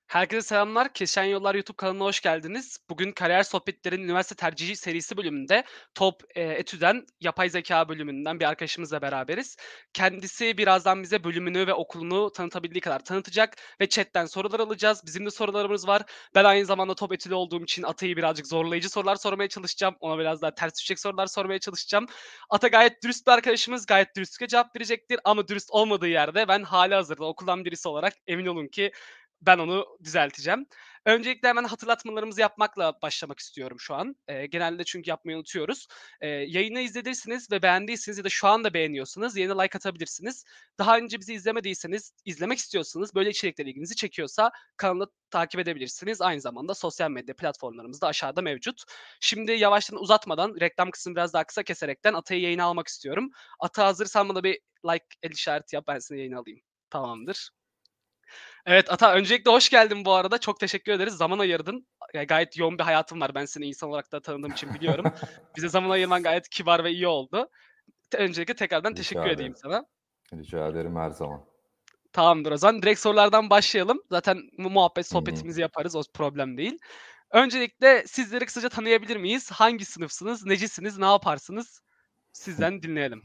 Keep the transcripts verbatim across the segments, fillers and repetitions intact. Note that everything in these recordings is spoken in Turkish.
Herkese selamlar. Kesişen Yollar YouTube kanalına hoş geldiniz. Bugün Kariyer Sohbetleri'nin üniversite tercihi serisi bölümünde Top eee, Etü'den yapay zeka bölümünden bir arkadaşımızla beraberiz. Kendisi birazdan bize bölümünü ve okulunu tanıtabildiği kadar tanıtacak ve chatten sorular alacağız. Bizim de sorularımız var. Ben aynı zamanda Top Etü'de olduğum için Ata'yı birazcık zorlayıcı sorular sormaya çalışacağım. Ona biraz daha ters düşecek sorular sormaya çalışacağım. Ata gayet dürüst bir arkadaşımız. Gayet dürüstlükle cevap verecektir ama dürüst olmadığı yerde ben hâlihazırda okuldan birisi olarak emin olun ki ben onu düzelteceğim. Öncelikle hemen hatırlatmalarımızı yapmakla başlamak istiyorum şu an. Eee, genelde çünkü yapmayı unutuyoruz. Eee, yayını izlediyseniz ve beğendiyseniz ya da şu anda beğeniyorsanız yayına like atabilirsiniz. Daha önce bizi izlemediyseniz, izlemek istiyorsanız, böyle içerikler ilginizi çekiyorsa kanalı takip edebilirsiniz. Aynı zamanda sosyal medya platformlarımız da aşağıda mevcut. Şimdi yavaştan uzatmadan reklam kısmını biraz daha kısa keserekten Ata'yı yayına almak istiyorum. Ata hazırsan bana bir like, el işareti yap, ben seni yayına alayım. Tamamdır. Evet Ata, öncelikle hoş geldin bu arada. Çok teşekkür ederiz. Zaman ayırdın. Ya, gayet yoğun bir hayatın var. Ben seni insan olarak da tanıdığım için biliyorum. Bize zaman ayırman gayet kibar ve iyi oldu. Te öncelikle tekrardan teşekkür Rica edeyim ederim. sana. Rica ederim her zaman. Tamamdır o zaman. Direkt sorulardan başlayalım. Zaten mu muhabbet, Hı hı. sohbetimizi yaparız. O problem değil. Öncelikle sizleri kısaca tanıyabilir miyiz? Hangi sınıfsınız? Necisiniz? Ne yaparsınız? Sizden dinleyelim.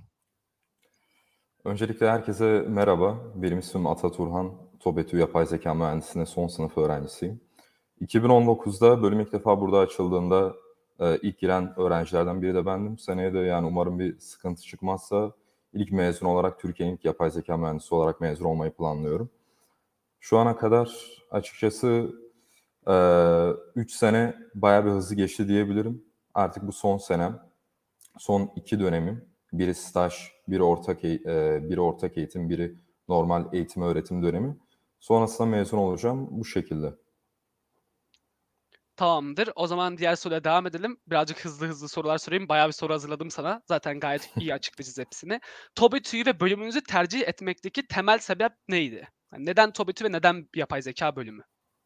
Öncelikle herkese merhaba. Benim ismim Ata Turhan. TOBETÜ Yapay Zeka Mühendisliğinde son sınıf öğrencisiyim. iki bin on dokuzda bölüm ilk defa burada açıldığında e, ilk giren öğrencilerden biri de bendim. Seneye de yani umarım bir sıkıntı çıkmazsa ilk mezun olarak Türkiye'nin ilk yapay zeka mühendisi olarak mezun olmayı planlıyorum. Şu ana kadar açıkçası üç sene bayağı bir hızlı geçti diyebilirim. Artık bu son senem. Son iki dönemim, biri staj, biri ortak eğ eee, biri ortak eğitim, biri normal eğitim öğretim dönemi. Sonrasında mezun olacağım bu şekilde. Tamamdır. O zaman diğer soruya devam edelim. Birazcık hızlı hızlı sorular sorayım. Bayağı bir soru hazırladım sana. Zaten gayet iyi açıklayacağız hepsini. TOBİTÜ'yü ve bölümünüzü tercih etmekteki temel sebep neydi? Hani neden TOBİTÜ ve neden yapay zeka bölümü?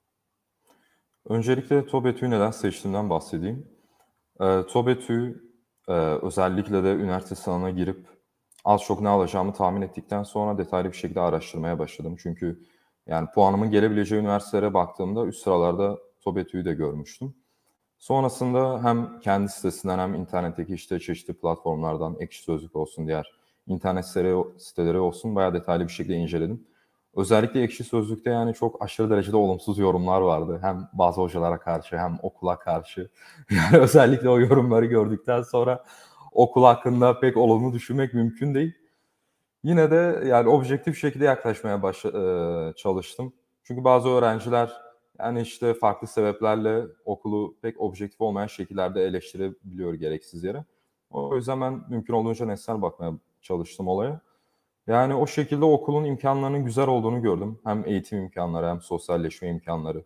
Öncelikle TOBETÜ'yü neden seçtiğimden bahsedeyim. Eee, TOBETÜ, eee, özellikle de üniversite sınavına girip az çok ne alacağımı tahmin ettikten sonra detaylı bir şekilde araştırmaya başladım. Çünkü yani puanımın gelebileceği üniversitelere baktığımda üst sıralarda TOBETÜ'yü de görmüştüm. Sonrasında hem kendi sitesinden hem internetteki, işte, çeşitli platformlardan, Ekşi Sözlük olsun, diğer internet siteleri siteleri olsun bayağı detaylı bir şekilde inceledim. Özellikle Ekşi Sözlük'te, yani, çok aşırı derecede olumsuz yorumlar vardı. Hem bazı hocalara karşı hem okula karşı. Yani, özellikle o yorumları gördükten sonra okul hakkında pek olumlu düşünmek mümkün değil. Yine de, yani, objektif şekilde yaklaşmaya başla eee, çalıştım. Çünkü bazı öğrenciler, yani, işte, farklı sebeplerle okulu pek objektif olmayan şekillerde eleştirebiliyor gereksiz yere. O yüzden ben mümkün olduğunca nesnel bakmaya çalıştım olaya. Yani, o şekilde okulun imkânlarının güzel olduğunu gördüm. Hem eğitim imkânları hem sosyalleşme imkânları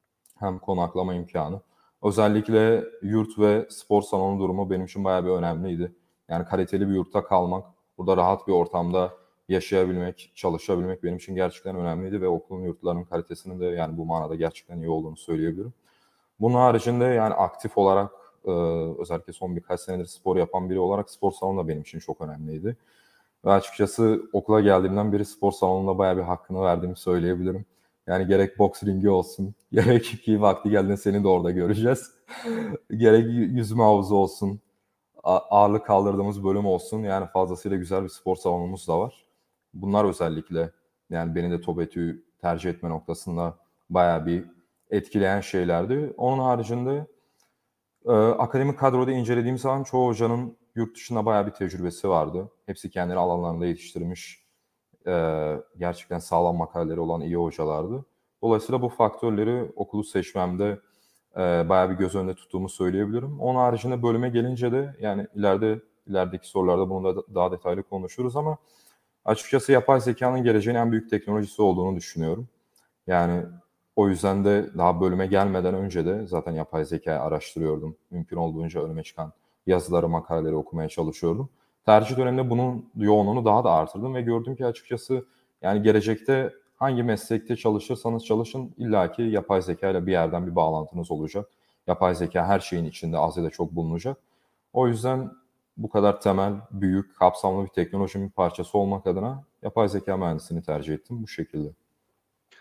hem konaklama imkânı. Özellikle yurt ve spor salonu durumu benim için bayağı bir önemliydi. Yani kaliteli bir yurtta kalmak, burada rahat bir ortamda yaşayabilmek, çalışabilmek benim için gerçekten önemliydi ve okulun yurtlarının kalitesinin de yani bu manada gerçekten iyi olduğunu söyleyebilirim. Bunun haricinde yani aktif olarak, ııı, özellikle son birkaç senedir spor yapan biri olarak spor salonu da benim için çok önemliydi ve açıkçası okula geldiğimden beri spor salonuna bayağı bir hakkını verdiğimi söyleyebilirim. Yani gerek boks ringi olsun, gerek ki vakti geldiğinde seni de orada göreceğiz. Gerek yü yüzme havuzu olsun, a ağırlık kaldırdığımız bölüm olsun, yani fazlasıyla güzel bir spor salonumuz da var. Bunlar özellikle, yani beni de TOBETÜ'yü tercih etme noktasında bayağı bir etkileyen şeylerdi. Onun haricinde, eee, akademik kadroda incelediğim zaman çoğu hocanın yurt dışında bayağı bir tecrübesi vardı. Hepsi kendini alanlarında yetiştirmiş, eee, gerçekten sağlam makaleleri olan iyi hocalardı. Dolayısıyla bu faktörleri okulu seçmemde, eee, bayağı bir göz önünde tuttuğumu söyleyebilirim. Onun haricinde bölüme gelince de yani ileride ilerideki sorularda bunu da daha detaylı konuşuruz ama açıkçası yapay zekânın geleceğin en büyük teknolojisi olduğunu düşünüyorum. Yani o yüzden de daha bölüme gelmeden önce de zaten yapay zekâyı araştırıyordum. Mümkün olduğunca önüme çıkan yazıları, makaleleri okumaya çalışıyordum. Tercih döneminde bunun yoğunluğunu daha da artırdım ve gördüm ki açıkçası yani gelecekte hangi meslekte çalışırsanız çalışın illaki yapay zekâyla bir yerden bir bağlantınız olacak. Yapay zekâ her şeyin içinde az ya da çok bulunacak. O yüzden bu kadar temel, büyük, kapsamlı bir teknolojinin bir parçası olmak adına yapay zekâ mühendisliğini tercih ettim bu şekilde.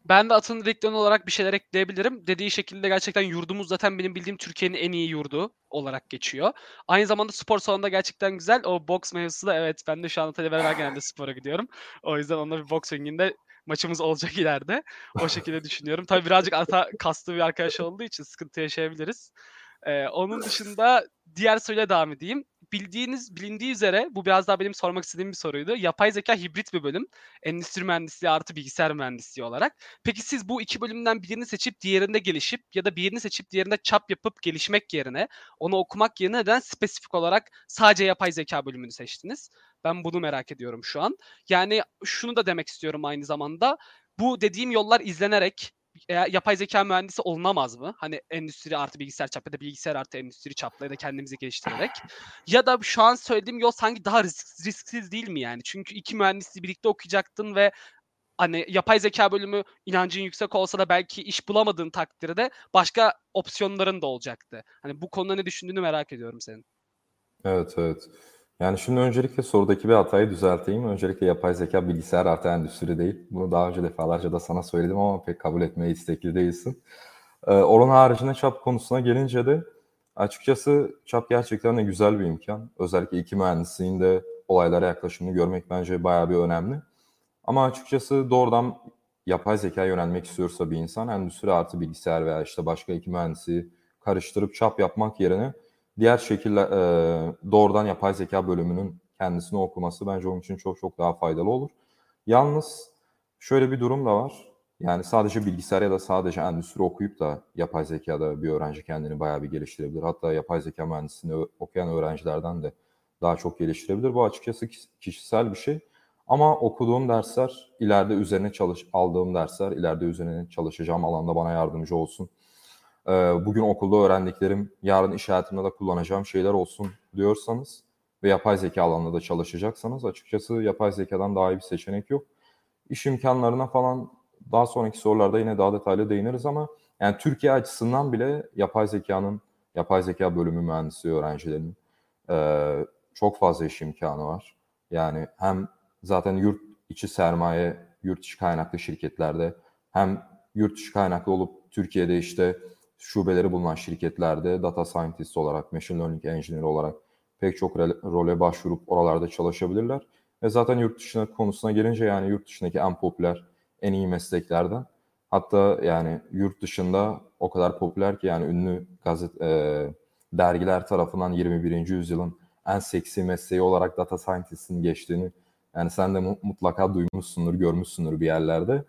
Ben de Atan'ın direktörü olarak bir şeyler ekleyebilirim. Dediği şekilde gerçekten yurdumuz zaten benim bildiğim Türkiye'nin en iyi yurdu olarak geçiyor. Aynı zamanda spor salonu da gerçekten güzel. O boks mevzusu da evet, ben de şu an Atay'la beraber genelde spora gidiyorum. O yüzden onunla bir boks ringinde maçımız olacak ileride. O şekilde düşünüyorum. Tabii birazcık Ata kaslı bir arkadaş olduğu için sıkıntı yaşayabiliriz. Eee, onun dışında diğer soruyla devam edeyim. Bildiğiniz bilindiği üzere bu biraz daha benim sormak istediğim bir soruydu. Yapay zekâ hibrit bir bölüm. Endüstri mühendisliği artı bilgisayar mühendisliği olarak. Peki siz bu iki bölümden birini seçip diğerinde gelişip ya da birini seçip diğerinde çap yapıp gelişmek yerine, onu okumak yerine neden spesifik olarak sadece yapay zekâ bölümünü seçtiniz? Ben bunu merak ediyorum şu an. Yani şunu da demek istiyorum aynı zamanda. Bu dediğim yollar izlenerek eee, yapay zekâ mühendisi olunamaz mı? Hani endüstri artı bilgisayar çap ya da bilgisayar artı endüstri çapla ya da kendimizi geliştirerek. Ya da şu an söylediğim yol sanki daha risk risksiz değil mi yani? Çünkü iki mühendisliği birlikte okuyacaktın ve hani yapay zekâ bölümü inancın yüksek olsa da belki iş bulamadığın takdirde başka opsiyonların da olacaktı. Hani bu konuda ne düşündüğünü merak ediyorum senin. Evet, evet. Yani şimdi öncelikle sorudaki bir hatayı düzelteyim. Öncelikle yapay zeka bilgisayar artı endüstri değil. Bunu daha önce defalarca da sana söyledim ama pek kabul etmeye istekli değilsin. Ee, onun haricinde çap konusuna gelince de açıkçası çap gerçekten de güzel bir imkan. Özellikle iki mühendisliğin de olaylara yaklaşımını görmek bence bayağı bir önemli. Ama açıkçası doğrudan yapay zekâya yönelmek istiyorsa bir insan endüstri artı bilgisayar veya işte başka iki mühendisliği karıştırıp çap yapmak yerine diğer şekilde eee, doğrudan yapay zeka bölümünün kendisini okuması bence onun için çok çok daha faydalı olur. Yalnız şöyle bir durum da var. Yani sadece bilgisayar ya da sadece endüstri okuyup da yapay zekâda bir öğrenci kendini bayağı bir geliştirebilir. Hatta yapay zeka mühendisliğini okuyan öğrencilerden de daha çok geliştirebilir. Bu açıkçası kişisel bir şey. Ama okuduğum dersler ileride üzerine çalış aldığım dersler ileride üzerine çalışacağım alanda bana yardımcı olsun. Eee, bugün okulda öğrendiklerim yarın iş hayatımda da kullanacağım şeyler olsun diyorsanız ve yapay zeka alanında da çalışacaksanız açıkçası yapay zekadan daha iyi bir seçenek yok. İş imkânlarına falan daha sonraki sorularda yine daha detaylı değiniriz ama yani Türkiye açısından bile yapay zekânın, yapay zekâ bölümü mühendisliği öğrencilerinin eee, çok fazla iş imkânı var. Yani hem zaten yurt içi sermaye, yurt içi kaynaklı şirketlerde hem yurt dışı kaynaklı olup Türkiye'de işte şubeleri bulunan şirketlerde data scientist olarak, machine learning engineer olarak pek çok role başvurup oralarda çalışabilirler. Ve zaten yurt dışına konusuna gelince yani yurt dışındaki en popüler, en iyi mesleklerden. Hatta yani yurt dışında o kadar popüler ki yani ünlü gazet, e, dergiler tarafından yirmi birinci yüzyılın en seksi mesleği olarak data scientist'in geçtiğini yani sen de mutlaka duymuşsundur, görmüşsündür bir yerlerde.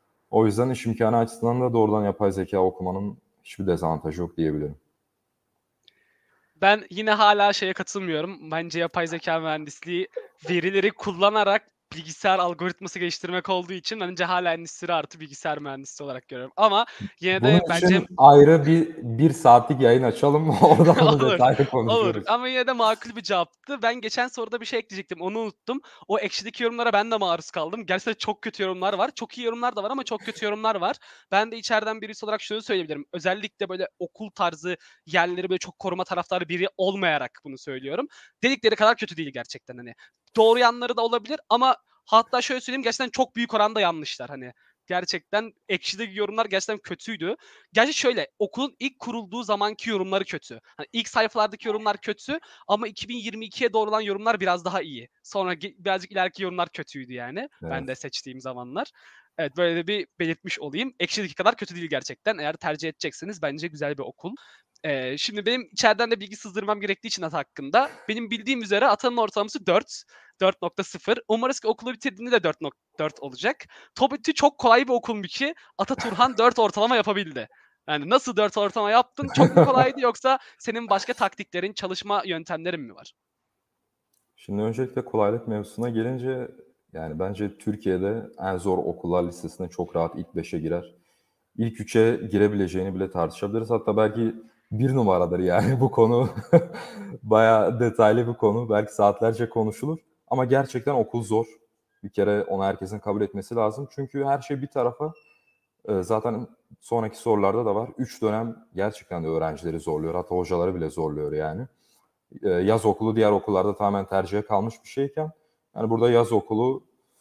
O yüzden iş imkânı açısından da doğrudan yapay zeka okumanın hiçbir dezavantajı yok diyebilirim. Ben yine hâlâ şeye katılmıyorum. Bence yapay zekâ mühendisliği verileri kullanarak bilgisayar algoritması geliştirmek olduğu için bence hâlâ endüstri artı bilgisayar mühendisliği olarak görüyorum. Ama yine Bunun de bence için ayrı bir bir saatlik yayın açalım mı? Orada bunu Olur, detaylı olur konuşuruz. ama yine de makul bir cevaptı. Ben geçen soruda bir şey ekleyecektim, onu unuttum. O Ekşi'deki yorumlara ben de maruz kaldım. Gerçekten çok kötü yorumlar var. Çok iyi yorumlar da var ama çok kötü yorumlar var. Ben de içeriden birisi olarak şunu söyleyebilirim. Özellikle böyle okul tarzı yerleri böyle çok koruma taraftarı biri olmayarak bunu söylüyorum. Dedikleri kadar kötü değil gerçekten hani. Doğru yanları da olabilir ama hatta şöyle söyleyeyim, gerçekten çok büyük oranda yanlışlar hani. Gerçekten Ekşi'deki yorumlar gerçekten kötüydü. Gerçi şöyle, okulun ilk kurulduğu zamanki yorumları kötü. Hani ilk sayfalardaki yorumlar kötü ama iki bin yirmi ikiye doğru olan yorumlar biraz daha iyi. Sonra ge birazcık ileriki yorumlar kötüydü yani, ben de Evet. seçtiğim zamanlar. Evet, böyle de bir belirtmiş olayım. Ekşi'deki kadar kötü değil gerçekten. Eğer tercih edecekseniz bence güzel bir okul. Eee, şimdi benim içeriden de bilgi sızdırmam gerektiği için Ata hakkında, benim bildiğim üzere Ata'nın ortalaması dört, dört nokta sıfır. Umarız ki okulu bitirdiğinde de dört nok dört olacak. TOBİT'i çok kolay bir okulmuş ki Ata Turhan dört ortalama yapabildi. Yani nasıl dört ortalama yaptın? Çok mu kolaydı yoksa senin başka taktiklerin, çalışma yöntemlerin mi var? Şimdi öncelikle kolaylık mevzusuna gelince yani bence Türkiye'de en zor okullar listesine çok rahat ilk beşe girer. İlk üçe girebileceğini bile tartışabiliriz. Hatta belki bir numaradır yani bu konu bayağı detaylı bir konu. Belki saatlerce konuşulur ama gerçekten okul zor. Bir kere onu herkesin kabul etmesi lazım. Çünkü her şey bir tarafa, eee, zaten sonraki sorularda da var. üç dönem gerçekten de öğrencileri zorluyor. Hatta hocaları bile zorluyor yani. Eee, yaz okulu diğer okullarda tamamen tercihe kalmış bir şeyken, yani burada yaz okulu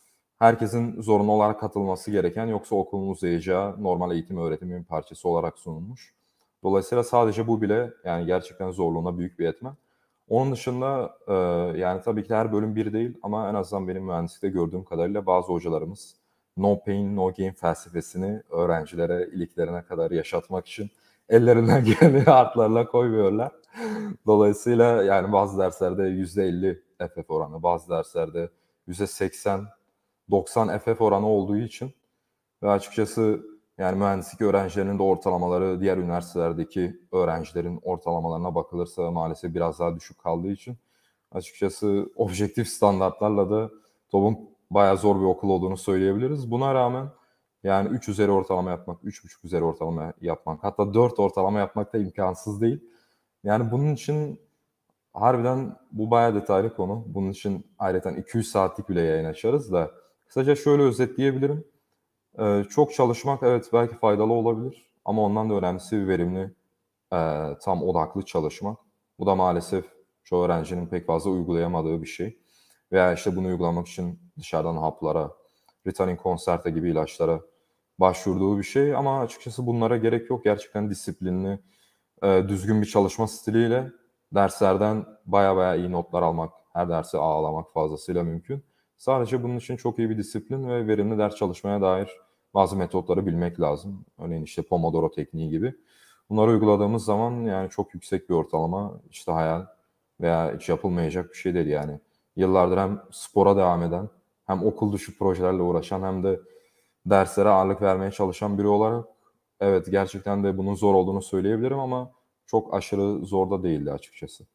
herkesin zorunlu olarak katılması gereken, yoksa okulun uzayacağı normal eğitim öğretimin bir parçası olarak sunulmuş. Dolayısıyla sadece bu bile yani gerçekten zorluğuna büyük bir etmen. Onun dışında, eee, yani tabii ki de her bölüm bir değil ama en azından benim mühendislikte gördüğüm kadarıyla bazı hocalarımız no pain, no gain felsefesini öğrencilere iliklerine kadar yaşatmak için ellerinden geleni ardlarına koymuyorlar. Dolayısıyla yani bazı derslerde yüzde elli F F oranı, bazı derslerde yüzde seksen doksan F F oranı olduğu için ve açıkçası yani mühendislik öğrencilerinin de ortalamaları diğer üniversitelerdeki öğrencilerin ortalamalarına bakılırsa maalesef biraz daha düşük kaldığı için açıkçası objektif standartlarla da TOB'un bayağı zor bir okul olduğunu söyleyebiliriz. Buna rağmen yani üç üzeri ortalama yapmak, üç buçuk üzeri ortalama yapmak, hatta dört ortalama yapmak da imkansız değil. Yani bunun için harbiden bu bayağı detaylı konu. Bunun için ayrıyeten iki yüz saatlik bile yayın açarız da kısaca şöyle özetleyebilirim. Eee, çok çalışmak evet belki faydalı olabilir ama ondan da önemlisi verimli, eee, tam odaklı çalışmak. Bu da maalesef çoğu öğrencinin pek fazla uygulayamadığı bir şey veya, işte, bunu uygulamak için dışarıdan haplara, Ritalin Concerta gibi ilaçlara başvurduğu bir şey ama açıkçası bunlara gerek yok. Gerçekten disiplinli, eee, düzgün bir çalışma stiliyle derslerden baya baya iyi notlar almak, her dersi A alamak fazlasıyla mümkün. Sadece bunun için çok iyi bir disiplin ve verimli ders çalışmaya dair bazı metotları bilmek lazım. Örneğin, işte, Pomodoro tekniği gibi. Bunları uyguladığımız zaman, yani, çok yüksek bir ortalama, işte, hayal veya hiç yapılmayacak bir şey değil, yani. Yıllardır hem spora devam eden hem okul dışı projelerle uğraşan hem de derslere ağırlık vermeye çalışan biri olarak evet, gerçekten de bunun zor olduğunu söyleyebilirim ama çok aşırı zor da değildi açıkçası.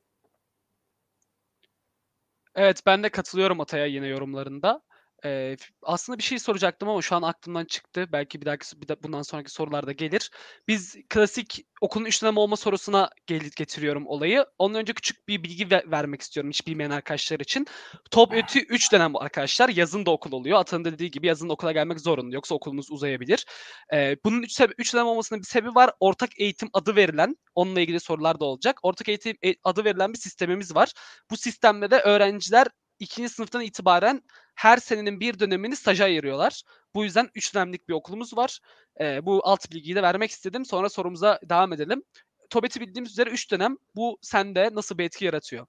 Evet, ben de katılıyorum Atay'a yine yorumlarında. Eee, f aslında bir şey soracaktım ama şu an aklımdan çıktı. Belki bir dahaki s bir de bundan sonraki sorularda gelir. Biz klasik okulun üç dönem olma sorusuna geli getiriyorum olayı. Ondan önce küçük bir bilgi ve vermek istiyorum hiç bilmeyen arkadaşlar için. TOB, ETÜ üç dönem arkadaşlar. Yazın da okul oluyor. Ata'nın da dediği gibi yazın da okula gelmek zorunlu. Yoksa okulunuz uzayabilir. Eee, bunun üç sebe üç dönem olmasının bir sebebi var. Ortak eğitim adı verilen, onunla ilgili sorular da olacak. Ortak eğitim e adı verilen bir sistemimiz var. Bu sistemde de öğrenciler ikinci sınıftan itibaren her senenin bir dönemini staja ayırıyorlar. Bu yüzden üç dönemlik bir okulumuz var. Eee, bu alt bilgiyi de vermek istedim. Sonra sorumuza devam edelim. TOBİT'i bildiğimiz üzere üç dönem. Bu sende nasıl bir etki yaratıyor?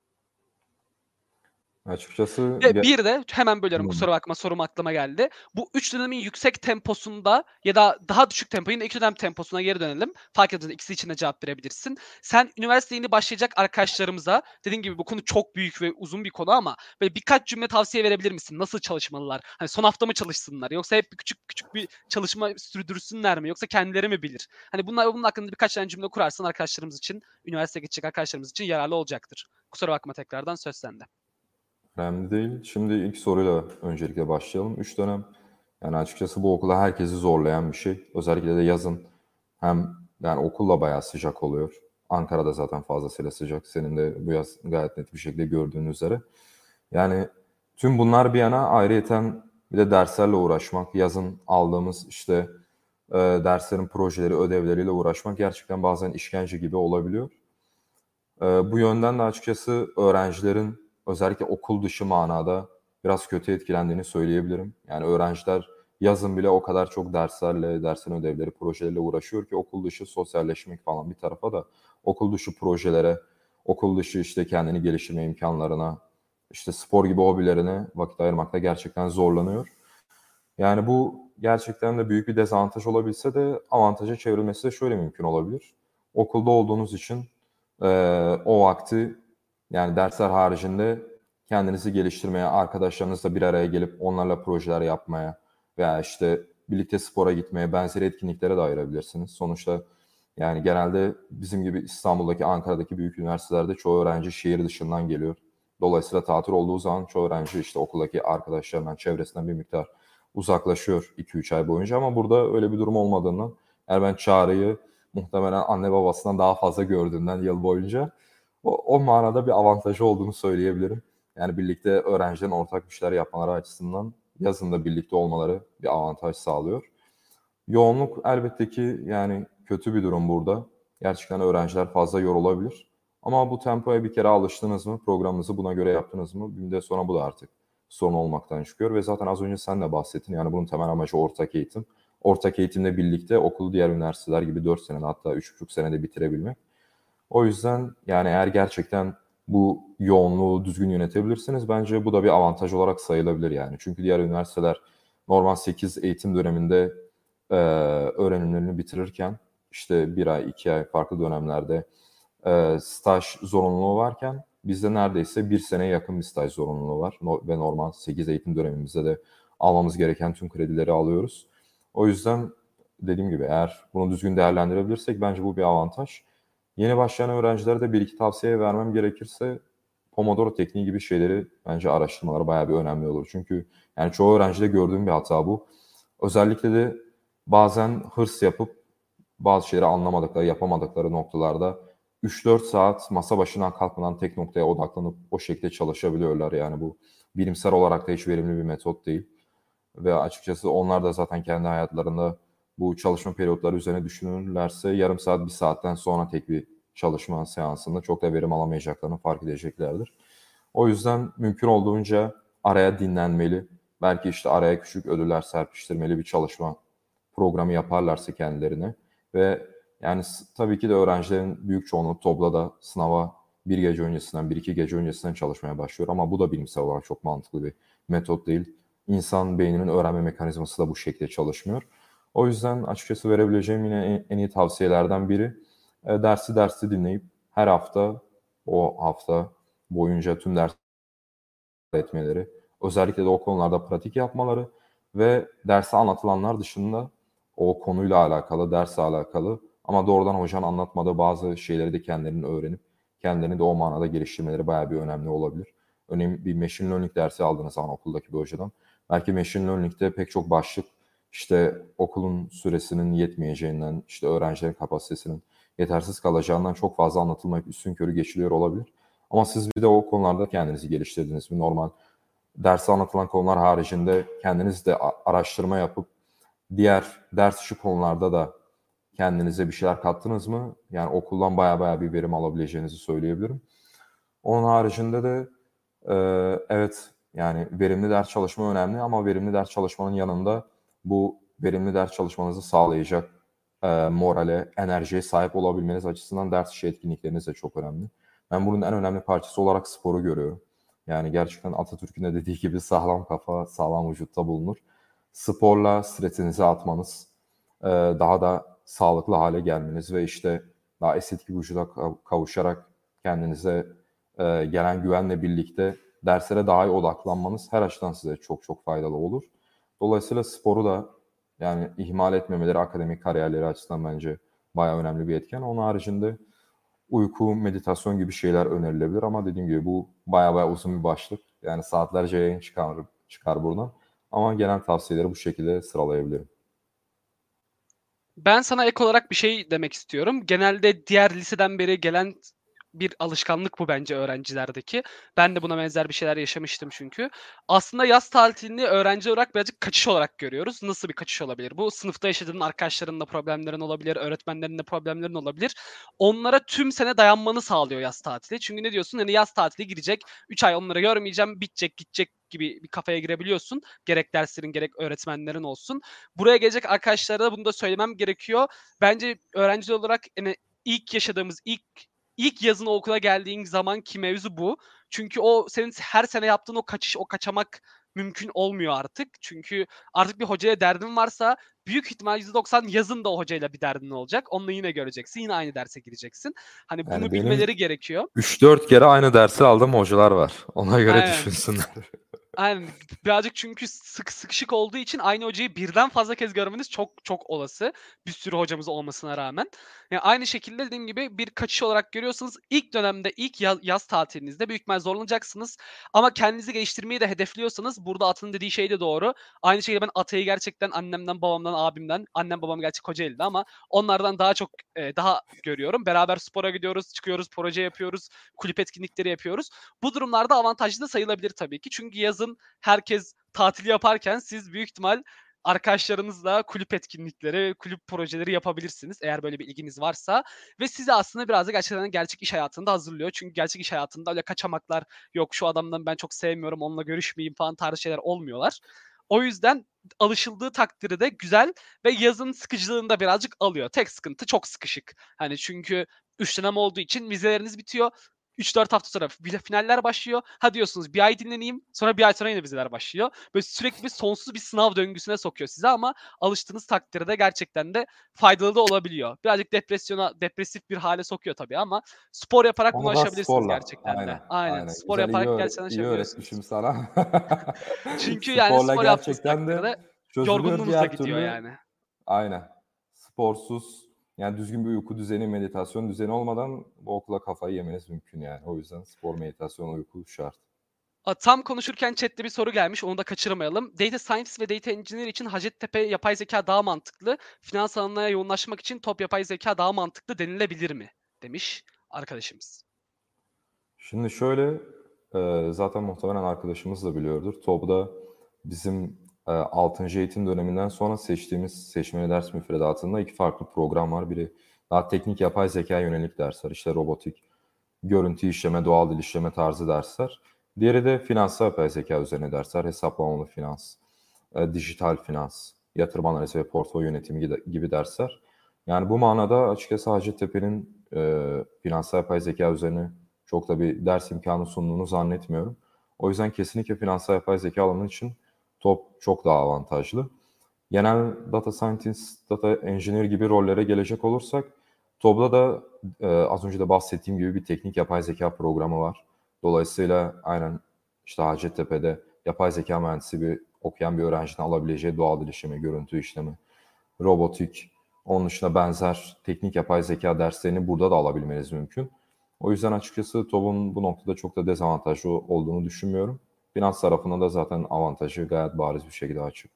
Açıkçası Ve ge bir de hemen bölüyorum Hımm. kusura bakma sorum aklıma geldi. Bu üç dönemin yüksek temposunda ya da daha düşük tempo yine iki dönem temposuna geri dönelim. Fark etmez ikisi için de cevap verebilirsin. Sen üniversiteye yeni başlayacak arkadaşlarımıza dediğin gibi bu konu çok büyük ve uzun bir konu ama böyle birkaç cümle tavsiye verebilir misin? Nasıl çalışmalılar? Hani son hafta mı çalışsınlar yoksa hep küçük küçük bir çalışma sürdürsünler mi yoksa kendileri mi bilir? Hani bunlar bunun hakkında birkaç tane cümle kurarsan arkadaşlarımız için, üniversiteye geçecek arkadaşlarımız için yararlı olacaktır. Kusura bakma tekrardan söz sende. Önemli değil. Şimdi ilk soruyla öncelikle başlayalım. üç dönem, yani, açıkçası bu okula herkesi zorlayan bir şey. Özellikle de yazın hem, yani, okul da bayağı sıcak oluyor. Ankara'da zaten fazlasıyla sıcak. Senin de bu yaz gayet net bir şekilde gördüğün üzere. Yani, tüm bunlar bir yana ayrıyeten bir de derslerle uğraşmak, yazın aldığımız, işte, eee, derslerin projeleri, ödevleriyle uğraşmak gerçekten bazen işkence gibi olabiliyor. Eee, bu yönden de açıkçası öğrencilerin özellikle okul dışı manada biraz kötü etkilendiğini söyleyebilirim. Yani öğrenciler yazın bile o kadar çok derslerle, derslerin ödevleri, projeleriyle uğraşıyor ki okul dışı sosyalleşmek falan bir tarafa da okul dışı projelere, okul dışı, işte, kendini geliştirme imkânlarına, işte, spor gibi hobilerine vakit ayırmakta gerçekten zorlanıyor. Yani bu gerçekten de büyük bir dezavantaj olabilse de avantaja çevrilmesi de şöyle mümkün olabilir. Okulda olduğunuz için, eee, o vakti, yani dersler haricinde kendinizi geliştirmeye, arkadaşlarınızla bir araya gelip onlarla projeler yapmaya veya, işte, birlikte spora gitmeye, benzeri etkinliklere de ayırabilirsiniz. Sonuçta, yani, genelde bizim gibi İstanbul'daki, Ankara'daki büyük üniversitelerde çoğu öğrenci şehir dışından geliyor. Dolayısıyla tatil olduğu zaman çoğu öğrenci, işte, okuldaki arkadaşlarından, çevresinden bir miktar uzaklaşıyor iki üç ay boyunca ama burada öyle bir durum olmadığından, yani, ben Çağrı'yı muhtemelen anne babasından daha fazla gördüğümden yıl boyunca o o manada bir avantajı olduğunu söyleyebilirim. Yani, birlikte öğrencilerin ortak bir şeyler yapmaları açısından yazın da birlikte olmaları bir avantaj sağlıyor. Yoğunluk elbette ki, yani, kötü bir durum burada. Gerçekten öğrenciler fazla yorulabilir ama bu tempoya bir kere alıştınız mı, programınızı buna göre yaptınız mı, bir müddet sonra bu da artık sorun olmaktan çıkıyor ve zaten az önce sen de bahsettin. Yani bunun temel amacı ortak eğitim. Ortak eğitimle birlikte okulu diğer üniversiteler gibi dört senede hatta üç buçuk senede bitirebilmek. O yüzden yani eğer gerçekten bu yoğunluğu düzgün yönetebilirsiniz bence bu da bir avantaj olarak sayılabilir yani. Çünkü diğer üniversiteler normal sekiz eğitim döneminde eee, öğrenimlerini bitirirken işte bir ay, iki ay farklı dönemlerde eee, staj zorunluluğu varken bizde neredeyse bir seneye yakın bir staj zorunluluğu var. No- ve normal sekiz eğitim dönemimizde de almamız gereken tüm kredileri alıyoruz. O yüzden dediğim gibi eğer bunu düzgün değerlendirebilirsek bence bu bir avantaj. Yeni başlayan öğrencilere de bir iki tavsiye vermem gerekirse Pomodoro tekniği gibi şeyleri bence araştırmaları bayağı bir önemli olur. Çünkü yani çoğu öğrencide gördüğüm bir hata bu. Özellikle de bazen hırs yapıp bazı şeyleri anlamadıkları, yapamadıkları noktalarda üç dört saat masa başından kalkmadan tek noktaya odaklanıp o şekilde çalışabiliyorlar. Yani bu bilimsel olarak da hiç verimli bir metot değil. Ve açıkçası onlar da zaten kendi hayatlarında bu çalışma periyotları üzerine düşünürlerse yarım saat, bir saatten sonra tek bir çalışma seansında çok da verim alamayacaklarını fark edeceklerdir. O yüzden mümkün olduğunca araya dinlenmeli, belki işte araya küçük ödüller serpiştirmeli bir çalışma programı yaparlarsa kendilerine ve yani s- tabii ki de öğrencilerin büyük çoğunluğu TOBB'da sınava bir gece öncesinden, bir iki gece öncesinden çalışmaya başlıyor ama bu da bilimsel olarak çok mantıklı bir metot değil. İnsan beyninin öğrenme mekanizması da bu şekilde çalışmıyor. O yüzden açıkçası verebileceğim yine en, en iyi tavsiyelerden biri e, dersi dersi dinleyip her hafta o hafta boyunca tüm ders etmeleri, özellikle de o konularda pratik yapmaları ve derste anlatılanlar dışında o konuyla alakalı, dersle alakalı ama doğrudan hocanın anlatmadığı bazı şeyleri de kendilerinin öğrenip kendilerini de o manada geliştirmeleri bayağı bir önemli olabilir. Örneğin bir machine learning dersi aldığınız zaman okuldaki bir hocadan belki machine learning'de pek çok başlık işte okulun süresinin yetmeyeceğinden, işte öğrencilerin kapasitesinin yetersiz kalacağından çok fazla anlatılmayıp üstünkörü geçiliyor olabilir. Ama siz bir de o konularda kendinizi geliştirdiniz mi? Normal derste anlatılan konular haricinde kendiniz de araştırma yapıp diğer ders dışı konularda da kendinize bir şeyler kattınız mı? Yani okuldan bayağı bayağı bir verim alabileceğinizi söyleyebilirim. Onun haricinde de eee, evet yani verimli ders çalışma önemli ama verimli ders çalışmanın yanında bu verimli ders çalışmanızı sağlayacak eee, morale, enerjiye sahip olabilmeniz açısından ders dışı etkinlikleriniz de çok önemli. Ben bunun en önemli parçası olarak sporu görüyorum. Yani gerçekten Atatürk'ün de dediği gibi sağlam kafa sağlam vücutta bulunur. Sporla stresinizi atmanız, eee, daha da sağlıklı hale gelmeniz ve işte daha estetik bir vücuda kavuşarak kendinize eee, gelen güvenle birlikte derslere daha iyi odaklanmanız her açıdan size çok çok faydalı olur. Dolayısıyla sporu da yani ihmal etmemeleri akademik kariyerleri açısından bence bayağı önemli bir etken. Onun haricinde uyku, meditasyon gibi şeyler önerilebilir ama dediğim gibi bu bayağı bayağı uzun bir başlık. Yani saatlerce yayın çıkar, çıkar buradan. Ama genel tavsiyeleri bu şekilde sıralayabilirim. Ben sana ek olarak bir şey demek istiyorum. Genelde diğer liseden beri gelen bir alışkanlık bu bence öğrencilerdeki. Ben de buna benzer bir şeyler yaşamıştım çünkü. Aslında yaz tatilini öğrenci olarak birazcık kaçış olarak görüyoruz. Nasıl bir kaçış olabilir? Bu sınıfta yaşadığın arkadaşlarınla problemlerin olabilir, öğretmenlerinle problemlerin olabilir. Onlara tüm sene dayanmanı sağlıyor yaz tatili. Çünkü ne diyorsun? Hani yaz tatili girecek, üç ay onları görmeyeceğim, bitecek, gidecek gibi bir kafaya girebiliyorsun. Gerek derslerin gerek öğretmenlerin olsun. Buraya gelecek arkadaşlara da bunu da söylemem gerekiyor. Bence öğrenci olarak hani ilk yaşadığımız ilk ilk yazın o okula geldiğin zamanki mevzu bu. Çünkü o senin her sene yaptığın o kaçış, o kaçamak mümkün olmuyor artık. Çünkü artık bir hocaya derdin varsa büyük ihtimal yüzde doksan yazın da o hocayla bir derdin olacak. Onunla yine göreceksin. Yine aynı derse gireceksin. Hani Yani bunu benim bilmeleri gerekiyor. üç dört kere aynı dersi aldığım hocalar var. Ona göre Aynen. düşünsünler. Aynen. Birazcık çünkü sık sıkışık olduğu için aynı hocayı birden fazla kez görmeniz çok çok olası. Bir sürü hocamız olmasına rağmen. Yani aynı şekilde dediğim gibi bir kaçış olarak görüyorsanız ilk dönemde, ilk yaz, yaz tatilinizde büyük ihtimal zorlanacaksınız. Ama kendinizi geliştirmeyi de hedefliyorsanız burada Ata'nın dediği şey de doğru. Aynı şekilde ben Ata'yı gerçekten annemden, babamdan, abimden, annem babam gerçi Kocaeli'de ama onlardan daha çok e, daha görüyorum. Beraber spora gidiyoruz, çıkıyoruz, proje yapıyoruz, kulüp etkinlikleri yapıyoruz. Bu durumlarda avantajlı da sayılabilir tabii ki. Çünkü yazın herkes tatil yaparken siz büyük ihtimal arkadaşlarınızla kulüp etkinlikleri, kulüp projeleri yapabilirsiniz eğer böyle bir ilginiz varsa ve sizi aslında biraz da gerçekten gerçek iş hayatında hazırlıyor. Çünkü gerçek iş hayatında öyle kaçamaklar, yok şu adamdan ben çok sevmiyorum, onunla görüşmeyeyim falan tarzı şeyler olmuyorlar. O yüzden alışıldığı takdirde güzel ve yazın sıkıcılığını da birazcık alıyor. Tek sıkıntı çok sıkışık. Hani çünkü üç dönem olduğu için vizeleriniz bitiyor. üç dört hafta sonra vile finaller başlıyor. Ha diyorsunuz bir ay dinleneyim, sonra bir ay sonra yine vizeler başlıyor. Böyle sürekli bir sonsuz bir sınav döngüsüne sokuyor sizi ama alıştığınız takdirde gerçekten de faydalı da olabiliyor. Birazcık depresyona, depresif bir hale sokuyor tabii ama spor yaparak buna Onu da aşabilirsiniz sporla. gerçekten de. Aynen, Aynen. aynen. Spor Güzel, iyi yaparak öğre gerçekten iyi aşabiliyorsunuz. öğretmişim sana. Çünkü yani Sporla spor yaptığınız gerçekten de takdirde çözülüyor. yorgunluğunuz da Diğer gidiyor türlü yani. aynen. Sporsuz, yani düzgün bir uyku düzeni, meditasyon düzeni olmadan bu okula kafayı yemeniz mümkün yani. O yüzden spor, meditasyon, uyku şart. A, tam konuşurken chatte bir soru gelmiş, onu da kaçırmayalım. Data Science ve Data Engineer için Hacettepe yapay zeka daha mantıklı. Finans alanına yoğunlaşmak için Top yapay zeka daha mantıklı denilebilir mi? Demiş arkadaşımız. Şimdi şöyle, eee, zaten muhtemelen arkadaşımız da biliyordur. TOB'da bizim eee altıncı eğitim döneminden sonra seçtiğimiz seçmeli ders müfredatında iki farklı program var. Biri daha teknik yapay zekâya yönelik dersler. İşte robotik, görüntü işleme, doğal dil işleme tarzı dersler. Diğeri de finansal yapay zeka üzerine dersler. Hesaplamalı finans, eee, dijital finans, yatırım analizi ve portföy yönetimi gibi gibi dersler. Yani bu manada açıkçası Hacettepe'nin eee finansal yapay zeka üzerine çok da bir ders imkânı sunduğunu zannetmiyorum. O yüzden kesinlikle finansal yapay zeka alanı için TOB çok daha avantajlı. Genel data scientist, data engineer gibi rollere gelecek olursak TOB'da da eee, az önce de bahsettiğim gibi bir teknik yapay zeka programı var. Dolayısıyla aynen işte Hacettepe'de yapay zeka mühendisi bir okuyan bir öğrencinin alabileceği doğal dil işleme, görüntü işleme, robotik, onun dışında benzer teknik yapay zeka derslerini burada da alabilmeniz mümkün. O yüzden açıkçası TOB'un bu noktada çok da dezavantajlı olduğunu düşünmüyorum. Finans tarafında da zaten avantajı gayet bariz bir şekilde açık.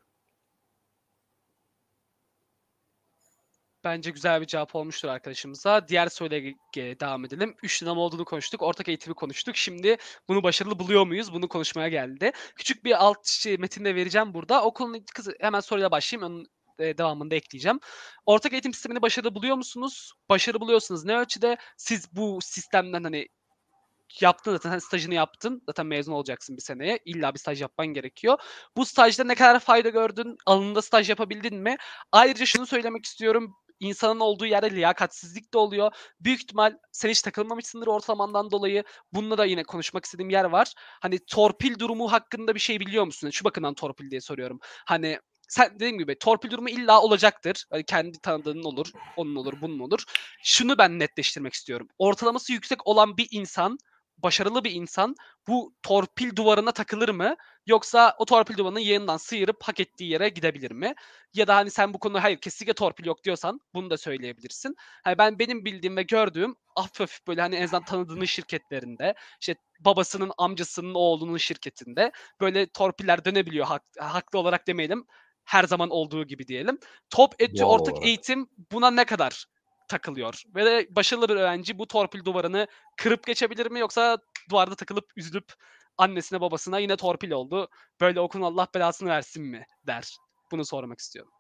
Bence güzel bir cevap olmuştur arkadaşımıza. Diğer soruyla ge ge devam edelim. üç dönem olduğunu konuştuk, ortak eğitimi konuştuk. Şimdi bunu başarılı buluyor muyuz? Bunu konuşmaya geldi. Küçük bir alt şey metin de vereceğim burada. O konunun kısa hemen soruyla başlayayım. Onun, eee, devamını da ekleyeceğim. Ortak eğitim sistemini başarılı buluyor musunuz? Başarılı buluyorsanız ne ölçüde? Siz bu sistemden, hani, yaptın zaten, hani, stajını yaptın. Zaten mezun olacaksın bir seneye. İlla bir staj yapman gerekiyor. Bu stajda ne kadar fayda gördün? Alanında staj yapabildin mi? Ayrıca şunu söylemek istiyorum. İnsanın olduğu yerde liyakatsizlik de oluyor. Büyük ihtimal sen hiç takılmamışsındır ortalamandan dolayı. Bununla da yine konuşmak istediğim yer var. Hani torpil durumu hakkında bir şey biliyor musun? Şu bakımdan torpil diye soruyorum. Hani sen dediğim gibi torpil durumu illa olacaktır. Hani kendi tanıdığının olur, onun olur, bunun olur. Şunu ben netleştirmek istiyorum. Ortalaması yüksek olan bir insan, başarılı bir insan bu torpil duvarına takılır mı? Yoksa o torpil duvarının yanından sıyırıp hak ettiği yere gidebilir mi? Ya da, hani, sen bu konuda hayır kesinlikle torpil yok diyorsan bunu da söyleyebilirsin. Hani, ben benim bildiğim ve gördüğüm hafif hafif, böyle, hani, en azından tanıdığının şirketlerinde, işte, babasının, amcasının oğlunun şirketinde böyle torpiller dönebiliyor. Hak haklı olarak demeyelim, her zaman olduğu gibi diyelim. TOP, ETÜ Doğal ortak olarak. eğitim buna ne kadar takılıyor ve de başarılı bir öğrenci bu torpil duvarını kırıp geçebilir mi yoksa duvarda takılıp üzülüp annesine babasına yine torpil oldu, böyle okulun Allah belasını versin mi der? Bunu sormak istiyorum.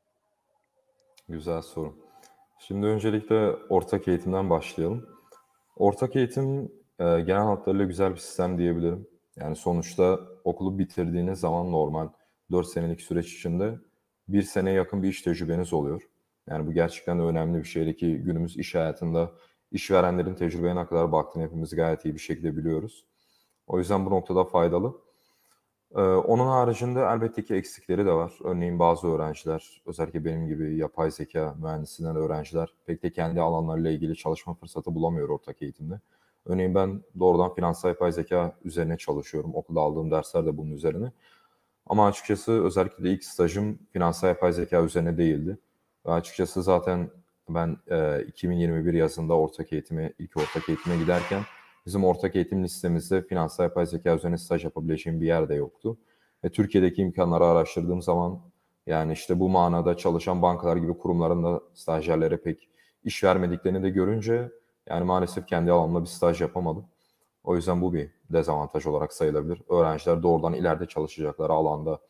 Güzel soru. Şimdi öncelikle ortak eğitimden başlayalım. Ortak eğitim, eee, genel hatlarıyla güzel bir sistem diyebilirim. Yani sonuçta okulu bitirdiğiniz zaman normal dört senelik süreç içinde bir seneye yakın bir iş tecrübeniz oluyor. Yani bu gerçekten de önemli bir şey. Hele ki günümüz iş hayatında işverenlerin tecrübeye ne kadar baktığını hepimiz gayet iyi bir şekilde biliyoruz. O yüzden bu noktada faydalı. Eee, onun haricinde elbette ki eksikleri de var. Örneğin bazı öğrenciler, özellikle benim gibi yapay zekâ mühendisinden öğrenciler pek de kendi alanlarıyla ilgili çalışma fırsatı bulamıyor ortak eğitimde. Örneğin ben doğrudan finansal yapay zekâ üzerine çalışıyorum. Okulda aldığım dersler de bunun üzerine. Ama açıkçası özellikle de ilk stajım finansal yapay zekâ üzerine değildi. Ve açıkçası zaten ben, eee, iki bin yirmi bir yazında ortak eğitime, ilk ortak eğitime giderken bizim ortak eğitim listemizde finansal yapay zekâ üzerine staj yapabileceğim bir yer de yoktu. Ve Türkiye'deki imkânları araştırdığım zaman, yani, işte, bu manada çalışan bankalar gibi kurumların da stajyerlere pek iş vermediklerini de görünce, yani, maalesef kendi alanımda bir staj yapamadım. O yüzden bu bir dezavantaj olarak sayılabilir. Öğrenciler doğrudan ileride çalışacakları alanda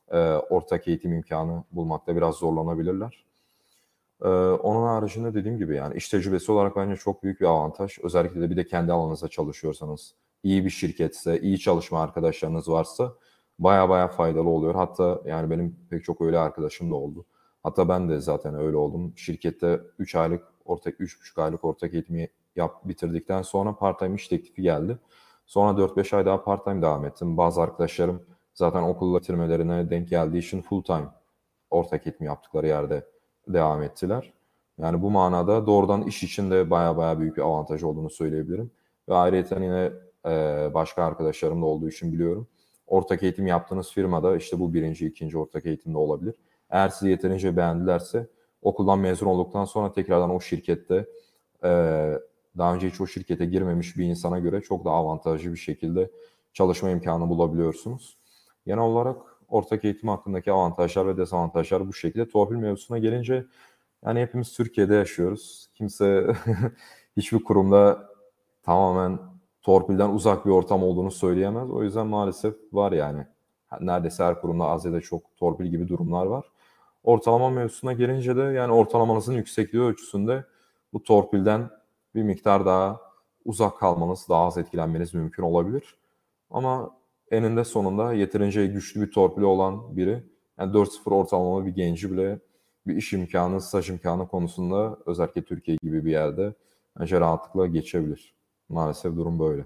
e, ortak eğitim imkanı bulmakta biraz zorlanabilirler. E, onun haricinde dediğim gibi yani iş tecrübesi olarak bence çok büyük bir avantaj. Özellikle de bir de kendi alanınızda çalışıyorsanız, iyi bir şirketse, iyi çalışma arkadaşlarınız varsa baya baya faydalı oluyor. Hatta yani benim pek çok öyle arkadaşım da oldu. Hatta ben de zaten öyle oldum. Şirkette üç aylık ortak, üç buçuk aylık ortak eğitimi yap, bitirdikten sonra part-time iş teklifi geldi. Sonra dört beş ay daha part-time devam ettim. Bazı arkadaşlarım zaten okulla bitirmelerine denk geldiği için full-time ortak eğitim yaptıkları yerde devam ettiler. Yani bu manada doğrudan iş için de baya baya büyük bir avantaj olduğunu söyleyebilirim. Ve ayrıca yine e, başka arkadaşlarım da olduğu için biliyorum. Ortak eğitim yaptığınız firmada işte bu birinci, ikinci ortak eğitimde olabilir. Eğer sizi yeterince beğendilerse okuldan mezun olduktan sonra tekrardan o şirkette e, daha önce hiç o şirkete girmemiş bir insana göre çok daha avantajlı bir şekilde çalışma imkanı bulabiliyorsunuz. Genel olarak ortak eğitim hakkındaki avantajlar ve dezavantajlar bu şekilde. Torpil mevzusuna gelince yani hepimiz Türkiye'de yaşıyoruz. Kimse hiçbir kurumda tamamen torpilden uzak bir ortam olduğunu söyleyemez. O yüzden maalesef var yani. Neredeyse her kurumda az ya da çok torpil gibi durumlar var. Ortalama mevzusuna gelince de yani ortalamanızın yüksekliği ölçüsünde bu torpilden bir miktar daha uzak kalmanız, daha az etkilenmeniz mümkün olabilir. Ama eninde sonunda yeterince güçlü bir torpili olan biri, yani dört sıfır ortalama bir genci bile bir iş imkanı, staj imkanı konusunda özellikle Türkiye gibi bir yerde bence rahatlıkla geçebilir. Maalesef durum böyle.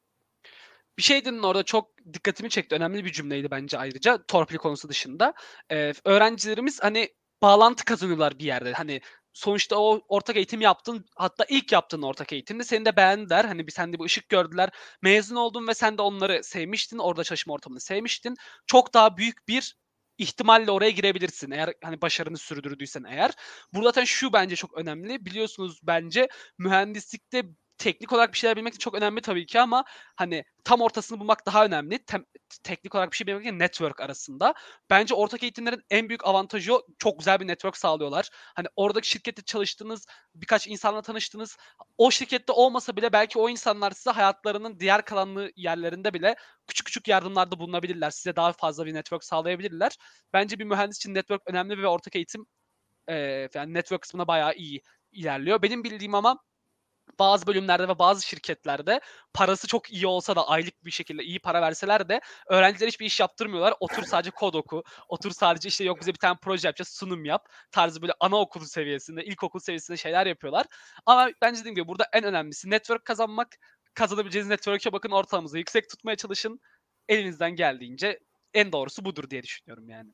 Bir şey dedin orada çok dikkatimi çekti. Önemli bir cümleydi bence ayrıca torpil konusu dışında. Eee, öğrencilerimiz, hani, bağlantı kazanıyorlar bir yerde. Hani, sonuçta o ortak eğitim yaptın, hatta ilk yaptığın ortak eğitimde seni de beğendiler. Hani, bir sende bir ışık gördüler. Mezun oldun ve sen de onları sevmiştin. Orada çalışma ortamını sevmiştin. Çok daha büyük bir ihtimalle oraya girebilirsin eğer, hani, başarını sürdürdüysen eğer. Burada zaten şu bence çok önemli. Biliyorsunuz bence mühendislikte teknik olarak bir şeyler bilmek de çok önemli tabii ki ama, hani, tam ortasını bulmak daha önemli. Tem teknik olarak bir şey bilmekle network arasında. Bence ortak eğitimlerin en büyük avantajı o. Çok güzel bir network sağlıyorlar. Hani, oradaki şirkette çalıştığınız, birkaç insanla tanıştınız. O şirkette olmasa bile belki o insanlar size hayatlarının diğer kalanlı yerlerinde bile küçük küçük yardımlarda bulunabilirler. Size daha fazla bir network sağlayabilirler. Bence bir mühendis için network önemli ve ortak eğitim, eee, yani network kısmında bayağı iyi ilerliyor. Benim bildiğim ama bazı bölümlerde ve bazı şirketlerde parası çok iyi olsa da aylık bir şekilde iyi para verseler de öğrencilere hiçbir iş yaptırmıyorlar. Otur sadece kod oku, otur sadece, işte, yok bize bir tane proje yapacağız, sunum yap tarzı böyle anaokulu seviyesinde, ilkokul seviyesinde şeyler yapıyorlar. Ama bence dediğim gibi burada en önemlisi network kazanmak. Kazanabileceğiniz network'e bakın, ortalamanızı yüksek tutmaya çalışın. Elinizden geldiğince en doğrusu budur diye düşünüyorum yani.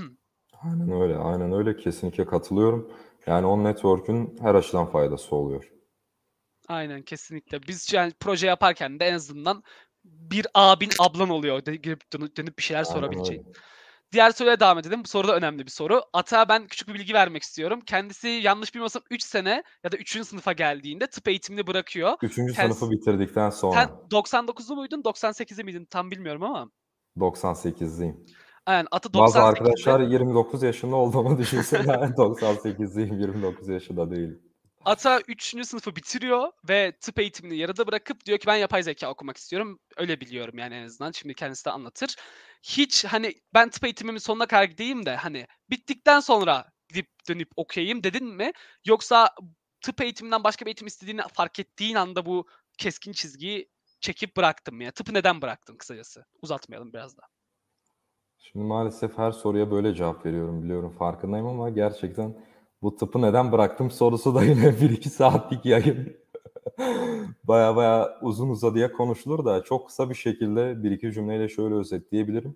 Aynen öyle, aynen öyle. Kesinlikle katılıyorum. Yani o network'ün her açıdan faydası oluyor. Aynen, kesinlikle. Biz yani proje yaparken de en azından bir abin, ablan oluyor de gelip dönüp dönüp bir şeyler Aynen sorabileceğin. öyle. Diğer soruya devam edelim. Bu soru da önemli bir soru. Atağa ben küçük bir bilgi vermek istiyorum. Kendisi yanlış bilmiyorsam üç sene ya da üçüncü sınıfa geldiğinde tıp eğitimini bırakıyor. Üçüncü sınıfı Kendisi bitirdikten sen sonra doksan dokuzlu muydun, doksan sekizli miydin tam bilmiyorum ama. doksan sekizliyim. Aynen, Ata Bazı doksan sekizde. arkadaşlar yirmi dokuz yaşında olduğumu düşünse ben doksan sekizliyim, yirmi dokuz yaşında değilim. Ata üçüncü sınıfı bitiriyor ve tıp eğitimini yarıda bırakıp diyor ki ben yapay zeka okumak istiyorum. Öyle biliyorum yani en azından. Şimdi kendisi de anlatır. Hiç, hani, ben tıp eğitimimin sonuna kadar gideyim de, hani, bittikten sonra gidip dönüp okuyayım dedin mi? Yoksa tıp eğitiminden başka bir eğitim istediğini fark ettiğin anda bu keskin çizgiyi çekip bıraktın mı? Ya, tıpı neden bıraktın kısacası? Uzatmayalım biraz da. Şimdi maalesef her soruya böyle cevap veriyorum biliyorum farkındayım ama gerçekten bu tıpı neden bıraktım sorusu da yine bir iki saatlik yayın. Baya baya uzun uzadıya konuşulur da çok kısa bir şekilde bir iki cümleyle şöyle özetleyebilirim.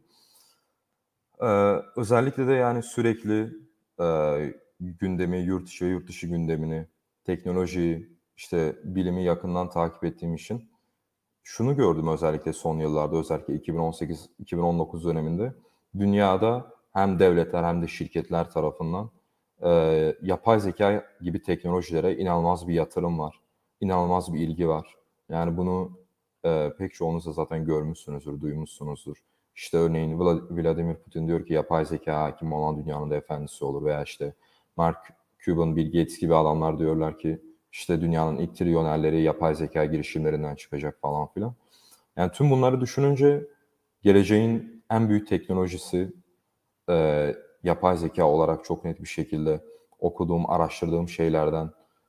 Eee, özellikle de yani sürekli, eee, gündemi, yurt içi ve yurt dışı gündemini, teknolojiyi, işte bilimi yakından takip ettiğim için şunu gördüm özellikle son yıllarda, özellikle iki bin on sekiz iki bin on dokuz döneminde dünyada hem devletler hem de şirketler tarafından, eee, yapay zeka gibi teknolojilere inanılmaz bir yatırım var. İnanılmaz bir ilgi var. Yani bunu, eee, pek çoğunuz da zaten görmüşsünüzdür, duymuşsunuzdur. İşte örneğin Vla Vladimir Putin diyor ki yapay zekâya hâkim olan dünyanın da efendisi olur veya işte Mark Cuban, Bill Gates gibi adamlar diyorlar ki işte dünyanın ilk trilyonerleri yapay zeka girişimlerinden çıkacak falan filan. Yani tüm bunları düşününce geleceğin en büyük teknolojisi, eee, yapay zeka olarak çok net bir şekilde okuduğum, araştırdığım şeylerden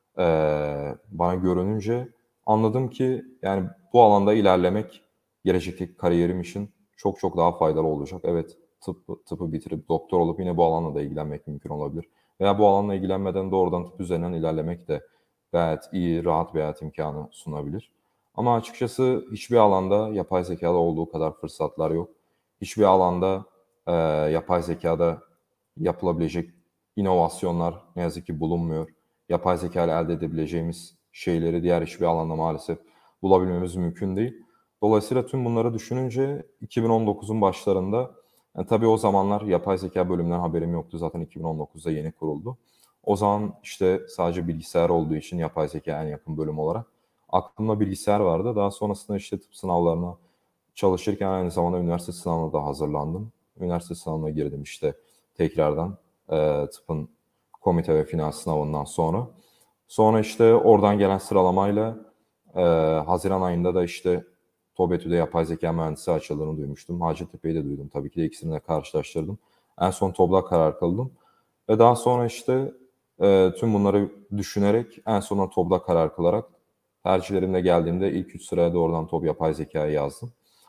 eee, bana görününce anladım ki yani bu alanda ilerlemek gelecekteki kariyerim için çok çok daha faydalı olacak. Evet, tıp tıpı bitirip doktor olup yine bu alanla da ilgilenmek mümkün olabilir veya bu alanla ilgilenmeden doğrudan tıp üzerinden ilerlemek de gayet iyi, rahat bir hayat imkânı sunabilir. Ama açıkçası hiçbir alanda yapay zekâda olduğu kadar fırsatlar yok. Hiçbir alanda, eee, yapay zekâda yapılabilecek inovasyonlar ne yazık ki bulunmuyor. Yapay zekâyla elde edebileceğimiz şeyleri diğer hiçbir alanda maalesef bulabilmemiz mümkün değil. Dolayısıyla tüm bunları düşününce iki bin on dokuzun başlarında, e, tabii o zamanlar yapay zekâ bölümünden haberim yoktu. Zaten iki bin on dokuzda yeni kuruldu. O zaman, işte, sadece bilgisayar olduğu için yapay zekâya en yakın bölüm olarak aklımda bilgisayar vardı. Daha sonrasında, işte, tıp sınavlarına çalışırken aynı zamanda üniversite sınavına da hazırlandım. Üniversite sınavına girdim, işte, tekrardan, eee, tıpın komite ve final sınavından sonra. Sonra, işte, oradan gelen sıralamayla, eee, haziran ayında da, işte, TOBETÜ'de yapay zekâ mühendisi açıldığını duymuştum. Hacettepe'yi de duydum tabii ki de ikisini de karşılaştırdım. En son TOBB'da karar kıldım ve daha sonra, işte, eee, tüm bunları düşünerek en sonunda TOBB'da karar kılarak tercihlerimde geldiğimde ilk üç sıraya doğrudan TOBB yapay zekâyı yazdım.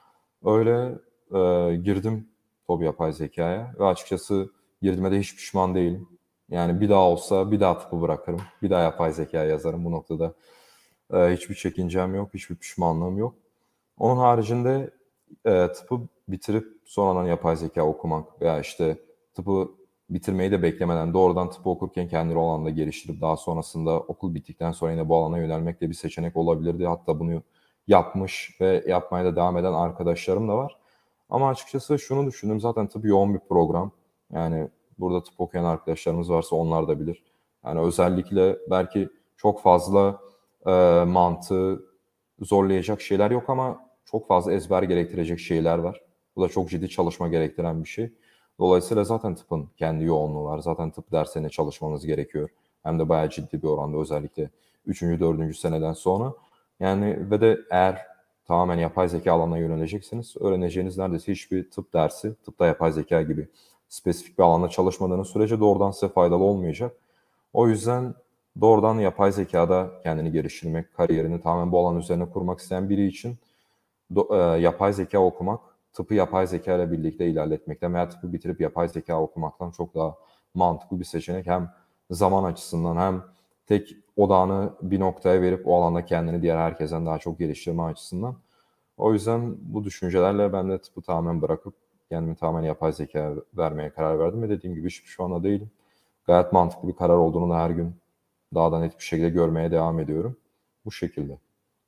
Öyle, eee, girdim TOBB yapay zekâya ve açıkçası girdiğime de hiç pişman değilim. Yani bir daha olsa bir daha tıpı bırakırım, bir daha yapay zekâya yazarım. Bu noktada, eee, hiçbir çekincem yok, hiçbir pişmanlığım yok. Onun haricinde, eee, tıpı bitirip sonradan yapay zekâ okumak veya, işte, tıpı bitirmeyi de beklemeden doğrudan tıpı okurken kendini o alanda geliştirip daha sonrasında okul bittikten sonra yine bu alana yönelmek de bir seçenek olabilirdi. Hatta bunu yapmış ve yapmaya da devam eden arkadaşlarım da var. Ama açıkçası şunu düşündüm, zaten tıp yoğun bir program. Yani burada tıp okuyan arkadaşlarımız varsa onlar da bilir. Yani özellikle belki çok fazla, eee, mantığı zorlayacak şeyler yok ama çok fazla ezber gerektirecek şeyler var. Bu da çok ciddi çalışma gerektiren bir şey. Dolayısıyla zaten tıpın kendi yoğunluğu var. Zaten tıp derslerine çalışmanız gerekiyor. Hem de bayağı ciddi bir oranda özellikle üçüncü dördüncü seneden sonra. Yani ve de eğer tamamen yapay zekâ alanına yönelecekseniz öğreneceğiniz neredeyse hiçbir tıp dersi, tıpta yapay zekâ gibi spesifik bir alanda çalışmadığınız sürece doğrudan size faydalı olmayacak. O yüzden doğrudan yapay zekâda kendini geliştirmek, kariyerini tamamen bu alan üzerine kurmak isteyen biri için do eee, yapay zekâ okumak, tıpı yapay zekâyla birlikte ilerletmekten veya tıpı bitirip yapay zekâ okumaktan çok daha mantıklı bir seçenek. Hem zaman açısından hem tek odağını bir noktaya verip o alanda kendini diğer herkesten daha çok geliştirme açısından. O yüzden bu düşüncelerle ben de tıpı tamamen bırakıp kendimi tamamen yapay zekâya vermeye karar verdim ve dediğim gibi hiç pişman da değilim. Gayet mantıklı bir karar olduğunu da her gün daha da net bir şekilde görmeye devam ediyorum. Bu şekilde.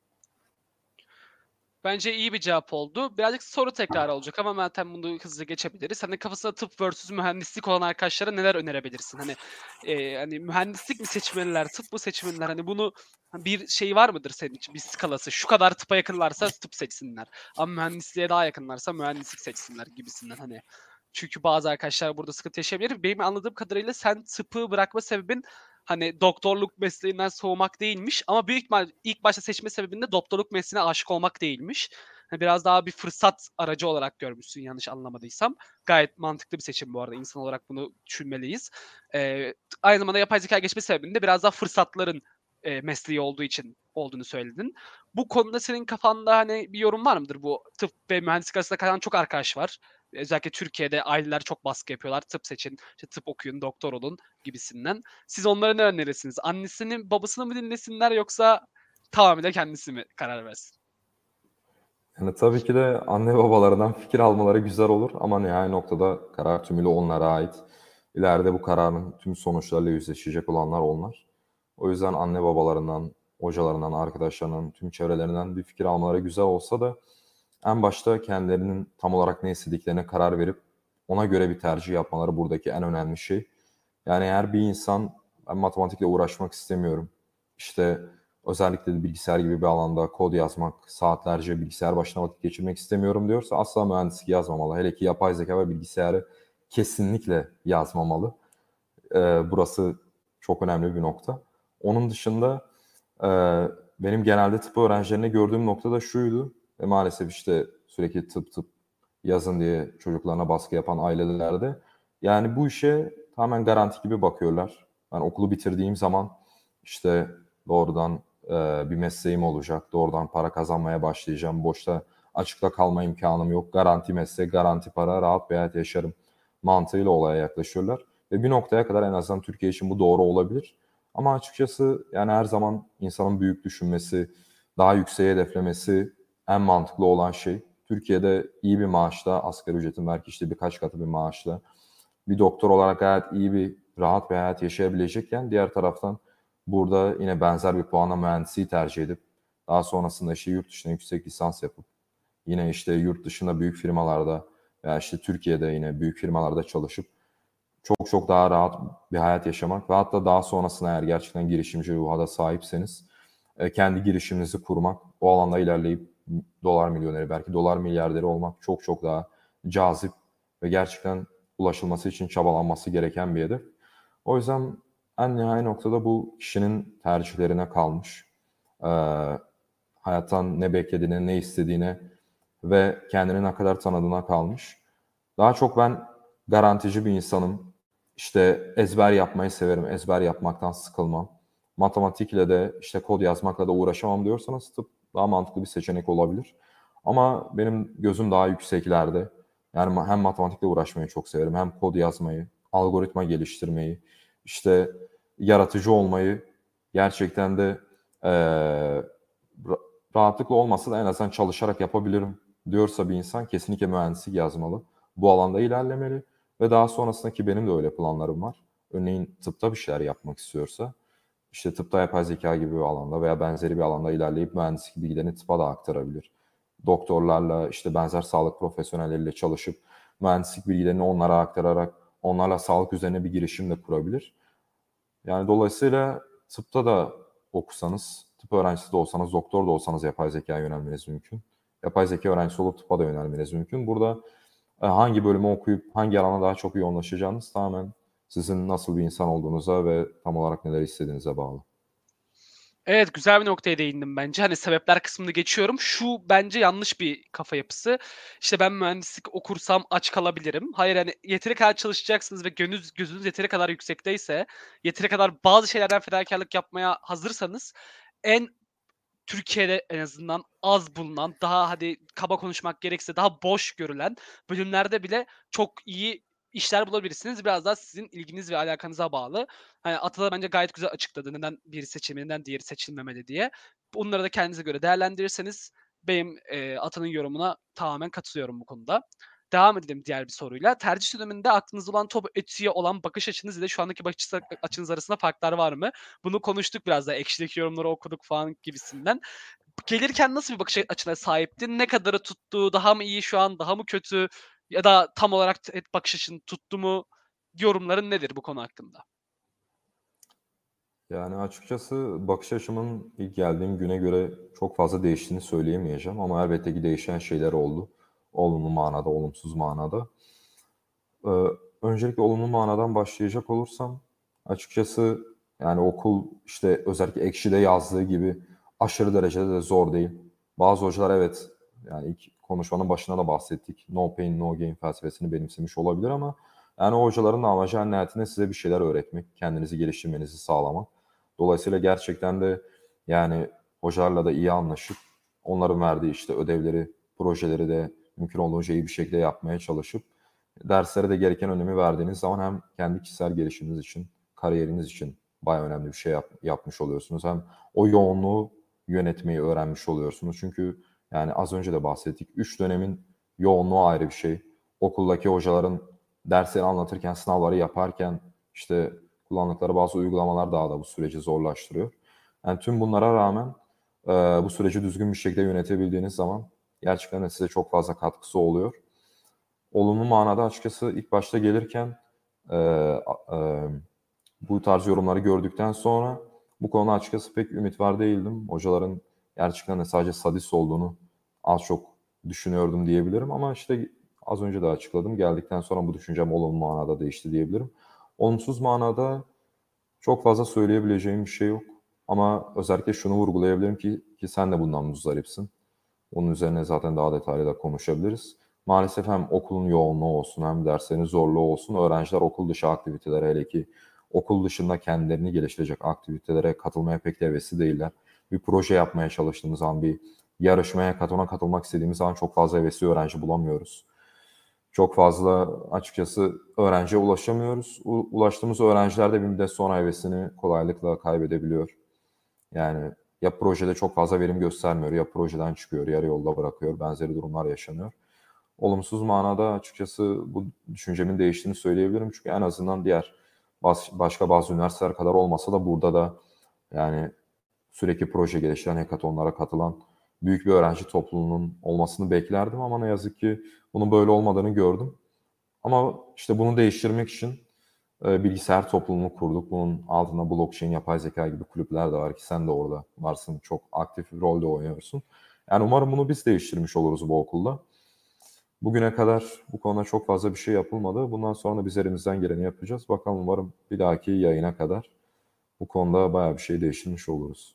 Bence iyi bir cevap oldu. Birazcık soru tekrarı olacak ama zaten bunu hızlıca geçebiliriz. Hani kafasında tıp versus mühendislik olan arkadaşlara neler önerebilirsin? Hani, eee, hani mühendislik mi seçmeliler, tıp mı seçmeliler? Hani bunu bir şey var mıdır senin için, bir skalası? Şu kadar tıpa yakınlarsa tıp seçsinler ama mühendisliğe daha yakınlarsa mühendislik seçsinler gibisinden hani. Çünkü bazı arkadaşlar burada sıkıntı yaşayabilir. Benim anladığım kadarıyla sen tıpı bırakma sebebin, hani, doktorluk mesleğinden soğumak değilmiş ama büyük ihtimal ilk başta seçme sebebin de doktorluk mesleğine aşık olmak değilmiş. Hani, biraz daha bir fırsat aracı olarak görmüşsün yanlış anlamadıysam. Gayet mantıklı bir seçim bu arada. İnsan olarak bunu düşünmeliyiz. Eee, aynı zamanda yapay zekâya geçme sebebin de biraz daha fırsatların, eee, mesleği olduğu için olduğunu söyledin. Bu konuda senin kafanda, hani, bir yorum var mıdır? Bu tıp ve mühendislik arasında kalan çok arkadaş var. Özellikle Türkiye'de aileler çok baskı yapıyorlar. Tıp seçin, işte, tıp okuyun, doktor olun gibisinden. Siz onlara ne önerirsiniz? Annesini, babasını mı dinlesinler yoksa tamamıyla kendisi mi karar versin? Yani, tabii ki de anne babalarından fikir almaları güzel olur ama nihai noktada karar tümüyle onlara ait. İleride bu kararın tüm sonuçlarıyla yüzleşecek olanlar onlar. O yüzden anne babalarından, hocalarından, arkadaşlarından, tüm çevrelerinden bir fikir almaları güzel olsa da en başta kendilerinin tam olarak ne istediklerine karar verip ona göre bir tercih yapmaları buradaki en önemli şey. Yani eğer bir insan ben matematikle uğraşmak istemiyorum, işte özellikle de bilgisayar gibi bir alanda kod yazmak, saatlerce bilgisayar başına vakit geçirmek istemiyorum diyorsa asla mühendislik yazmamalı. Hele ki yapay zeka ve bilgisayarı kesinlikle yazmamalı. Eee, burası çok önemli bir nokta. Onun dışında, eee, benim genelde tıp öğrencilerinde gördüğüm nokta da şuydu ve maalesef, işte, sürekli tıp tıp yazın diye çocuklarına baskı yapan ailelerde Yani bu işe tamamen garanti gibi bakıyorlar. Ben okulu bitirdiğim zaman işte doğrudan eee, bir mesleğim olacak, doğrudan para kazanmaya başlayacağım, boşta açıkta kalma imkanım yok, garanti meslek, garanti para, rahat bir hayat yaşarım mantığıyla olaya yaklaşıyorlar. Ve bir noktaya kadar en azından Türkiye için bu doğru olabilir. Ama açıkçası yani her zaman insanın büyük düşünmesi, daha yükseğe hedeflemesi en mantıklı olan şey. Türkiye'de iyi bir maaşla, asgari ücretin belki işte birkaç katı bir maaşla bir doktor olarak gayet iyi bir, rahat bir hayat yaşayabilecekken diğer taraftan burada yine benzer bir puanla mühendisliği tercih edip daha sonrasında işte yurt dışına yüksek lisans yapıp yine işte yurt dışında büyük firmalarda veya işte Türkiye'de yine büyük firmalarda çalışıp çok çok daha rahat bir hayat yaşamak ve hatta daha sonrasında eğer gerçekten girişimci ruha da sahipseniz e, kendi girişiminizi kurmak, o alanda ilerleyip dolar milyoneri, belki dolar milyarderi olmak çok çok daha cazip ve gerçekten ulaşılması için çabalanması gereken bir hedef. O yüzden en nihai noktada bu kişinin tercihlerine kalmış. Ee, hayattan ne beklediğine, ne istediğine ve kendini ne kadar tanıdığına kalmış. Daha çok ben garantici bir insanım. İşte ezber yapmayı severim. Ezber yapmaktan sıkılmam. Matematikle de işte kod yazmakla da uğraşamam diyorsanız tıp daha mantıklı bir seçenek olabilir. Ama benim gözüm daha yükseklerde. Yani hem matematikle uğraşmayı çok severim, hem kod yazmayı, algoritma geliştirmeyi, işte yaratıcı olmayı gerçekten de eee, rahatlıkla olmasa da en azından çalışarak yapabilirim diyorsa bir insan kesinlikle mühendislik yazmalı. Bu alanda ilerlemeli ve daha sonrasında ki benim de öyle planlarım var. Örneğin tıpta bir şeyler yapmak istiyorsa işte tıpta yapay zeka gibi bir alanda veya benzeri bir alanda ilerleyip mühendislik bilgilerini tıpa da aktarabilir. Doktorlarla işte benzer sağlık profesyonelleriyle çalışıp mühendislik bilgilerini onlara aktararak onlarla sağlık üzerine bir girişim de kurabilir. Yani dolayısıyla tıpta da okusanız, tıp öğrencisi de olsanız, doktor da olsanız yapay zekâya yönelmeniz mümkün. Yapay zeka öğrencisi olup tıpa da yönelmeniz mümkün. Burada e, hangi bölümü okuyup hangi alana daha çok yoğunlaşacağınız tamamen sizin nasıl bir insan olduğunuza ve tam olarak neler istediğinize bağlı. Evet, güzel bir noktaya değindim bence. Hani sebepler kısmını geçiyorum. Şu bence yanlış bir kafa yapısı. İşte ben mühendislik okursam aç kalabilirim. Hayır, hani yeteri kadar çalışacaksınız ve gönüz gözünüz yeteri kadar yüksekteyse, yeteri kadar bazı şeylerden fedakarlık yapmaya hazırsanız en Türkiye'de en azından az bulunan, daha hadi kaba konuşmak gerekirse daha boş görülen bölümlerde bile çok iyi işler bulabilirsiniz. Biraz daha sizin ilginiz ve alakanıza bağlı. Hani Ata da bence gayet güzel açıkladı neden biri seçilmeli, neden diğeri seçilmemeli diye. Bunları da kendinize göre değerlendirirseniz benim, eee, Ata'nın yorumuna tamamen katılıyorum bu konuda. Devam edelim diğer bir soruyla. Tercih döneminde aklınızda olan top etiğe olan bakış açınız ile şu andaki bakış açınız arasında farklar var mı? Bunu konuştuk biraz da. Ekşideki yorumları okuduk falan gibisinden. Gelirken nasıl bir bakış açına sahiptin? Ne kadarı tuttu? Daha mı iyi şu an? Daha mı kötü? Ya da tam olarak t bakış açın tuttu mu? Yorumların nedir bu konu hakkında? Yani açıkçası bakış açımın ilk geldiğim güne göre çok fazla değiştiğini söyleyemeyeceğim ama elbette ki değişen şeyler oldu. Olumlu manada, olumsuz manada. Eee, öncelikle olumlu manadan başlayacak olursam açıkçası yani okul işte özellikle Ekşi'de yazdığı gibi aşırı derecede de zor değil. Bazı hocalar evet yani ilk konuşmanın başında da bahsettik. No pain no gain felsefesini benimsemiş olabilir ama yani o hocaların da amacı en nihayetinde size bir şeyler öğretmek, kendinizi geliştirmenizi sağlamak. Dolayısıyla gerçekten de yani hocalarla da iyi anlaşıp onların verdiği işte ödevleri, projeleri de mümkün olduğunca iyi bir şekilde yapmaya çalışıp derslere de gereken önemi verdiğiniz zaman hem kendi kişisel gelişiminiz için, kariyeriniz için bayağı önemli bir şey yap yapmış oluyorsunuz. Hem o yoğunluğu yönetmeyi öğrenmiş oluyorsunuz. Çünkü yani az önce de bahsettik. Üç dönemin yoğunluğu ayrı bir şey. Okuldaki hocaların dersleri anlatırken, sınavları yaparken işte kullandıkları bazı uygulamalar daha da bu süreci zorlaştırıyor. Yani tüm bunlara rağmen eee, bu süreci düzgün bir şekilde yönetebildiğiniz zaman gerçekten de size çok fazla katkısı oluyor. Olumlu manada açıkçası ilk başta gelirken, eee, a emm, bu tarz yorumları gördükten sonra bu konuda açıkçası pek ümit var değildim. Hocaların gerçekten de sadece sadist olduğunu az çok düşünüyordum diyebilirim ama işte az önce de açıkladım. Geldikten sonra bu düşüncem olumlu manada değişti diyebilirim. Olumsuz manada çok fazla söyleyebileceğim bir şey yok ama özellikle şunu vurgulayabilirim ki ki sen de bundan muzdaripsin. Onun üzerine zaten daha detaylı da konuşabiliriz. Maalesef hem okulun yoğunluğu olsun hem derslerin zorluğu olsun öğrenciler okul dışı aktivitelere hele ki okul dışında kendilerini geliştirecek aktivitelere katılmaya pek de hevesli değiller. Bir proje yapmaya çalıştığımız an, bir yarışmaya, katına katılmak istediğimiz zaman çok fazla hevesli öğrenci bulamıyoruz. Çok fazla açıkçası öğrenciye ulaşamıyoruz. U- ulaştığımız öğrenciler de bir müddet sonra hevesini kolaylıkla kaybedebiliyor. Yani ya projede çok fazla verim göstermiyor, ya projeden çıkıyor, yarı yolda bırakıyor. Benzeri durumlar yaşanıyor. Olumsuz manada açıkçası bu düşüncemin değiştiğini söyleyebilirim. Çünkü en azından diğer bas, başka bazı üniversiteler kadar olmasa da burada da yani sürekli proje geliştiren, hackathonlara katılan büyük bir öğrenci topluluğunun olmasını beklerdim ama ne yazık ki bunun böyle olmadığını gördüm. Ama işte bunu değiştirmek için e, bilgisayar topluluğunu kurduk. Bunun altında blockchain, yapay zeka gibi kulüpler de var ki sen de orada varsın. Çok aktif bir rolde oynuyorsun. Yani umarım bunu biz değiştirmiş oluruz bu okulda. Bugüne kadar bu konuda çok fazla bir şey yapılmadı. Bundan sonra da biz elimizden geleni yapacağız. Bakalım umarım bir dahaki yayına kadar bu konuda bayağı bir şey değiştirmiş oluruz.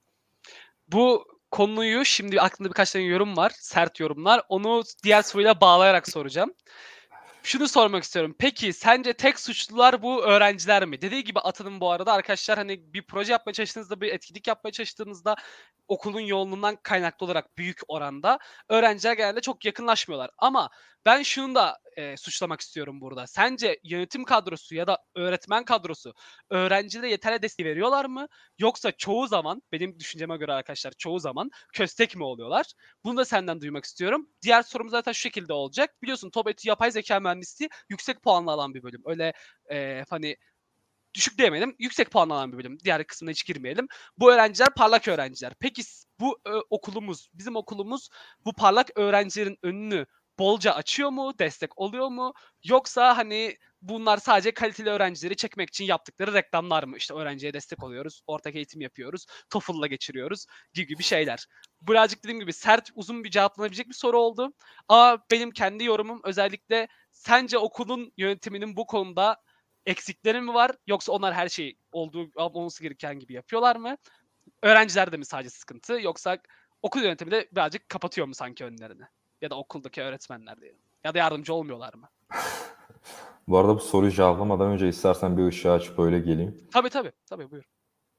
Bu konuyu şimdi aklımda birkaç tane yorum var, sert yorumlar. Onu diğer soruyla bağlayarak soracağım. Şunu sormak istiyorum. Peki sence tek suçlular bu öğrenciler mi? Dediği gibi Atan'ın bu arada arkadaşlar hani bir proje yapmaya çalıştığınızda, bir etkinlik yapmaya çalıştığınızda okulun yoğunluğundan kaynaklı olarak büyük oranda öğrenciler genelde çok yakınlaşmıyorlar. Ama ben şunu da eee, suçlamak istiyorum burada. Sence yönetim kadrosu ya da öğretmen kadrosu öğrencilere yeterli desteği veriyorlar mı? Yoksa çoğu zaman, benim düşünceme göre arkadaşlar çoğu zaman köstek mi oluyorlar? Bunu da senden duymak istiyorum. Diğer sorum zaten şu şekilde olacak. Biliyorsun TOBETÜ yapay zeka mühendisliği yüksek puanlı alan bir bölüm. Öyle eee, hani düşük diyemeyelim, yüksek puanlı alan bir bölüm. Diğer kısmına hiç girmeyelim. Bu öğrenciler parlak öğrenciler. Peki bu ö, okulumuz, bizim okulumuz bu parlak öğrencilerin önünü bolca açıyor mu? Destek oluyor mu? Yoksa hani bunlar sadece kaliteli öğrencileri çekmek için yaptıkları reklamlar mı? İşte öğrenciye destek oluyoruz, ortak eğitim yapıyoruz, TOEFL'la geçiriyoruz gibi gibi şeyler. Birazcık dediğim gibi sert, uzun bir cevaplanabilecek bir soru oldu. Ama benim kendi yorumum özellikle sence okulun yönetiminin bu konuda eksikleri mi var yoksa onlar her şeyi olduğu olması gereken gibi yapıyorlar mı? Öğrencilerde mi sadece sıkıntı yoksa okul yönetimi de birazcık kapatıyor mu sanki önlerini? Ya da okuldaki öğretmenler diyelim. Ya da yardımcı olmuyorlar mı? Bu arada bu soruyu cevaplamadan önce istersen bir ışığı açıp öyle geleyim. Tabii tabii. Tabii buyur.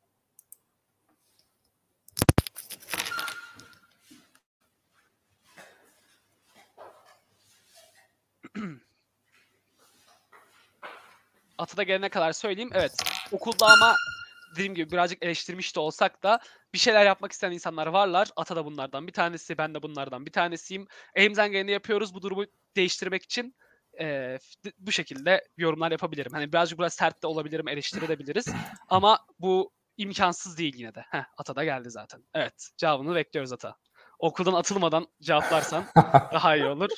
Atada gelene kadar söyleyeyim. Evet. Okulda ama dediğim gibi birazcık eleştirmiş de olsak da bir şeyler yapmak isteyen insanlar varlar. Ata da bunlardan bir tanesi. Ben de bunlardan bir tanesiyim. Elimizden geleni yapıyoruz bu durumu değiştirmek için. Eee, f- bu şekilde yorumlar yapabilirim. Hani birazcık biraz sert de olabilirim, eleştirebiliriz. Ama bu imkansız değil yine de. Heh, Ata da geldi zaten. Evet, cevabını bekliyoruz Ata. Okuldan atılmadan cevaplarsan daha iyi olur.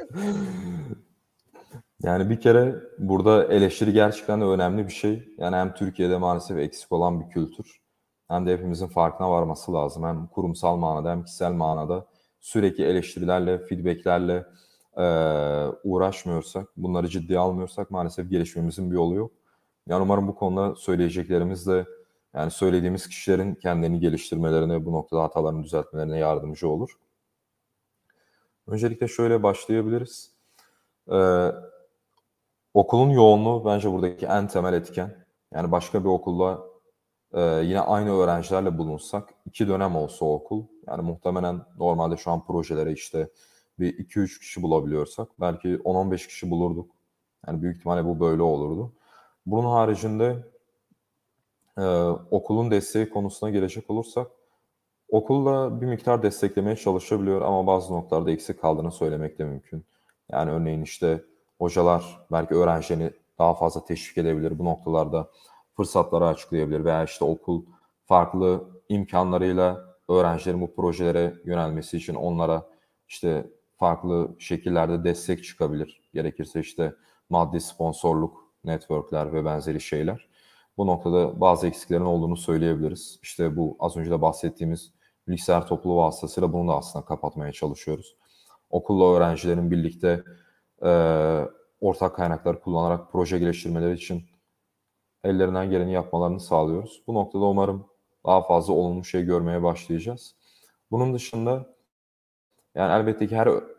Yani bir kere burada eleştiri gerçekten de önemli bir şey. Yani hem Türkiye'de maalesef eksik olan bir kültür hem de hepimizin farkına varması lazım. Hem kurumsal manada hem kişisel manada sürekli eleştirilerle, feedbacklerle eee, uğraşmıyorsak, bunları ciddiye almıyorsak maalesef gelişmemizin bir yolu yok. Yani umarım bu konuda söyleyeceklerimiz de yani söylediğimiz kişilerin kendilerini geliştirmelerine, bu noktada hatalarını düzeltmelerine yardımcı olur. Öncelikle şöyle başlayabiliriz. Eee Okulun yoğunluğu bence buradaki en temel etken. Yani başka bir okulda e, yine aynı öğrencilerle bulunsak, iki dönem olsa o okul, yani muhtemelen normalde şu an projelere işte bir iki üç kişi bulabiliyorsak belki on on beş kişi bulurduk. Yani büyük ihtimalle bu böyle olurdu. Bunun haricinde e, okulun desteği konusuna gelecek olursak, okulda bir miktar desteklemeye çalışabiliyor ama bazı noktalarda eksik kaldığını söylemek de mümkün. Yani örneğin işte hocalar belki öğrencilerini daha fazla teşvik edebilir. Bu noktalarda fırsatları açıklayabilir veya işte okul farklı imkanlarıyla öğrencilerin bu projelere yönelmesi için onlara işte farklı şekillerde destek çıkabilir. Gerekirse işte maddi sponsorluk, networkler ve benzeri şeyler. Bu noktada bazı eksiklerin olduğunu söyleyebiliriz. İşte bu az önce de bahsettiğimiz bilgisayar topluluğu vasıtasıyla bunu da aslında kapatmaya çalışıyoruz. Okulla öğrencilerin birlikte e, ortak kaynakları kullanarak proje geliştirmeleri için ellerinden geleni yapmalarını sağlıyoruz. Bu noktada umarım daha fazla olumlu şey görmeye başlayacağız. Bunun dışında yani elbette ki her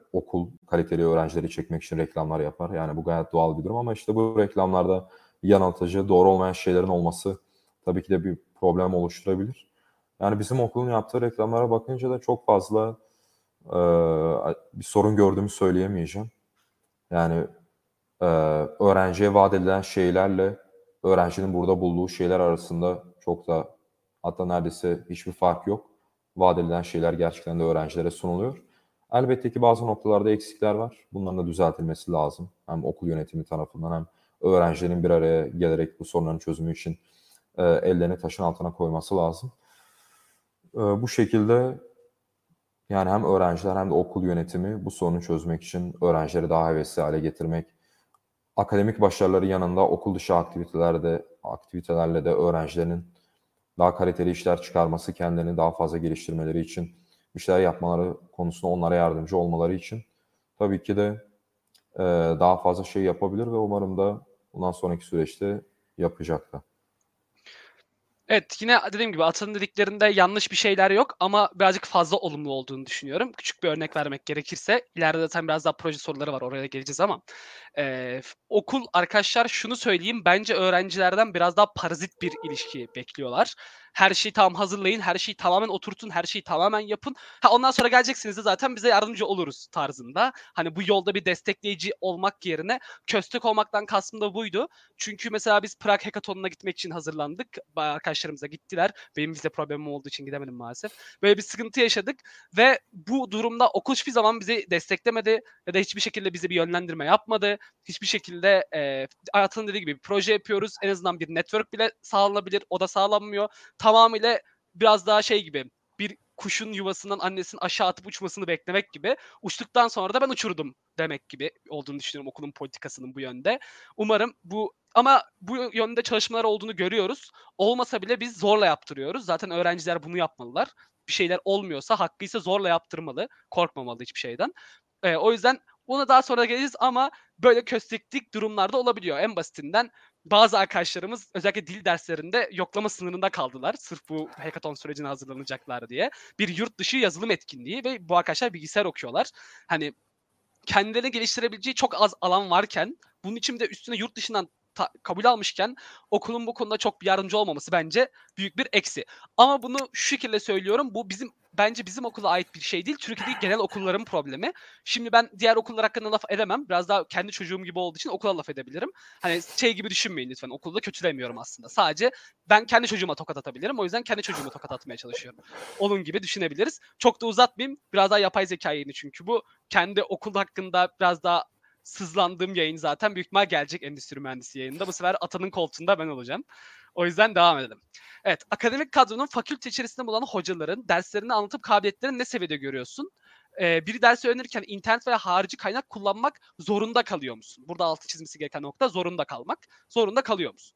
okul kaliteli öğrencileri çekmek için reklamlar yapar. Yani bu gayet doğal bir durum ama işte bu reklamlarda yanıltıcı, doğru olmayan şeylerin olması tabii ki de bir problem oluşturabilir. Yani bizim okulun yaptığı reklamlara bakınca da çok fazla, eee, bir sorun gördüğümü söyleyemeyeceğim. Yani, eee, öğrenciye vaat edilen şeylerle öğrencinin burada bulduğu şeyler arasında çok da hatta neredeyse hiçbir fark yok. Vaat edilen şeyler gerçekten de öğrencilere sunuluyor. Elbette ki bazı noktalarda eksikler var. Bunların da düzeltilmesi lazım. Hem okul yönetimi tarafından hem öğrencilerin bir araya gelerek bu sorunların çözümü için, eee, ellerini taşın altına koyması lazım. Eee, bu şekilde yani hem öğrenciler hem de okul yönetimi bu sorunu çözmek için öğrencileri daha hevesli hâle getirmek, akademik başarıları yanında okul dışı aktivitelerde aktivitelerle de öğrencilerin daha kaliteli işler çıkarması, kendilerini daha fazla geliştirmeleri için bir şeyler yapmaları konusunda onlara yardımcı olmaları için tabii ki de, eee, daha fazla şey yapabilir ve umarım da bundan sonraki süreçte yapacaklar. Evet, yine dediğim gibi Atan'ın dediklerinde yanlış bir şeyler yok ama birazcık fazla olumlu olduğunu düşünüyorum. Küçük bir örnek vermek gerekirse, ileride zaten biraz daha proje soruları var, oraya geleceğiz ama, eee, f okul arkadaşlar şunu söyleyeyim, bence öğrencilerden biraz daha parazit bir ilişki bekliyorlar. Her şeyi tamam hazırlayın, her şeyi tamamen oturtun, her şeyi tamamen yapın. Ha, ondan sonra geleceksiniz de zaten bize yardımcı oluruz tarzında. Hani bu yolda bir destekleyici olmak yerine köstek olmaktan kastım da buydu. Çünkü mesela biz Prag Hackathon'una gitmek için hazırlandık. Bayağı arkadaşlarımız da gittiler. Benim vize problemim olduğu için gidemedim maalesef. Böyle bir sıkıntı yaşadık ve bu durumda okul hiçbir zaman bizi desteklemedi ya da hiçbir şekilde bize bir yönlendirme yapmadı. Hiçbir şekilde, eee, Atan'ın dediği gibi bir proje yapıyoruz. En azından bir network bile sağlanabilir. O da sağlanmıyor. Tamamıyla biraz daha şey gibi, bir kuşun yuvasından annesinin aşağı atıp uçmasını beklemek gibi. Uçtuktan sonra da ben uçurdum demek gibi olduğunu düşünüyorum okulun politikasının bu yönde. Umarım bu ama bu yönde çalışmalar olduğunu görüyoruz. Olmasa bile biz zorla yaptırıyoruz. Zaten öğrenciler bunu yapmalılar. Bir şeyler olmuyorsa hakkıysa zorla yaptırmalı. Korkmamalı hiçbir şeyden. Eee, o yüzden buna daha sonra geleceğiz ama böyle kösteklik durumlar da olabiliyor. En basitinden bazı arkadaşlarımız özellikle dil derslerinde yoklama sınırında kaldılar. Sırf bu hackathon sürecine hazırlanacaklar diye. Bir yurt dışı yazılım etkinliği ve bu arkadaşlar bilgisayar okuyorlar. Hani kendilerini geliştirebileceği çok az alan varken, bunun için bir de üstüne yurt dışından ta kabul almışken okulun bu konuda çok bir yardımcı olmaması bence büyük bir eksi. Ama bunu şu şekilde söylüyorum, bu bizim bence bizim okula ait bir şey değil, Türkiye'deki genel okulların problemi. Şimdi ben diğer okullar hakkında laf edemem. Biraz daha kendi çocuğum gibi olduğu için okula laf edebilirim. Hani şey gibi düşünmeyin lütfen, okulu da kötülemiyorum aslında. Sadece ben kendi çocuğuma tokat atabilirim. O yüzden kendi çocuğuma tokat atmaya çalışıyorum. Onun gibi düşünebiliriz. Çok da uzatmayayım. Biraz daha yapay zekâ yayını çünkü bu. Kendi okul hakkında biraz daha sızlandığım yayın zaten büyük ihtimal gelecek endüstri mühendisi yayınında. Bu sefer Atan'ın koltuğunda ben olacağım. O yüzden devam edelim. Evet, akademik kadronun fakülte içerisinde bulunan hocaların derslerini anlatım kabiliyetlerini ne seviyede görüyorsun? Eee, bir dersi öğrenirken internet veya harici kaynak kullanmak zorunda kalıyor musun? Burada altı çizmesi gereken nokta zorunda kalmak. Zorunda kalıyor musun?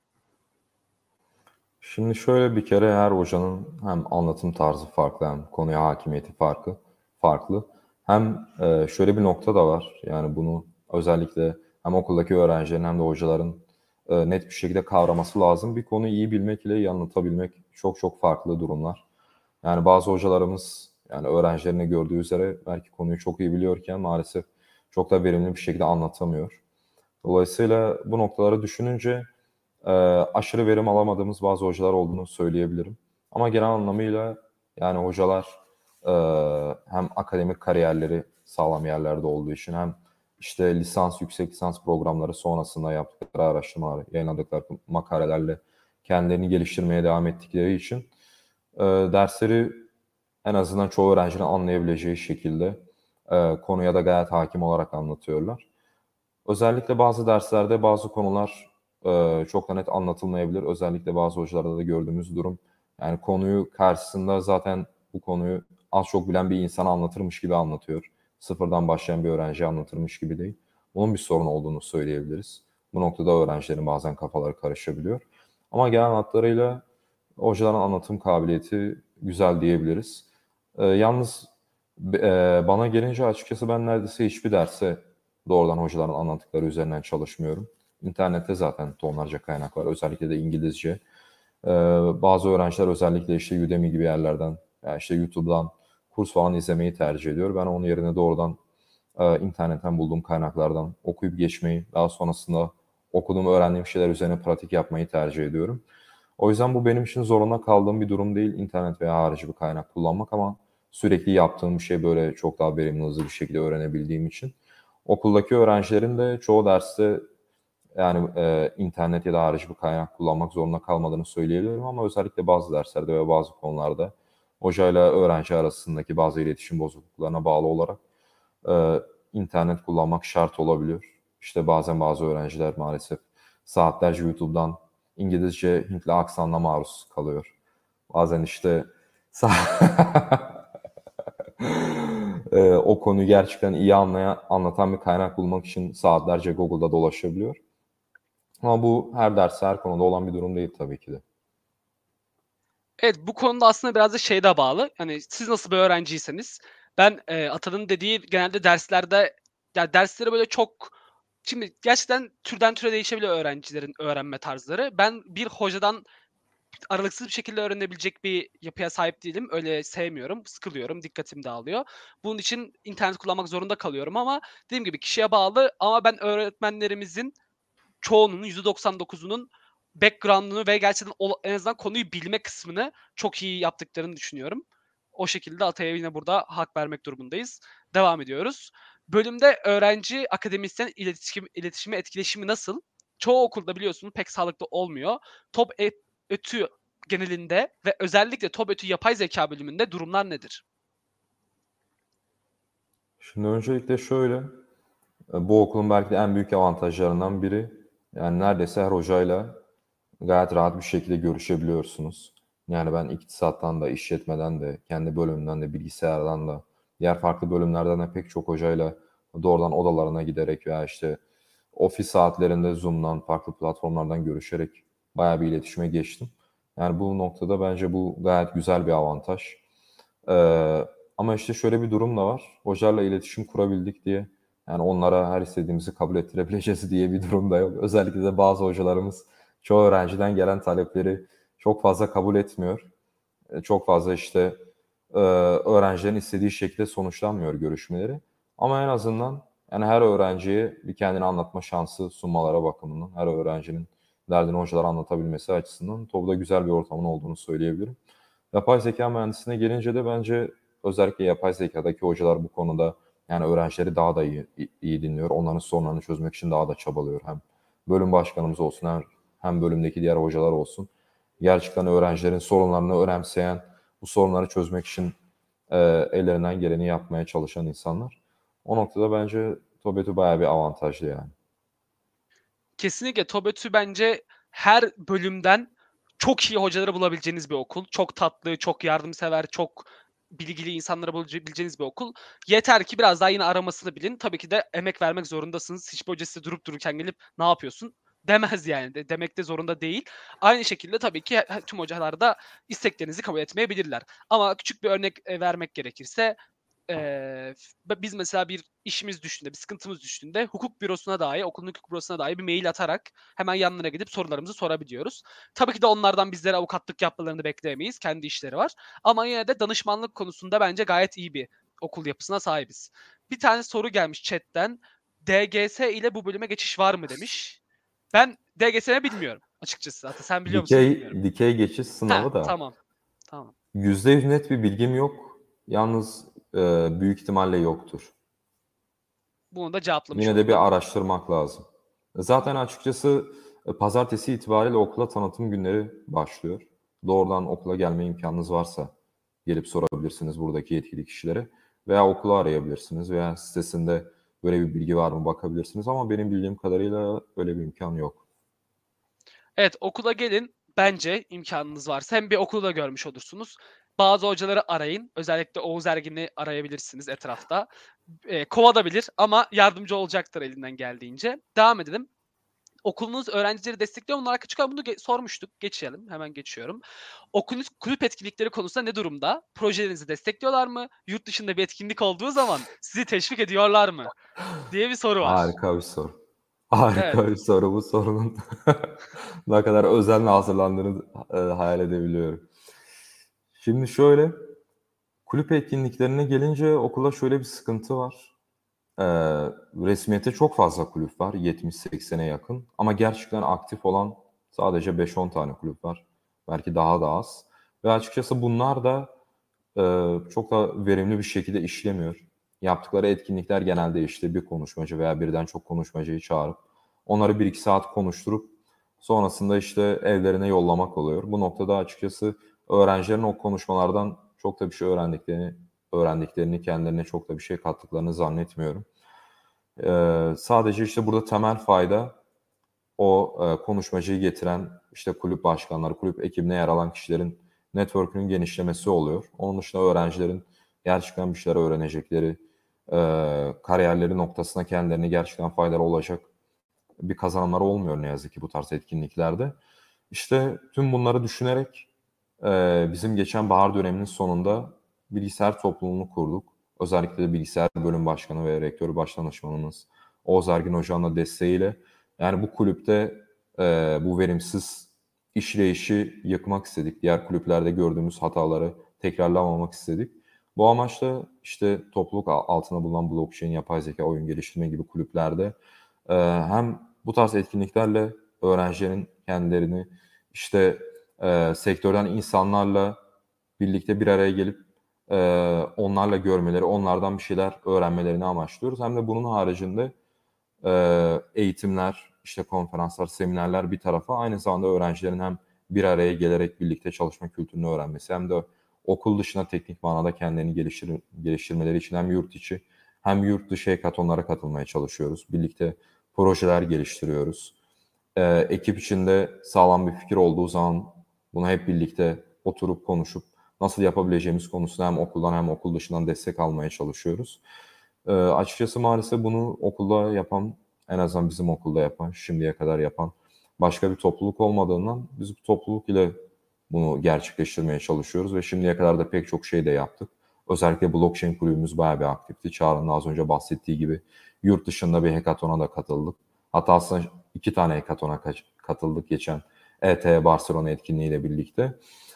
Şimdi şöyle bir kere her hocanın hem anlatım tarzı farklı hem konuya hakimiyeti farklı farklı. Hem, eee, şöyle bir nokta da var, yani bunu özellikle hem okuldaki öğrencilerin hem de hocaların, eee, net bir şekilde kavraması lazım. Bir konuyu iyi bilmek ile iyi anlatabilmek çok çok farklı durumlar. Yani bazı hocalarımız, yani öğrencilerini gördüğü üzere belki konuyu çok iyi biliyorken maalesef çok da verimli bir şekilde anlatamıyor. Dolayısıyla bu noktaları düşününce, eee, aşırı verim alamadığımız bazı hocalar olduğunu söyleyebilirim. Ama genel anlamıyla yani hocalar, eee, hem akademik kariyerleri sağlam yerlerde olduğu için hem işte lisans, yüksek lisans programları sonrasında yaptıkları araştırmalar, yayınladıkları makalelerle kendilerini geliştirmeye devam ettikleri için, eee, dersleri en azından çoğu öğrencinin anlayabileceği şekilde, eee, konuya da gayet hâkim olarak anlatıyorlar. Özellikle bazı derslerde bazı konular, eee, çok da net anlatılmayabilir. Özellikle bazı hocalarda da gördüğümüz durum, yani konuyu karşısında zaten bu konuyu az çok bilen bir insana anlatırmış gibi anlatıyor. Sıfırdan başlayan bir öğrenciye anlatırmış gibi değil. Bunun bir sorun olduğunu söyleyebiliriz. Bu noktada öğrencilerin bazen kafaları karışabiliyor. Ama genel hatlarıyla hocaların anlatım kabiliyeti güzel diyebiliriz. Eee, yalnız b eee, bana gelince açıkçası ben neredeyse hiçbir derse doğrudan hocaların anlattıkları üzerinden çalışmıyorum. İnternette zaten tonlarca kaynak var. Özellikle de İngilizce. Eee, bazı öğrenciler özellikle işte Udemy gibi yerlerden, ya işte YouTube'dan kurs falan izlemeyi tercih ediyor. Ben onun yerine doğrudan Eee, internetten bulduğum kaynaklardan okuyup geçmeyi, daha sonrasında okuduğum, öğrendiğim şeyler üzerine pratik yapmayı tercih ediyorum. O yüzden bu benim için zorunda kaldığım bir durum değil, internet veya harici bir kaynak kullanmak ama sürekli yaptığım bir şey, böyle, çok daha verimli, hızlı bir şekilde öğrenebildiğim için. Okuldaki öğrencilerin de çoğu derste, yani, eee, internet ya da harici bir kaynak kullanmak zorunda kalmadığını söyleyebilirim ama özellikle bazı derslerde ve bazı konularda hocayla öğrenci arasındaki bazı iletişim bozukluklarına bağlı olarak, eee, internet kullanmak şart olabiliyor. İşte, bazen bazı öğrenciler maalesef saatlerce YouTube'dan İngilizce Hintli aksanına maruz kalıyor. Bazen, işte, sa eee, o konuyu gerçekten iyi anlayan anlatan bir kaynak bulmak için saatlerce Google'da dolaşabiliyor. Ama bu her derste, her konuda olan bir durum değil tabii ki de. Evet, bu konuda aslında biraz da şeye de bağlı. Hani, siz nasıl bir öğrenciyseniz ben, eee, Atan'ın dediği genelde derslerde ya, dersleri böyle çok şimdi gerçekten türden türe değişebiliyor öğrencilerin öğrenme tarzları. Ben bir hocadan aralıksız bir şekilde öğrenebilecek bir yapıya sahip değilim. Öyle sevmiyorum, sıkılıyorum, dikkatim dağılıyor. Bunun için internet kullanmak zorunda kalıyorum ama dediğim gibi kişiye bağlı ama ben öğretmenlerimizin çoğunun, yüzde doksan dokuzunun background'unu ve gerçekten ola en azından konuyu bilme kısmını çok iyi yaptıklarını düşünüyorum. O şekilde Atay'a yine burada hak vermek durumundayız. Devam ediyoruz. Bölümde öğrenci, akademisyen iletişim iletişimi, etkileşimi nasıl? Çoğu okulda biliyorsunuz pek sağlıklı olmuyor. Top e ötü genelinde ve özellikle TOBÖTÜ yapay zeka bölümünde durumlar nedir? Şimdi öncelikle şöyle, eee, bu okulun belki de en büyük avantajlarından biri, yani neredeyse her hocayla gayet rahat bir şekilde görüşebiliyorsunuz. Yani ben iktisattan da, işletmeden de, kendi bölümümden de, bilgisayardan da, diğer farklı bölümlerden de pek çok hocayla doğrudan odalarına giderek veya, işte, ofis saatlerinde Zoom'dan, farklı platformlardan görüşerek bayağı bir iletişime geçtim. Yani bu noktada bence bu gayet güzel bir avantaj. Eee, ama, işte, şöyle bir durum da var. Hocalarla iletişim kurabildik diye, yani, onlara her istediğimizi kabul ettirebileceğiz diye bir durum da yok. Özellikle de bazı hocalarımız çoğu öğrenciden gelen talepleri çok fazla kabul etmiyor. Eee, çok fazla, işte, eee, öğrencilerin istediği şekilde sonuçlanmıyor görüşmeleri. Ama en azından, yani, her öğrenciye bir kendini anlatma şansı sunmaları bakımından, her öğrencinin derdini hocalara anlatabilmesi açısından TOBİ'de güzel bir ortamın olduğunu söyleyebilirim. Yapay zekâ mühendisliğine gelince de bence özellikle yapay zekâdaki hocalar bu konuda, yani, öğrencileri daha da iyi i iyi dinliyor. Onların sorunlarını çözmek için daha da çabalıyor. Hem bölüm başkanımız olsun hem hem bölümdeki diğer hocalar olsun. Gerçekten öğrencilerin sorunlarını önemseyen, bu sorunları çözmek için, eee, ellerinden geleni yapmaya çalışan insanlar. O noktada bence TOBİTÜ bayağı bir avantajlı yani. Kesinlikle TOBÖTÜ bence her bölümden çok iyi hocaları bulabileceğiniz bir okul. Çok tatlı, çok yardımsever, çok bilgili insanları bulabileceğiniz bir okul. Yeter ki biraz daha yine aramasını bilin. Tabii ki de emek vermek zorundasınız. Hiçbir hoca size durup dururken gelip "Ne yapıyorsun?" demez yani. De demek de zorunda değil. Aynı şekilde tabii ki he tüm hocalar da isteklerinizi kabul etmeyebilirler. Ama küçük bir örnek, eee, vermek gerekirse Eee, f biz mesela bir işimiz düştüğünde, bir sıkıntımız düştüğünde hukuk bürosuna dahi, okulun hukuk bürosuna dahi bir mail atarak hemen yanlarına gidip sorularımızı sorabiliyoruz. Tabii ki de onlardan bizlere avukatlık yapmalarını bekleyemeyiz. Kendi işleri var. Ama yine de danışmanlık konusunda bence gayet iyi bir okul yapısına sahibiz. Bir tane soru gelmiş chatten. "D G S ile bu bölüme geçiş var mı?" demiş. Ben D G S ne bilmiyorum açıkçası. Hatta sen biliyor musun Dikey bilmiyorum. dikey geçiş Ha, sınavı da tamam, tamam. yüzde yüz net bir bilgim yok. Yalnız, eee, büyük ihtimalle yoktur. Bunu da cevaplamış Yine de bir oldun. araştırmak lazım. Zaten açıkçası, eee, pazartesi itibariyle okula tanıtım günleri başlıyor. Doğrudan okula gelme imkânınız varsa gelip sorabilirsiniz buradaki yetkili kişilere veya okulu arayabilirsiniz veya sitesinde böyle bir bilgi var mı bakabilirsiniz ama benim bildiğim kadarıyla öyle bir imkân yok. Evet, okula gelin. Bence imkânınız varsa hem bir okulu da görmüş olursunuz. Bazı hocaları arayın. Özellikle Oğuz Ergin'i arayabilirsiniz etrafta. Eee, kovabilir ama yardımcı olacaktır elinden geldiğince. Devam edelim. Okulunuz öğrencileri destekliyor mu? Bunlar hakkında çünkü bunu ge sormuştuk. Geçelim, hemen geçiyorum. Okulunuz kulüp etkinlikleri konusunda ne durumda? Projelerinizi destekliyorlar mı? Yurt dışında bir etkinlik olduğu zaman sizi teşvik ediyorlar mı? Diye bir soru var. Harika bir soru. Evet. Harika bir soru. Bu sorunun ne kadar özenle hazırlandığını, eee, hayal edebiliyorum. Şimdi şöyle, kulüp etkinliklerine gelince okulda şöyle bir sıkıntı var. Eee, resmiyete çok fazla kulüp var, yetmiş seksene yakın ama gerçekten aktif olan sadece beş on tane kulüp var. Belki daha da az ve açıkçası bunlar da, eee, çok da verimli bir şekilde işlemiyor. Yaptıkları etkinlikler genelde, işte, bir konuşmacı veya birden çok konuşmacıyı çağırıp onları bir iki saat konuşturup sonrasında, işte, evlerine yollamak oluyor. Bu noktada açıkçası öğrencilerin o konuşmalardan çok da bir şey öğrendiklerini öğrendiklerini, kendilerine çok da bir şey kattıklarını zannetmiyorum. Eee, sadece, işte, burada temel fayda o, eee, konuşmacıyı getiren, işte, kulüp başkanları, kulüp ekibine yer alan kişilerin network'ünün genişlemesi oluyor. Onun dışında öğrencilerin gerçekten bir şeyler öğrenecekleri, eee, kariyerleri noktasında kendilerine gerçekten faydalı olacak bir kazanımları olmuyor ne yazık ki bu tarz etkinliklerde. İşte, tüm bunları düşünerek, eee, bizim geçen bahar döneminin sonunda bilgisayar topluluğunu kurduk. Özellikle de bilgisayar bölüm başkanı ve rektör başdanışmanımız Oğuz Ergin Hoca'nın da desteğiyle, yani, bu kulüpte, eee, bu verimsiz işleyişi yıkmak istedik. Diğer kulüplerde gördüğümüz hataları tekrarlamamak istedik. Bu amaçla, işte, topluluk a altında bulunan blockchain, yapay zeka, oyun geliştirme gibi kulüplerde, eee, hem bu tarz etkinliklerle öğrencilerin kendilerini, işte, eee, sektörden insanlarla birlikte bir araya gelip, eee, onlarla görmeleri, onlardan bir şeyler öğrenmelerini amaçlıyoruz. Hem de bunun haricinde, eee, eğitimler, işte, konferanslar, seminerler bir tarafa, aynı zamanda öğrencilerin hem bir araya gelerek birlikte çalışma kültürünü öğrenmesi hem de okul dışında teknik manada kendilerini geliştir geliştirmeleri için hem yurt içi hem yurt dışı hackathon'lara katılmaya çalışıyoruz. Birlikte projeler geliştiriyoruz. Eee, ekip içinde sağlam bir fikir olduğu zaman bunu hep birlikte oturup konuşup nasıl yapabileceğimiz konusunda hem okuldan hem okul dışından destek almaya çalışıyoruz. Eee, açıkçası maalesef bunu okulda yapan, en azından bizim okulda yapan, şimdiye kadar yapan başka bir topluluk olmadığından biz bu topluluk ile bunu gerçekleştirmeye çalışıyoruz ve şimdiye kadar da pek çok şey de yaptık. Özellikle blockchain kulübümüz bayağı bir aktifti. Çağrı'nın az önce bahsettiği gibi yurt dışında bir hackathon'a da katıldık. Hatta aslında iki tane hackathon'a katıldık geçen E T H Barcelona etkinliğiyle birlikte.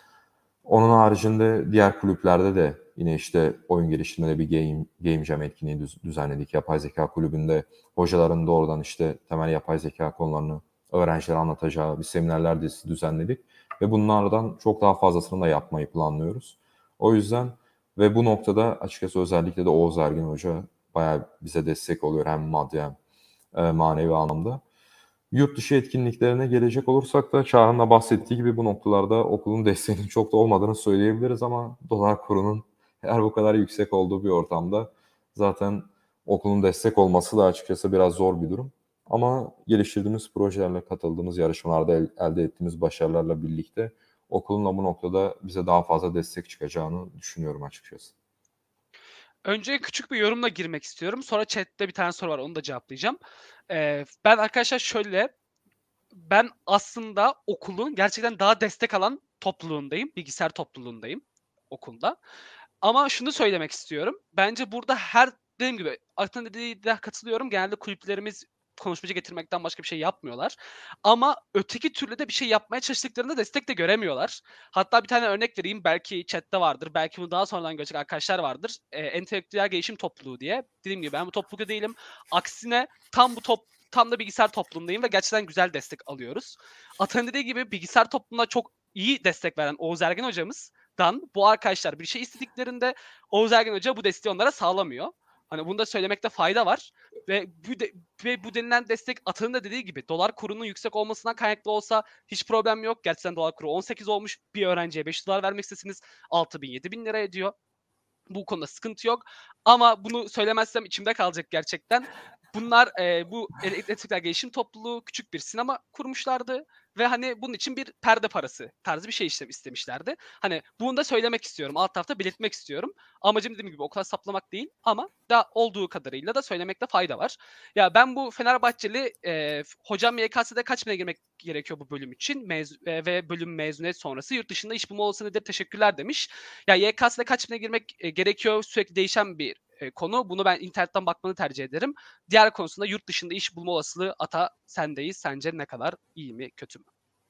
Onun haricinde diğer kulüplerde de yine, işte, oyun geliştirmede bir game game jam etkinliği düz düzenledik. Yapay zeka kulübünde hocaların doğrudan, işte, temel yapay zeka konularını öğrencilere anlatacağı bir seminerler dizisi düzenledik ve bunlardan çok daha fazlasını da yapmayı planlıyoruz. O yüzden ve bu noktada açıkçası özellikle de Oğuz Ergin Hoca bayağı bize destek oluyor hem maddi hem, eee, manevi anlamda. Yurt dışı etkinliklerine gelecek olursak da Çağrı'nın da bahsettiği gibi bu noktalarda okulun desteğinin çok da olmadığını söyleyebiliriz ama dolar kurunun her bu kadar yüksek olduğu bir ortamda zaten okulun destek olması da açıkçası biraz zor bir durum. Ama geliştirdiğimiz projelerle, katıldığımız yarışmalarda el elde ettiğimiz başarılarla birlikte okulun da bu noktada bize daha fazla destek çıkacağını düşünüyorum açıkçası. Önce küçük bir yorumla girmek istiyorum. Sonra chat'te bir tane soru var, onu da cevaplayacağım. Eee, ben arkadaşlar şöyle, ben aslında okulun gerçekten daha destek alan topluluğundayım, bilgisayar topluluğundayım okulda. Ama şunu söylemek istiyorum. Bence burada her dediğim gibi Akın'ın dediğine katılıyorum. Genelde kulüplerimiz konuşmacı getirmekten başka bir şey yapmıyorlar. Ama öteki türlü de bir şey yapmaya çalıştıklarında destek de göremiyorlar. Hatta bir tane örnek vereyim. Belki chat'te vardır. Belki bunu daha sonradan görecek arkadaşlar vardır. Eee, Entelektüel Gelişim Topluluğu diye. Dediğim gibi ben bu toplulukta değilim. Aksine tam bu top tam da bilgisayar topluluğundayım ve gerçekten güzel destek alıyoruz. Atanın dediği gibi bilgisayar topluluğuna çok iyi destek veren Oğuz Ergin hocamızdan bu arkadaşlar bir şey istediklerinde Oğuz Ergin Hoca bu desteği onlara sağlamıyor. Hani bunu da söylemekte fayda var ve bu de, ve bu denilen destek Atan'ın da dediği gibi dolar kurunun yüksek olmasından kaynaklı olsa hiç problem yok. Gerçekten dolar kuru on sekiz olmuş. Bir öğrenciye beş dolar vermek istesiniz altı bin yedi bin lira ediyor. Bu konuda sıkıntı yok. Ama bunu söylemezsem içimde kalacak gerçekten. Bunlar, eee, bu Elektrikler Gelişim Topluluğu küçük bir sinema kurmuşlardı ve, hani, bunun için bir perde parası tarzı bir şey işte istemişlerdi. Hani, bunu da söylemek istiyorum. Alt tarafta belirtmek istiyorum. Amacım dediğim gibi okula saplamak değil ama da olduğu kadarıyla da söylemekte fayda var. Ya, ben bu Fenerbahçeli, eee, hocam Y K S'de kaç bine girmek gerekiyor bu bölüm için mez eee, ve bölüm mezuniyet sonrası yurt dışında iş bulma olasılığı nedir? Teşekkürler demiş. Ya Y K S'de kaç bine girmek, eee, gerekiyor sürekli değişen bir, eee, konu. Bunu ben internetten bakmanı tercih ederim. Diğer konusunda yurt dışında iş bulma olasılığı ata sendeyiz. Sence ne kadar? İyi mi, kötü mü?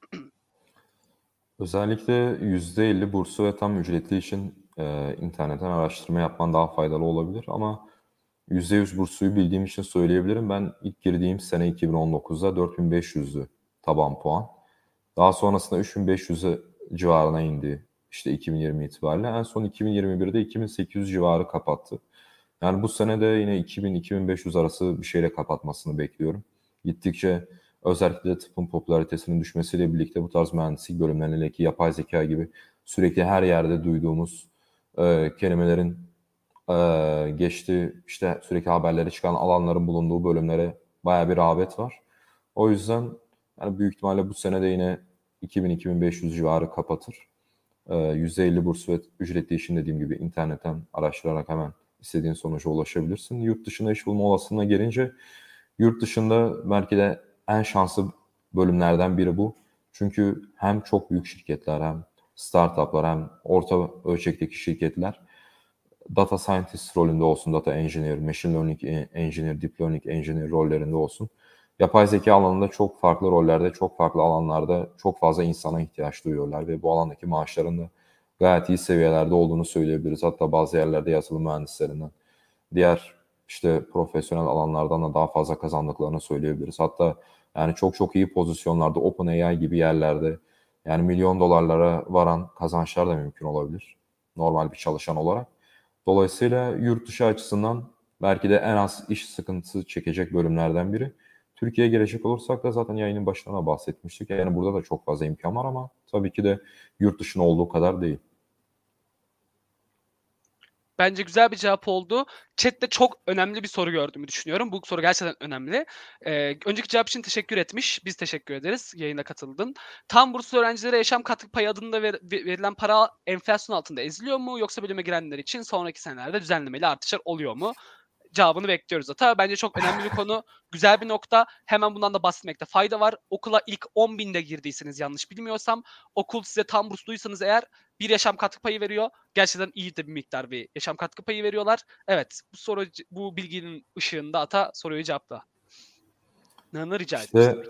Özellikle yüzde elli bursu ve tam ücretli için, eee, internetten araştırma yapman daha faydalı olabilir ama yüzde yüz bursluyu bildiğim için söyleyebilirim. Ben ilk girdiğim sene iki bin on dokuzda dört bin beş yüzdü taban puan. Daha sonrasında üç bin beş yüz civarına indi işte iki bin yirmi itibariyle. En son iki bin yirmi birde iki bin sekiz yüz civarı kapattı. Yani bu sene de yine iki bin iki bin beş yüz arası bir şeyle kapatmasını bekliyorum. Gittikçe özellikle de tıbbın popülaritesinin düşmesiyle birlikte bu tarz mühendislik bölümlerindeki yapay zeka gibi sürekli her yerde duyduğumuz e, kelimelerin e, geçtiği, işte sürekli haberlere çıkan alanların bulunduğu bölümlere bayağı bir rağbet var. O yüzden yani büyük ihtimalle bu sene de yine iki bin iki bin beş yüz civarı kapatır. Ee, yüzde elli burs ve ücretli işin dediğim gibi internetten araştırarak hemen istediğin sonuca ulaşabilirsin. Yurt dışında iş bulma olasılığına gelince yurt dışında belki de en şanslı bölümlerden biri bu. Çünkü hem çok büyük şirketler hem startuplar hem orta ölçekteki şirketler data scientist rolünde olsun, data engineer, machine learning engineer, deep learning engineer rollerinde olsun. Yapay zeka alanında çok farklı rollerde, çok farklı alanlarda çok fazla insana ihtiyaç duyuyorlar ve bu alandaki maaşların da gayet iyi seviyelerde olduğunu söyleyebiliriz. Hatta bazı yerlerde yazılım mühendislerinden, diğer işte profesyonel alanlardan da daha fazla kazandıklarını söyleyebiliriz. Hatta yani çok çok iyi pozisyonlarda OpenAI gibi yerlerde yani milyon dolarlara varan kazançlar da mümkün olabilir normal bir çalışan olarak. Dolayısıyla yurt dışı açısından belki de en az iş sıkıntısı çekecek bölümlerden biri. Türkiye'ye gelecek olursak da zaten yayının başında da bahsetmiştik. Yani burada da çok fazla imkan var ama tabii ki de yurt dışında olduğu kadar değil. Bence güzel bir cevap oldu. Chat'te çok önemli bir soru gördüğümü düşünüyorum. Bu soru gerçekten önemli. Eee, önceki cevap için teşekkür etmiş. Biz teşekkür ederiz yayına katıldın. Tam burslu öğrencilere yaşam katkı payı adında ver- ve- verilen para enflasyon altında eziliyor mu? Yoksa bölüme girenler için sonraki senelerde düzenlemeli artışlar oluyor mu? Cevabını bekliyoruz zaten. Bence çok önemli bir konu. Güzel bir nokta. Hemen bundan da bahsetmekte fayda var. Okula ilk on binde girdiyseniz yanlış bilmiyorsam okul size tam bursluysanız eğer bir yaşam katkı payı veriyor. Gerçekten iyi de bir miktar bir yaşam katkı payı veriyorlar. Evet, bu soru bu bilginin ışığında Ata soruyu cevapla. Nını rica ediyoruz İşte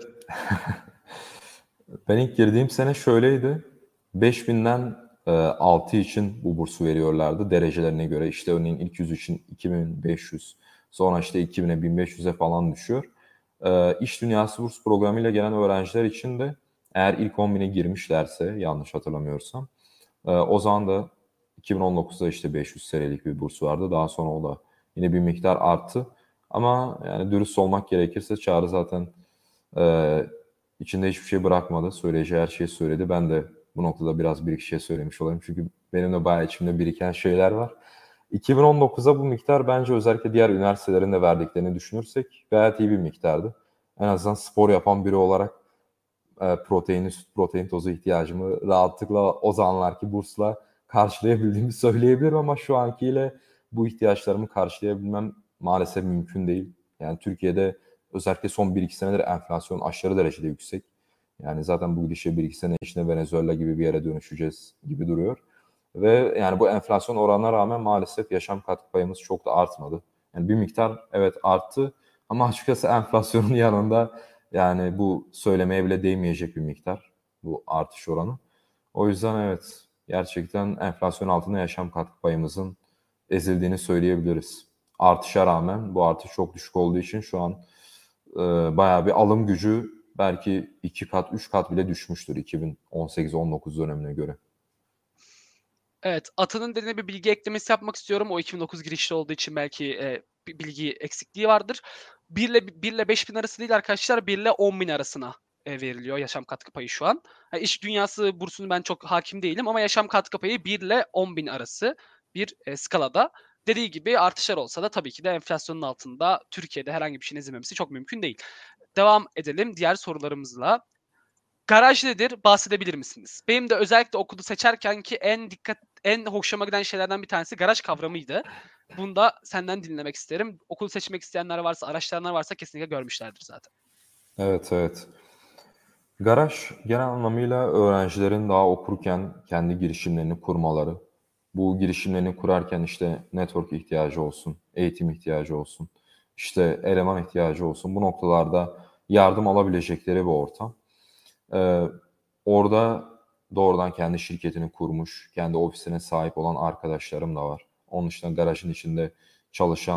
tabii ki. ben ilk girdiğim sene şöyleydi. beş binden e, altı için bu bursu veriyorlardı derecelerine göre. İşte örneğin ilk yüz için iki bin beş yüz, sonra işte iki bine bin beş yüze falan düşüyor. E, İş Dünyası burs programıyla gelen öğrenciler için de eğer ilk on bine girmişlerse yanlış hatırlamıyorsam e, o zaman da iki bin on dokuzda işte beş yüz senelik bir burs vardı. Daha sonra o da yine bir miktar arttı. Ama yani dürüst olmak gerekirse Çağrı zaten e, içinde hiçbir şey bırakmadı. Söyleyeceği her şeyi söyledi. Ben de bu noktada biraz bir iki şey söylemiş olayım. Çünkü benim de bayağı içimde biriken şeyler var. iki bin on dokuza bu miktar bence özellikle diğer üniversitelerin de verdiklerini düşünürsek gayet iyi bir miktardı. En azından spor yapan biri olarak e, proteini, süt protein tozu ihtiyacımı rahatlıkla o zamanlarki bursla karşılayabildiğimi söyleyebilirim ama şu ankiyle bu ihtiyaçlarımı karşılayabilmem maalesef mümkün değil. Yani Türkiye'de özellikle son bir iki senedir enflasyon aşırı derecede yüksek. Yani zaten bu gidişle bir iki sene içinde Venezuela gibi bir yere dönüşeceğiz gibi duruyor. Ve yani bu enflasyon oranına rağmen maalesef yaşam katkı payımız çok da artmadı. Yani bir miktar evet arttı ama açıkçası enflasyonun yanında yani bu söylemeye bile değmeyecek bir miktar bu artış oranı. O yüzden evet gerçekten enflasyon altında yaşam katkı payımızın ezildiğini söyleyebiliriz. Artışa rağmen bu artış çok düşük olduğu için şu an e, bayağı bir alım gücü belki iki kat, üç kat bile düşmüştür iki bin on sekiz on dokuz dönemine göre. Evet, Ata'nın dediğine bir bilgi eklemesi yapmak istiyorum. O iki bin dokuz girişli olduğu için belki, eee, bir bilgi eksikliği vardır. bir ile bir ile beş bin arası değil arkadaşlar, bir ile on bin arasına, eee, veriliyor yaşam katkı payı şu an. Ha, iş dünyası bursunu ben çok hakim değilim ama yaşam katkı payı bir ile on bin arası bir, eee, skalada. Dediği gibi artışlar olsa da tabii ki de enflasyonun altında Türkiye'de herhangi bir şeyin ezilmemesi çok mümkün değil. Devam edelim diğer sorularımızla. Garaj nedir? Bahsedebilir misiniz? Benim de özellikle okulu seçerken ki en dikkat en hoşuma giden şeylerden bir tanesi garaj kavramıydı. Bunu da senden dinlemek isterim. Okulu seçmek isteyenler varsa, araştıranlar varsa kesinlikle görmüşlerdir zaten. Evet, evet. Garaj genel anlamıyla öğrencilerin daha okurken kendi girişimlerini kurmaları. Bu girişimlerini kurarken işte network ihtiyacı olsun, eğitim ihtiyacı olsun, işte eleman ihtiyacı olsun. Bu noktalarda yardım alabilecekleri bir ortam. Ee, Orada doğrudan kendi şirketini kurmuş, kendi ofisine sahip olan arkadaşlarım da var. Onun dışında garajın içinde çalışan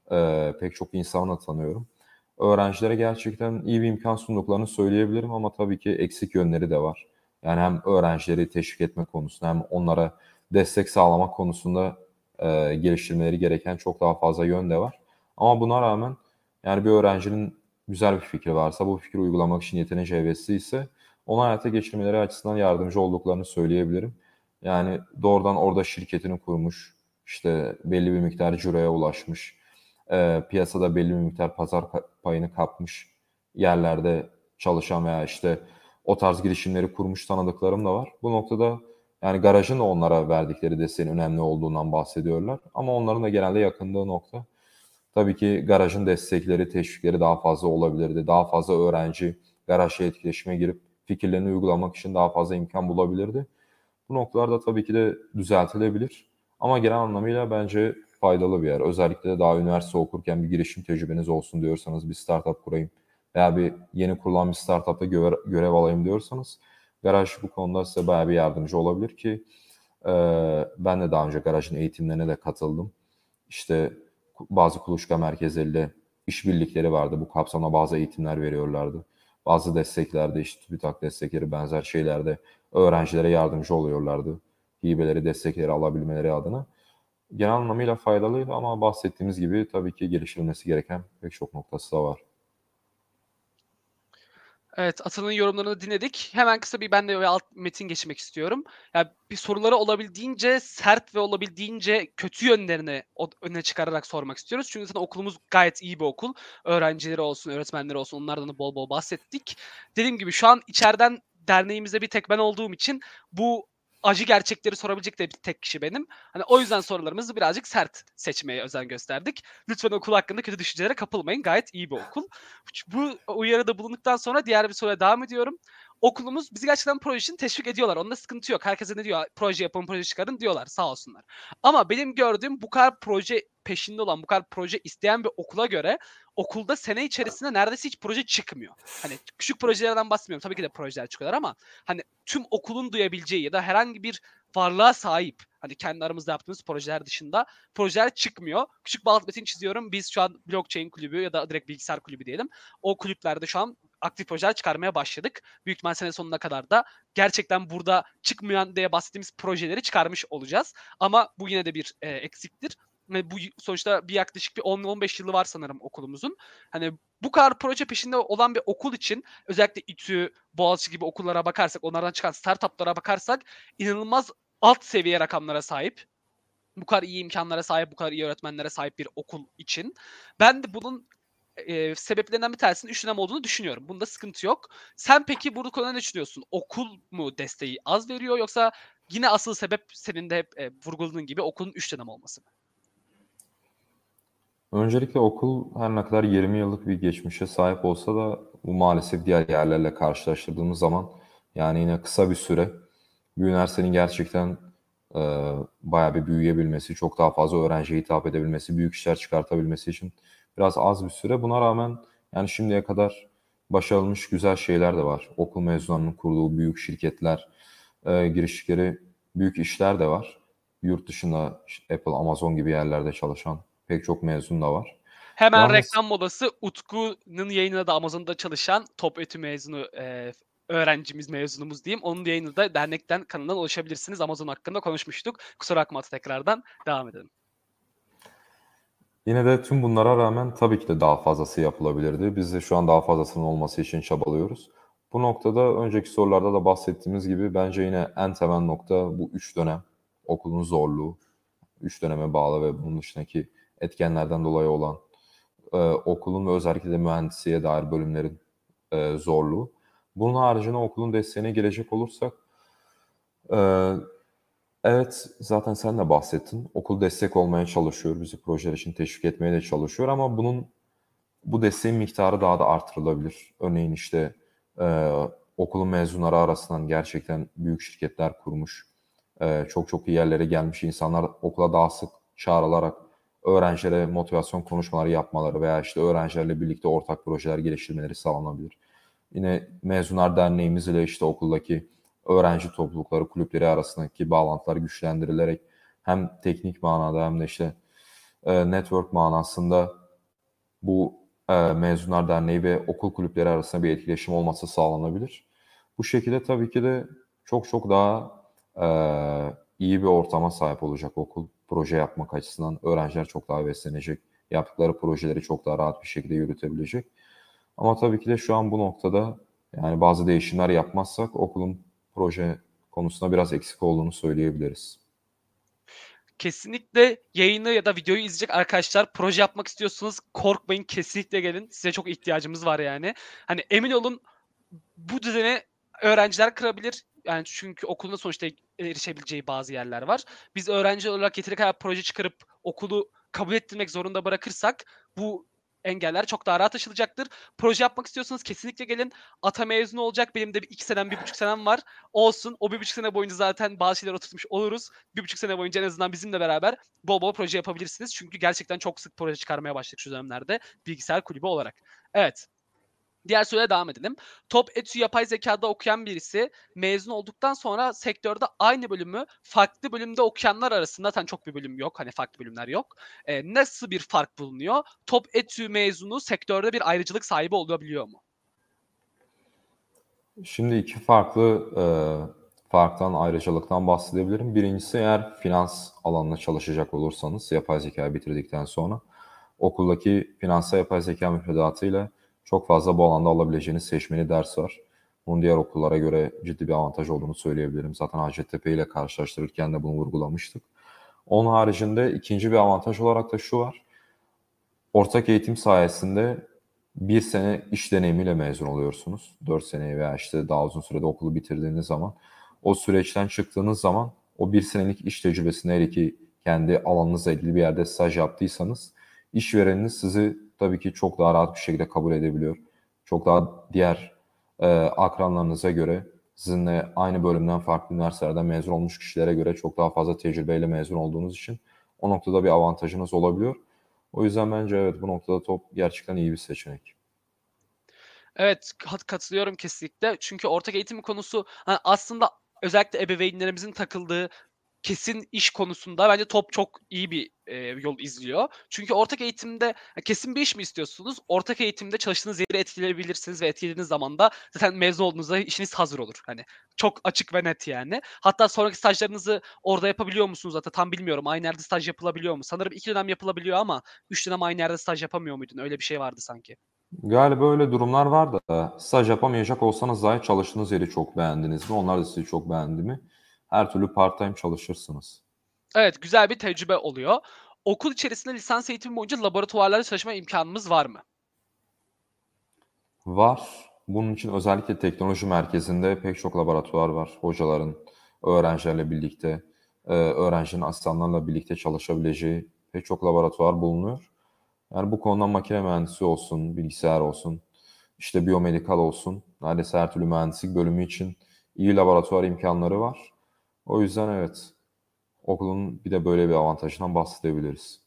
Eee, pek çok insanı da tanıyorum. Öğrencilere gerçekten iyi bir imkân sunduklarını söyleyebilirim ama tabii ki eksik yönleri de var. Yani hem öğrencileri teşvik etme konusunda hem onlara destek sağlamak konusunda, eee, geliştirmeleri gereken çok daha fazla yön de var. Ama buna rağmen, yani, bir öğrencinin güzel bir fikri varsa, bu fikri uygulamak için yeterince hevesliyse onu hayata geçirmeleri açısından yardımcı olduklarını söyleyebilirim. Yani, doğrudan orada şirketini kurmuş, işte, belli bir miktar ciroya ulaşmış, eee, piyasada belli bir miktar pazar pa payını kapmış yerlerde çalışan veya, işte, o tarz girişimleri kurmuş tanıdıklarım da var. Bu noktada, yani, garajın da onlara verdikleri desteğin önemli olduğundan bahsediyorlar ama onların da genelde yakındığı nokta tabii ki garajın destekleri, teşvikleri daha fazla olabilirdi. Daha fazla öğrenci garajla etkileşime girip fikirlerini uygulamak için daha fazla imkân bulabilirdi. Bu noktalar da tabii ki de düzeltilebilir ama genel anlamıyla bence faydalı bir yer. Özellikle de daha üniversite okurken bir girişim tecrübeniz olsun diyorsanız, bir startup kurayım veya bir yeni kurulan bir startup'ta göver görev alayım diyorsanız garaj bu konuda size bayağı bir yardımcı olabilir ki, eee, ben de daha önce garajın eğitimlerine de katıldım. İşte, ku bazı kuluçka merkezleriyle işbirlikleri vardı. Bu kapsamda bazı eğitimler veriyorlardı. Bazı desteklerde, işte, TÜBİTAK destekleri, benzer şeylerde öğrencilere yardımcı oluyorlardı. Hibeleri, destekleri alabilmeleri adına. Genel anlamıyla faydalıydı ama bahsettiğimiz gibi tabii ki geliştirilmesi gereken pek çok noktası da var. Evet, Atıl'ın yorumlarını dinledik. Hemen kısa bir ben de bir alt metin geçmek istiyorum. Ya, bir soruları olabildiğince sert ve olabildiğince kötü yönlerini od öne çıkararak sormak istiyoruz. Çünkü zaten okulumuz gayet iyi bir okul. Öğrencileri olsun, öğretmenleri olsun onlardan da bol bol bahsettik. Dediğim gibi şu an içeriden derneğimizde bir tek ben olduğum için bu acı gerçekleri sorabilecek de bir tek kişi benim. Hani, o yüzden sorularımızı birazcık sert seçmeye özen gösterdik. Lütfen okul hakkında kötü düşüncelere kapılmayın. Gayet iyi bir okul. Bu uyarıda bulunduktan sonra diğer bir soruya devam ediyorum. Okulumuz bizi gerçekten proje için teşvik ediyorlar. Onda sıkıntı yok. Herkese ne diyor? Proje yapın, proje çıkarın diyorlar. Sağ olsunlar. Ama benim gördüğüm bu kadar proje peşinde olan, bu kadar proje isteyen bir okula göre okulda sene içerisinde neredeyse hiç proje çıkmıyor. Hani küçük projelerden bahsetmiyorum. Tabii ki de projeler çıkıyorlar ama hani tüm okulun duyabileceği ya da herhangi bir varlığa sahip, hani kendi aramızda yaptığımız projeler dışında projeler çıkmıyor. Küçük bir alt metin çiziyorum. Biz şu an blockchain kulübü ya da direkt bilgisayar kulübü diyelim. O kulüplerde şu an aktif projeler çıkarmaya başladık. Büyük ihtimal sene sonuna kadar da gerçekten burada çıkmayan diye bahsettiğimiz projeleri çıkarmış olacağız. Ama bu yine de bir e, eksiktir. Ve bu sonuçta bir yaklaşık bir on on beş yılı var sanırım okulumuzun. Hani bu kadar proje peşinde olan bir okul için özellikle İTÜ, Boğaziçi gibi okullara bakarsak, onlardan çıkan startuplara bakarsak inanılmaz alt seviye rakamlara sahip. Bu kadar iyi imkanlara sahip, bu kadar iyi öğretmenlere sahip bir okul için. Ben de bunun eee, sebeplerinden bir tanesinin üç dönem olduğunu düşünüyorum. Bunda sıkıntı yok. Sen peki bu konuda ne düşünüyorsun? Okul mu desteği az veriyor yoksa yine asıl sebep senin de hep eee, vurguladığın gibi okulun üç dönem olması mı? Öncelikle okul her ne kadar yirmi yıllık bir geçmişe sahip olsa da bu maalesef diğer yerlerle karşılaştırdığımız zaman yani yine kısa bir süre bir üniversitenin gerçekten, eee, bayağı bir büyüyebilmesi, çok daha fazla öğrenciye hitap edebilmesi, büyük işler çıkartabilmesi için biraz az bir süre. Buna rağmen yani şimdiye kadar başarılmış güzel şeyler de var. Okul mezunlarının kurduğu büyük şirketler, eee, giriştikleri büyük işler de var. Yurt dışında işte Apple, Amazon gibi yerlerde çalışan pek çok mezun da var. Hemen Yalnız reklam molası. Utku'nun yayınında da Amazon'da çalışan TOP-ETÜ mezunu eee, öğrencimiz, mezunumuz diyeyim. Onun yayını da dernekten kanalından ulaşabilirsiniz. Amazon hakkında konuşmuştuk. Kusura bakma tekrardan. Devam edelim. yine de tüm bunlara rağmen tabii ki de daha fazlası yapılabilirdi. Biz de şu an daha fazlasının olması için çabalıyoruz. Bu noktada önceki sorularda da bahsettiğimiz gibi bence yine en temel nokta bu üç dönem. Okulun zorluğu, üç döneme bağlı ve bunun dışındaki etkenlerden dolayı olan, eee, okulun ve özellikle de mühendisliğe dair bölümlerin, eee, zorluğu. Bunun haricinde okulun desteğine gelecek olursak, eee, evet, zaten sen de bahsettin. Okul destek olmaya çalışıyor, bizi projeler için teşvik etmeye de çalışıyor ama bunun bu desteğin miktarı daha da artırılabilir. Örneğin, işte, eee, okulun mezunları arasından gerçekten büyük şirketler kurmuş, eee, çok çok iyi yerlere gelmiş insanlar okula daha sık çağrılarak öğrencilere motivasyon konuşmaları yapmaları veya, işte, öğrencilerle birlikte ortak projeler geliştirmeleri sağlanabilir. Yine Mezunlar Derneğimiz ile, işte, okuldaki öğrenci toplulukları, kulüpleri arasındaki bağlantılar güçlendirilerek hem teknik manada hem de, işte, eee, network manasında bu e, Mezunlar Derneği ve okul kulüpleri arasında bir etkileşim olması sağlanabilir. Bu şekilde tabii ki de çok çok daha e, iyi bir ortama sahip olacak okul proje yapmak açısından. Öğrenciler çok daha beslenecek. Yaptıkları projeleri çok daha rahat bir şekilde yürütebilecek. Ama tabii ki de şu an bu noktada yani bazı değişimler yapmazsak okulun proje konusunda biraz eksik olduğunu söyleyebiliriz. Kesinlikle yayını ya da videoyu izleyecek arkadaşlar, proje yapmak istiyorsanız korkmayın, kesinlikle gelin. Size çok ihtiyacımız var yani. Hani emin olun, bu düzene öğrenciler kırabilir. Yani çünkü okulun sonuçta erişebileceği bazı yerler var. Biz öğrenci olarak yeteri kadar proje çıkarıp okulu kabul ettirmek zorunda bırakırsak bu engeller çok daha rahat aşılacaktır. Proje yapmak istiyorsanız kesinlikle gelin. Ata mezunu olacak. Benim de bir iki senem, bir buçuk senem var. Olsun. O bir buçuk sene boyunca zaten bazı şeyler oturtmuş oluruz. Bir buçuk sene boyunca en azından bizimle beraber bol bol proje yapabilirsiniz. Çünkü gerçekten çok sık proje çıkarmaya başladık şu dönemlerde bilgisayar kulübü olarak. Evet. Diğer soruya devam edelim. Top etü yapay zekada okuyan birisi mezun olduktan sonra sektörde aynı bölümü farklı bölümde okuyanlar arasında zaten çok bir bölüm yok. Hani farklı bölümler yok. Eee, nasıl bir fark bulunuyor? Top etü mezunu sektörde bir ayrıcalık sahibi olabiliyor mu? Şimdi iki farklı e, farktan, ayrıcalıktan bahsedebilirim. Birincisi eğer finans alanında çalışacak olursanız yapay zeka bitirdikten sonra okuldaki finansal yapay zeka müfredatıyla çok fazla bu alanda alabileceğiniz seçmeli ders var. Bunun diğer okullara göre ciddi bir avantaj olduğunu söyleyebilirim. Zaten Hacettepe ile karşılaştırırken de bunu vurgulamıştık. Onun haricinde ikinci bir avantaj olarak da şu var. Ortak eğitim sayesinde bir sene iş deneyimiyle mezun oluyorsunuz. dört seneyi veya işte daha uzun sürede okulu bitirdiğiniz zaman. O süreçten çıktığınız zaman o bir senelik iş tecrübesinde hele ki kendi alanınızla ilgili bir yerde staj yaptıysanız işvereniniz sizi tabii ki çok daha rahat bir şekilde kabul edebiliyor. Çok daha diğer e, akranlarınıza göre sizinle aynı bölümden farklı üniversitelerden mezun olmuş kişilere göre çok daha fazla tecrübeyle mezun olduğunuz için o noktada bir avantajınız olabiliyor. O yüzden bence evet bu noktada top gerçekten iyi bir seçenek. Evet, kat katılıyorum kesinlikle. Çünkü ortak eğitim konusu, hani, aslında özellikle ebeveynlerimizin takıldığı kesin iş konusunda bence top çok iyi bir, eee, yol izliyor. Çünkü ortak eğitimde ha, kesin bir iş mi istiyorsunuz? Ortak eğitimde çalıştığınız yeri etkileyebilirsiniz ve etkilediğiniz zaman da zaten mezun olduğunuzda işiniz hazır olur. Hani, çok açık ve net yani. Hatta sonraki stajlarınızı orada yapabiliyor musunuz zaten tam bilmiyorum. Aynı yerde staj yapılabiliyor mu? Sanırım iki dönem yapılabiliyor ama üç dönem aynı yerde staj yapamıyor muydun? Öyle bir şey vardı sanki. Galiba öyle durumlar var da staj yapamayacak olsanız dahi çalıştığınız yeri çok beğendiniz mi? Onlar da sizi çok beğendi mi? Her türlü part-time çalışırsınız. Evet, güzel bir tecrübe oluyor. Okul içerisinde lisans eğitimi boyunca laboratuvarlarda çalışma imkânımız var mı? Var. Bunun için özellikle teknoloji merkezinde pek çok laboratuvar var. Hocaların öğrencilerle birlikte, eee, öğrencinin asistanlarla birlikte çalışabileceği pek çok laboratuvar bulunuyor. Yani bu konuda makine mühendisi olsun, bilgisayar olsun, işte biyomedikal olsun, neredeyse her türlü mühendislik bölümü için iyi laboratuvar imkanları var. O yüzden evet, okulun bir de böyle bir avantajından bahsedebiliriz.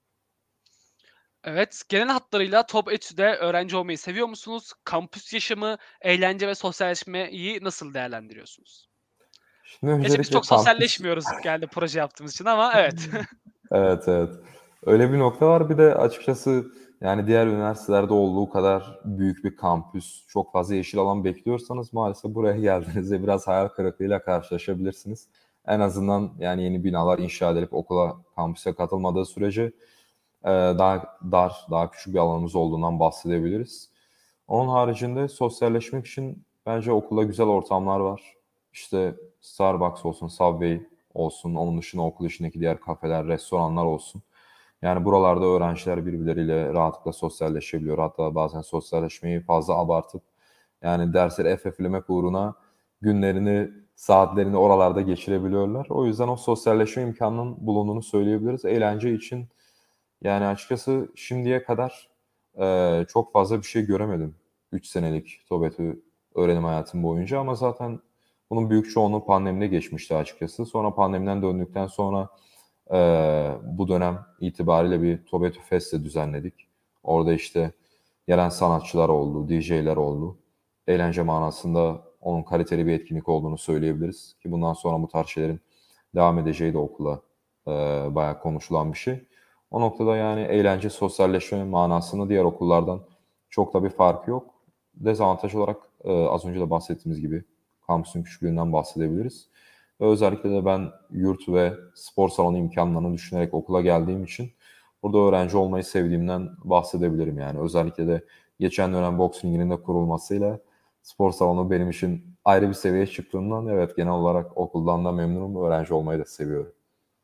Evet, genel hatlarıyla Top Etü'de öğrenci olmayı seviyor musunuz? Kampüs yaşamı, eğlence ve sosyalleşmeyi nasıl değerlendiriyorsunuz? Şimdi Gerçi biz öncelikle çok kampüs. sosyalleşmiyoruz genelde proje yaptığımız için ama evet. Evet, evet. Öyle bir nokta var. Bir de açıkçası yani diğer üniversitelerde olduğu kadar büyük bir kampüs, çok fazla yeşil alan bekliyorsanız maalesef buraya geldiğinizde biraz hayal kırıklığıyla karşılaşabilirsiniz. En azından yani yeni binalar inşa edilip okula, kampüse katılmadığı sürece e, daha dar, daha küçük bir alanımız olduğundan bahsedebiliriz. Onun haricinde sosyalleşmek için bence okulda güzel ortamlar var. İşte Starbucks olsun, Subway olsun, onun dışında okul içindeki diğer kafeler, restoranlar olsun. Yani buralarda öğrenciler birbirleriyle rahatlıkla sosyalleşebiliyor. Hatta bazen sosyalleşmeyi fazla abartıp yani dersleri efeflemek uğruna günlerini, saatlerini oralarda geçirebiliyorlar. O yüzden o sosyalleşme imkanının bulunduğunu söyleyebiliriz. Eğlence için yani açıkçası şimdiye kadar eee, çok fazla bir şey göremedim üç senelik TOBETÜ öğrenim hayatım boyunca ama zaten bunun büyük çoğunluğu pandemide geçmişti açıkçası. Sonra pandemiden döndükten sonra eee, bu dönem itibariyle bir TOBETÜ Fest de düzenledik. Orada işte gelen sanatçılar oldu, D J'ler oldu. Eğlence manasında onun kaliteli bir etkinlik olduğunu söyleyebiliriz ki bundan sonra bu tarz şeylerin devam edeceği de okula eee bayağı konuşulan bir şey. O noktada yani eğlence, sosyalleşme manasında diğer okullardan çok da bir farkı yok. Dezavantaj olarak, eee, az önce de bahsettiğimiz gibi kampüsün küçüklüğünden bahsedebiliriz ve özellikle de ben yurt ve spor salonu imkânlarını düşünerek okula geldiğim için burada öğrenci olmayı sevdiğimden bahsedebilirim yani. Özellikle de geçen dönem boks ringinin de kurulmasıyla spor salonu benim için ayrı bir seviyeye çıktığından evet, genel olarak okuldan da memnunum, öğrenci olmayı da seviyorum.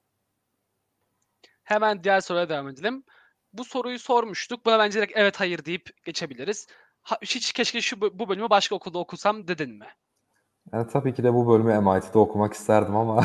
Hemen diğer soruya devam edelim. Bu soruyu sormuştuk. Buna bence direkt evet, hayır deyip geçebiliriz. Ha hiç keşke şu bö bu bölümü başka okulda okusam dedin mi? Yani, tabii ki de bu bölümü M I T'de okumak isterdim ama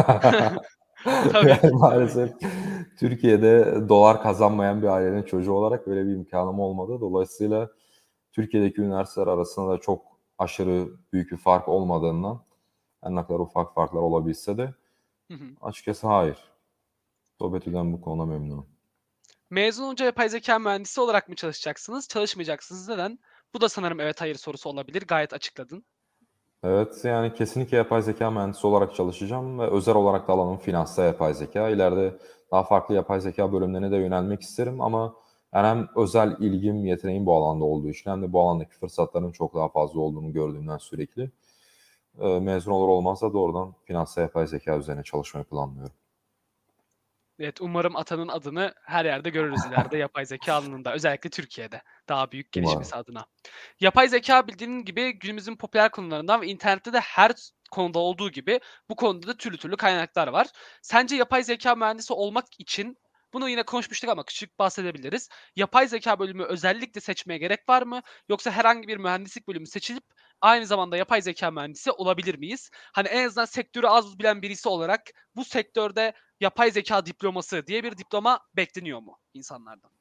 Tabii yani ki, tabii maalesef ki. Türkiye'de dolar kazanmayan bir ailenin çocuğu olarak böyle bir imkânım olmadı. Dolayısıyla Türkiye'deki üniversiteler arasında da çok aşırı büyük bir fark olmadığından, her ne kadar ufak farklar olabilse de Hı hı. açıkçası hayır. TOB-ETÜ'den bu konuda memnunum. Mezun olunca yapay zekâ mühendisi olarak mı çalışacaksınız, çalışmayacaksınız? Neden? Bu da sanırım evet, hayır sorusu olabilir. Gayet açıkladın. Evet, yani kesinlikle yapay zekâ mühendisi olarak çalışacağım ve özel olarak da alanım finansta yapay zekâ. İleride daha farklı yapay zekâ bölümlerine de yönelmek isterim ama yani hem özel ilgim, yeteneğim bu alanda olduğu için hem de bu alandaki fırsatların çok daha fazla olduğunu gördüğümden sürekli, eee, mezun olur olmaz da doğrudan finansta yapay zekâ üzerine çalışmayı planlıyorum. Evet, umarım atanın adını her yerde görürüz ileride yapay zekâ alanında, özellikle Türkiye'de daha büyük Umarım. gelişmesi adına. Yapay zekâ bildiğin gibi günümüzün popüler konularından ve internette de her s konuda olduğu gibi bu konuda da türlü türlü kaynaklar var. Sence yapay zekâ mühendisi olmak için bunu yine konuşmuştuk ama küçük bahsedebiliriz. Yapay zekâ bölümü özellikle seçmeye gerek var mı? Yoksa herhangi bir mühendislik bölümü seçilip aynı zamanda yapay zekâ mühendisi olabilir miyiz? Hani en azından sektörü az bilen birisi olarak bu sektörde yapay zekâ diploması diye bir diploma bekleniyor mu insanlardan?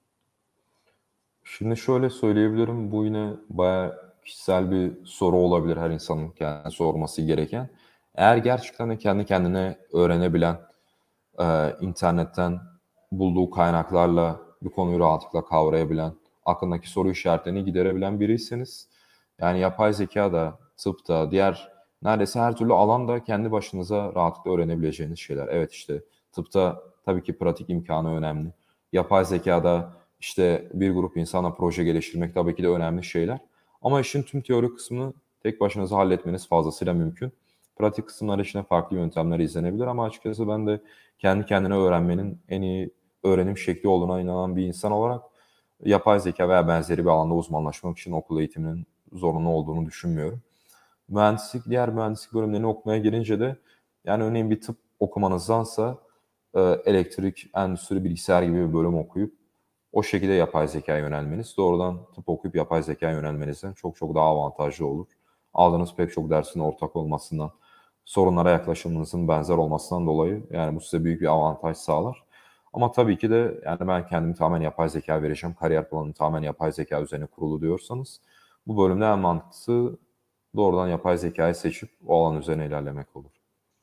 Şimdi şöyle söyleyebilirim, bu yine bayağı kişisel bir soru olabilir her insanın kendine sorması gereken. Eğer gerçekten de kendi kendine öğrenebilen, eee, internetten bulduğu kaynaklarla bu konuyu rahatlıkla kavrayabilen, aklındaki soru işaretlerini giderebilen biriyseniz, yani yapay zekâ da, tıp da, diğer neredeyse her türlü alanda kendi başınıza rahatlıkla öğrenebileceğiniz şeyler. Evet, işte tıpta tabii ki pratik imkânı önemli. Yapay zekâda, işte, bir grup insanla proje geliştirmek tabii ki de önemli şeyler ama işin tüm teori kısmını tek başınıza halletmeniz fazlasıyla mümkün. Pratik kısımlar için de farklı yöntemler izlenebilir ama açıkçası ben de kendi kendine öğrenmenin en iyi öğrenim şekli olduğuna inanan bir insan olarak yapay zekâ veya benzeri bir alanda uzmanlaşmak için okul eğitiminin zorunlu olduğunu düşünmüyorum. Mühendislik, diğer mühendislik bölümlerini okumaya gelince de, yani, örneğin bir tıp okumanızdansa, eee, elektrik, endüstri, bilgisayar gibi bir bölüm okuyup o şekilde yapay zekâya yönelmeniz, doğrudan tıp okuyup yapay zekâya yönelmenizden çok çok daha avantajlı olur. Aldığınız pek çok dersin ortak olmasından, sorunlara yaklaşımınızın benzer olmasından dolayı, yani, bu size büyük bir avantaj sağlar. Ama tabii ki de, yani, ben kendimi tamamen yapay zekâya vereceğim, kariyer planım tamamen yapay zekâ üzerine kurulu diyorsanız bu bölümde en mantıklısı doğrudan yapay zekâyı seçip o alan üzerine ilerlemek olur.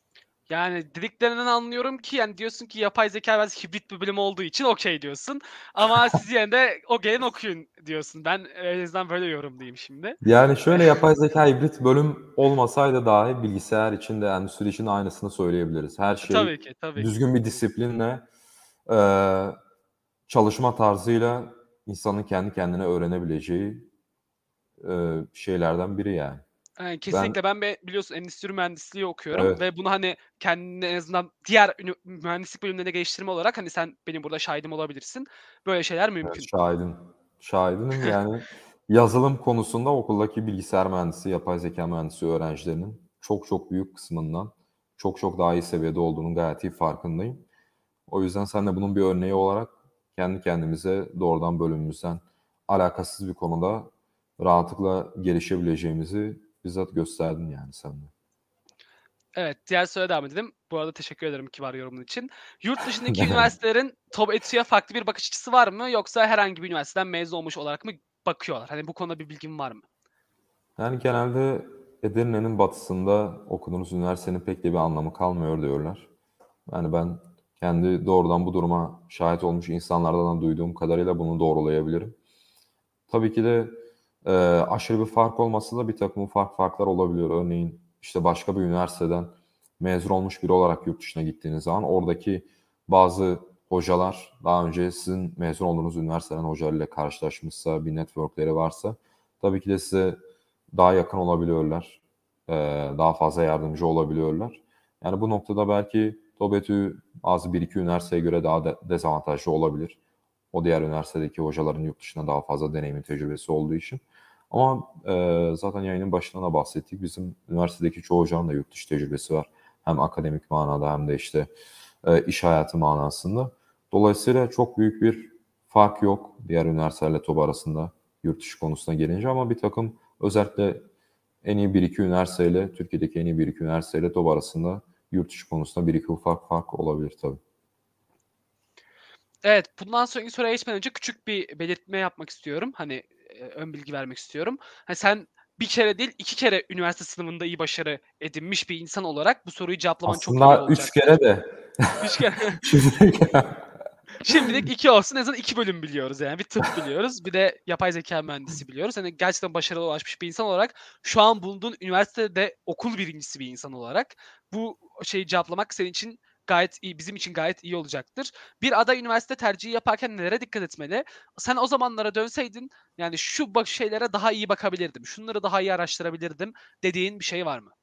Yani dediklerinden anlıyorum ki, yani, diyorsun ki yapay zekâ biraz hibrit bir bölüm olduğu için okay diyorsun ama siz yine de o gelin okuyun diyorsun. Ben en azından böyle yorumlayayım şimdi. Yani, şöyle, yapay zekâ hibrit bölüm olmasaydı dahi bilgisayar için de endüstri için de aynısını söyleyebiliriz. Her şey Tabii ki, tabii ki. düzgün bir disiplinle, eee, çalışma tarzıyla insanın kendi kendine öğrenebileceği, eee, şeylerden biri yani. Eee, Ben kesinlikle ben be biliyorsun endüstri mühendisliği okuyorum Evet. ve bunu, hani, kendini en azından diğer ünü mühendislik bölümlerine geliştirme olarak, hani, sen benim burada şahidim olabilirsin. Böyle şeyler Evet, mümkün. şahidim. Şahidinim. Yani, yazılım konusunda okuldaki bilgisayar mühendisi, yapay zekâ mühendisi öğrencilerinin çok çok büyük kısmından çok çok daha iyi seviyede olduğunun gayet iyi farkındayım. O yüzden sen de bunun bir örneği olarak kendi kendimize doğrudan bölümümüzden alakasız bir konuda rahatlıkla gelişebileceğimizi bizzat gösterdin yani sen de. Evet, diğer soruya devam edelim. Bu arada teşekkür ederim kibar yorumun için. Yurt dışındaki Ne demek. üniversitelerin TOB-ETÜ'ye farklı bir bakış açısı var mı yoksa herhangi bir üniversiteden mezun olmuş olarak mı bakıyorlar? Hani, bu konuda bir bilgin var mı? Yani, genelde Edirne'nin batısında okuduğunuz üniversitenin pek de bir anlamı kalmıyor diyorlar. Yani, ben kendi doğrudan bu duruma şahit olmuş insanlardan da duyduğum kadarıyla bunu doğrulayabilirim. Tabii ki de, eee, aşırı bir fark olmasa da birtakım ufak farklar olabiliyor. Örneğin, işte, başka bir üniversiteden mezun olmuş biri olarak yurt dışına gittiğiniz zaman oradaki bazı hocalar daha önce sizin mezun olduğunuz üniversiteden hocalarıyla karşılaşmışsa, bir network'leri varsa tabii ki de size daha yakın olabiliyorlar. Eee, daha fazla yardımcı olabiliyorlar. Yani bu noktada belki TOBİTÜ bazı bir iki üniversiteye göre daha de dezavantajlı olabilir. O diğer üniversitedeki hocaların yurt dışında daha fazla deneyimi, tecrübesi olduğu için. Ama eee, zaten yayının başında da bahsettik. Bizim üniversitedeki çoğu hocanın da yurt dışı tecrübesi var. Hem akademik manada hem de işte eee, iş hayatı manasında. Dolayısıyla çok büyük bir fark yok diğer üniversitelerle TOB arasında yurt dışı konusuna gelince ama bir takım özellikle en iyi bir iki üniversiteyle, Türkiye'deki en iyi bir iki üniversiteyle TOB arasında yurt dışı konusunda bir iki ufak fark olabilir tabii. Evet, bundan sonraki soruya geçmeden önce küçük bir belirtme yapmak istiyorum. Hani, eee, ön bilgi vermek istiyorum. Hani, sen bir kere değil, iki kere üniversite sınavında iyi başarı edinmiş bir insan olarak bu soruyu cevaplaman çok iyi Aslında üç olacaktır. kere de üç kere şimdilik Şimdilik iki olsun. En azından iki bölüm biliyoruz yani. Bir tıp biliyoruz, bir de yapay zekâ mühendisi biliyoruz. Hani, gerçekten başarıya ulaşmış bir insan olarak şu an bulunduğun üniversitede okul birincisi bir insan olarak bu şeyi cevaplamak senin için gayet iyi, bizim için gayet iyi olacaktır. Bir aday üniversite tercihi yaparken nelere dikkat etmeli? Sen o zamanlara dönseydin, yani, "Şu bak şeylere daha iyi bakabilirdim, şunları daha iyi araştırabilirdim." dediğin bir şey var mı?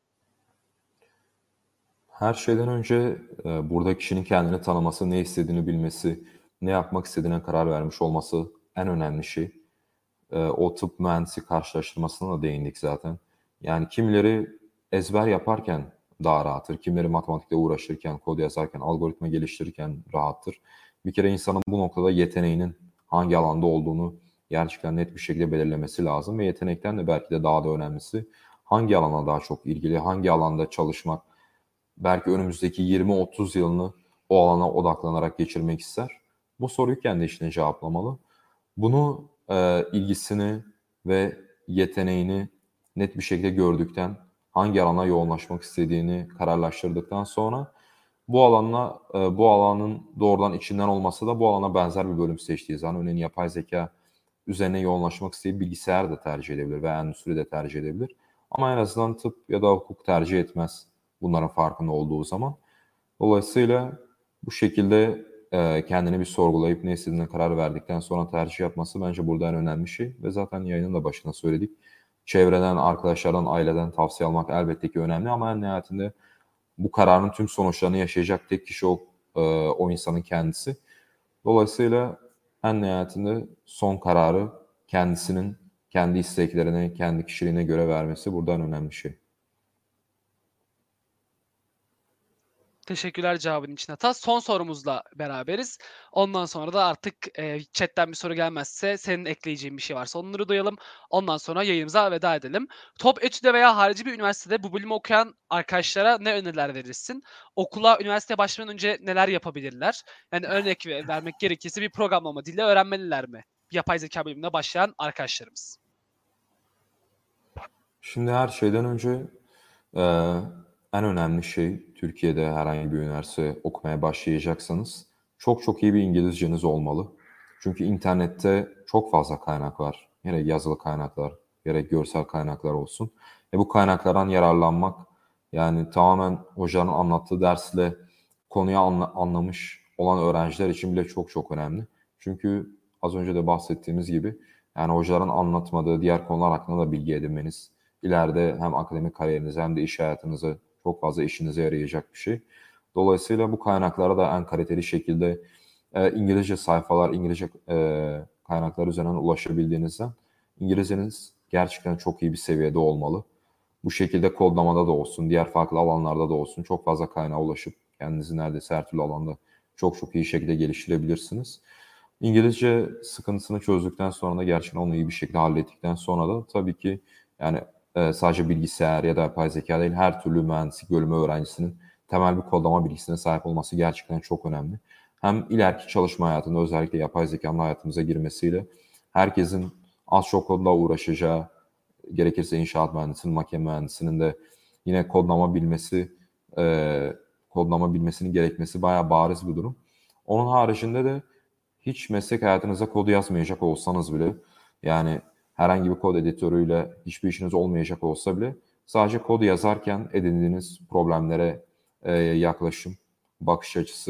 Her şeyden önce, eee, burada kişinin kendini tanıması, ne istediğini bilmesi, ne yapmak istediğine karar vermiş olması en önemli şey. Eee, o tıp mühendisi karşılaştırmasına da değindik zaten. Yani kimileri ezber yaparken daha rahattır, kimileri matematikle uğraşırken, kod yazarken, algoritma geliştirirken rahattır. Bir kere insanın bu noktada yeteneğinin hangi alanda olduğunu gerçekten net bir şekilde belirlemesi lazım ve yetenekten de belki de daha da önemlisi hangi alana daha çok ilgili, hangi alanda çalışmak, belki önümüzdeki yirmi otuz yılını o alana odaklanarak geçirmek ister. Bu soruyu kendi içine cevaplamalı. Bunu, eee, ilgisini ve yeteneğini net bir şekilde gördükten, hangi alana yoğunlaşmak istediğini kararlaştırdıktan sonra bu alanla, eee, bu alanın doğrudan içinden olmasa da bu alana benzer bir bölüm seçtiği zaman örneğin yapay zeka üzerine yoğunlaşmak isteyip bilgisayar da tercih edebilir veya endüstri de tercih edebilir. Ama en azından tıp ya da hukuk tercih etmez bunların farkında olduğu zaman. Dolayısıyla bu şekilde, eee, kendini bir sorgulayıp ne istediğine karar verdikten sonra tercih yapması bence burada en önemli şey ve zaten yayının da başında söyledik. Çevreden, arkadaşlardan, aileden tavsiye almak elbette ki önemli ama en nihayetinde bu kararın tüm sonuçlarını yaşayacak tek kişi o, eee, o insanın kendisi. Dolayısıyla en nihayetinde son kararı kendisinin, kendi isteklerine, kendi kişiliğine göre vermesi burada en önemli şey. Teşekkürler cevabın için Ata. Son sorumuzla beraberiz. Ondan sonra da artık, eee, chatten bir soru gelmezse senin ekleyeceğin bir şey varsa onları duyalım. Ondan sonra yayınımıza veda edelim. Top ETÜ'de veya harici bir üniversitede bu bölümü okuyan arkadaşlara ne öneriler verirsin? Okula, üniversiteye başlamadan önce neler yapabilirler? Yani örnek ve vermek gerekirse bir programlama dili öğrenmeliler mi? Yapay zekâ bölümüne başlayan arkadaşlarımız. Şimdi her şeyden önce, eee, en önemli şey Türkiye'de herhangi bir üniversite okumaya başlayacaksanız çok çok iyi bir İngilizceniz olmalı. Çünkü internette çok fazla kaynak var. Gerek yazılı kaynaklar, gerek görsel kaynaklar olsun. E, bu kaynaklardan yararlanmak, yani tamamen hocanın anlattığı dersle konuyu anla anlamış olan öğrenciler için bile çok çok önemli. Çünkü az önce de bahsettiğimiz gibi, yani hocaların anlatmadığı diğer konular hakkında da bilgi edinmeniz ileride hem akademik kariyerinize hem de iş hayatınıza çok fazla işinize yarayacak bir şey. Dolayısıyla bu kaynaklara da en kaliteli şekilde, eee, İngilizce sayfalar, İngilizce, eee, kaynaklar üzerinden ulaşabildiğinizden İngilizceniz gerçekten çok iyi bir seviyede olmalı. Bu şekilde kodlamada da olsun, diğer farklı alanlarda da olsun çok fazla kaynağa ulaşıp kendinizi neredeyse her türlü alanda çok çok iyi şekilde geliştirebilirsiniz. İngilizce sıkıntısını çözdükten sonra da gerçekten onu iyi bir şekilde hallettikten sonra da tabii ki yani, eee, sadece bilgisayar ya da yapay zekâ değil, her türlü mühendislik bölümü öğrencisinin temel bir kodlama bilgisine sahip olması gerçekten çok önemli. Hem ileriki çalışma hayatında özellikle yapay zekânın hayatımıza girmesiyle herkesin az çok kodla uğraşacağı, gerekirse inşaat mühendisinin, makine mühendisinin de yine kodlama bilmesi, eee, kodlama bilmesinin gerekmesi bayağı bariz bir durum. Onun haricinde de hiç meslek hayatınızda kod yazmayacak olsanız bile, yani herhangi bir kod editörüyle hiçbir işiniz olmayacak olsa bile sadece kodu yazarken edindiğiniz problemlere, eee, yaklaşım, bakış açısı,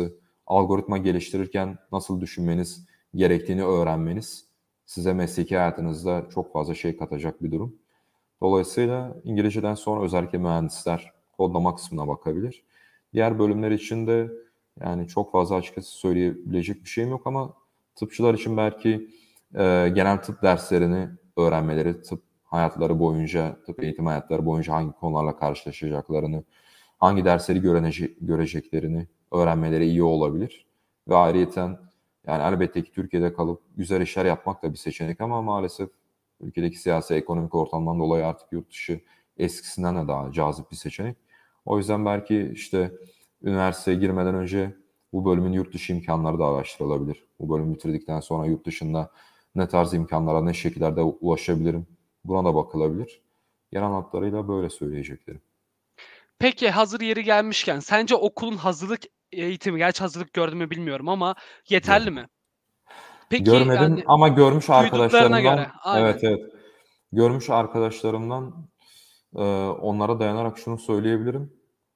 algoritma geliştirirken nasıl düşünmeniz gerektiğini öğrenmeniz size mesleki hayatınızda çok fazla şey katacak bir durum. Dolayısıyla İngilizceden sonra özellikle mühendisler kodlama kısmına bakabilir. Diğer bölümler için de yani çok fazla açıkçası söyleyebilecek bir şeyim yok ama tıpçılar için belki e, genel tıp derslerini öğrenmeleri, tıp hayatları boyunca, tıp eğitim hayatları boyunca hangi konularla karşılaşacaklarını, hangi dersleri görece- göreceklerini öğrenmeleri iyi olabilir. Ve ayrıyeten yani elbette ki Türkiye'de kalıp güzel işler yapmak da bir seçenek ama maalesef ülkedeki siyasi ekonomik ortamdan dolayı artık yurt dışı eskisinden de daha cazip bir seçenek. O yüzden belki işte üniversiteye girmeden önce bu bölümün yurt dışı imkanları da araştırılabilir. Bu bölümü bitirdikten sonra yurt dışında ne tarz imkanlara, ne şekillerde ulaşabilirim buna da bakılabilir. Genel hatlarıyla böyle söyleyeceklerim. Peki hazır yeri gelmişken sence okulun hazırlık eğitimi, gerçi hazırlık gördün mü bilmiyorum ama yeterli Görmedim. mi? Peki Görmedim yani ama görmüş duyduklarına göre. arkadaşlarımdan evet, Aynen. evet. Görmüş arkadaşlarımdan e, onlara dayanarak şunu söyleyebilirim.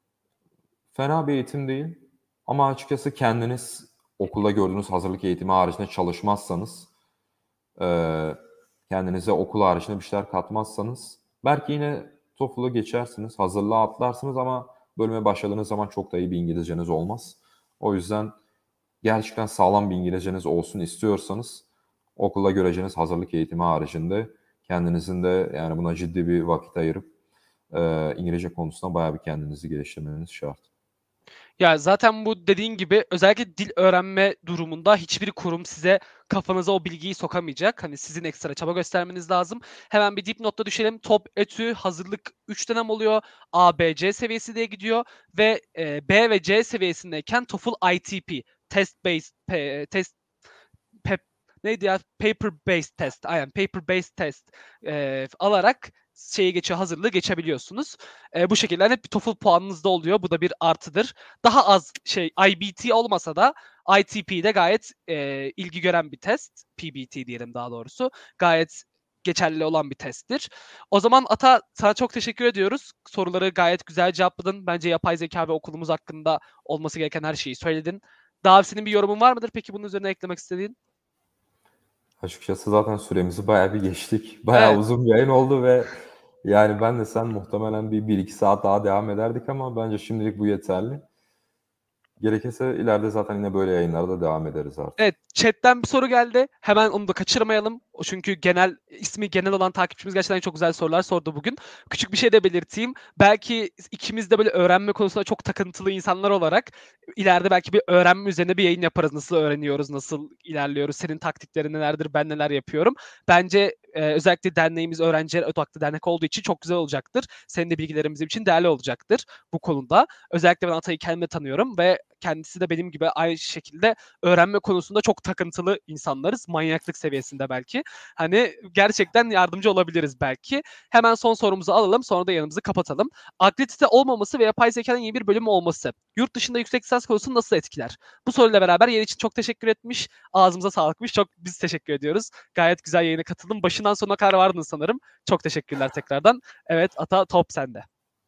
Fena bir eğitim değil ama açıkçası kendiniz okulda gördüğünüz hazırlık eğitimi haricinde çalışmazsanız, eee, kendinize okul haricinde bir şeyler katmazsanız belki yine TOEFL'ı geçersiniz, hazırlığa atlarsınız ama bölüme başladığınız zaman çok da iyi bir İngilizceniz olmaz. O yüzden gerçekten sağlam bir İngilizceniz olsun istiyorsanız okulda göreceğiniz hazırlık eğitimi haricinde kendinizin de yani buna ciddi bir vakit ayırıp eee, İngilizce konusunda bayağı bir kendinizi geliştirmeniz şart. Ya, zaten bu dediğin gibi özellikle dil öğrenme durumunda hiçbir kurum size kafanıza o bilgiyi sokamayacak. Hani, sizin ekstra çaba göstermeniz lazım. Hemen bir dipnotta düşelim. TOEFL, ETÜ, hazırlık üç dönem oluyor. A, B, C seviyesi diye gidiyor ve, eee, B ve C seviyesindeyken TOEFL I T P, Test Based pe Test pep neydi ya? Paper based test. Aynen paper based test eee, alarak şeyi geçiyor, hazırlığı geçebiliyorsunuz. Eee, bu şekilde hani bir TOEFL puanınız da oluyor. Bu da bir artıdır. Daha az şey I B T olmasa da I T P'de gayet eee, ilgi gören bir test. P B T diyelim daha doğrusu. Gayet geçerli olan bir testtir. O zaman Ata sana çok teşekkür ediyoruz. Soruları gayet güzel cevapladın. Bence yapay zeka ve okulumuz hakkında olması gereken her şeyi söyledin. Daha senin bir yorumun var mıdır peki bunun üzerine eklemek istediğin? Açıkçası zaten süremizi bayağı bir geçtik. Bayağı Evet. uzun bir yayın oldu ve yani ben de sen muhtemelen bir bir iki saat daha devam ederdik ama bence şimdilik bu yeterli. Gerekirse ileride zaten yine böyle yayınlarda devam ederiz artık. Evet, chat'ten bir soru geldi. Hemen onu da kaçırmayalım. O çünkü genel ismi genel olan takipçimiz gerçekten çok güzel sorular sordu bugün. Küçük bir şey de belirteyim. Belki ikimiz de böyle öğrenme konusunda çok takıntılı insanlar olarak ileride belki bir öğrenme üzerine bir yayın yaparız. Nasıl öğreniyoruz, nasıl ilerliyoruz, senin taktiklerin nelerdir, ben neler yapıyorum. Bence e, özellikle derneğimiz öğrenciler odaklı dernek olduğu için çok güzel olacaktır. Senin de bilgilerin bizim için değerli olacaktır bu konuda. Özellikle ben Atay'ı kendime tanıyorum ve kendisi de benim gibi aynı şekilde öğrenme konusunda çok takıntılı insanlarız. Manyaklık seviyesinde belki. Hani gerçekten yardımcı olabiliriz belki. Hemen son sorumuzu alalım sonra da yanımızı kapatalım. Akredite olmaması ve yapay zekanın yeni bir bölümü olması yurt dışında yüksek lisans konusunu nasıl etkiler? Bu soruyla beraber yayın için çok teşekkür etmiş. Ağzımıza sağlıkmış. Çok biz teşekkür ediyoruz. Gayet güzel yayına katıldım. Başından sonuna kadar vardın sanırım. Çok teşekkürler tekrardan. Evet Ata top sende.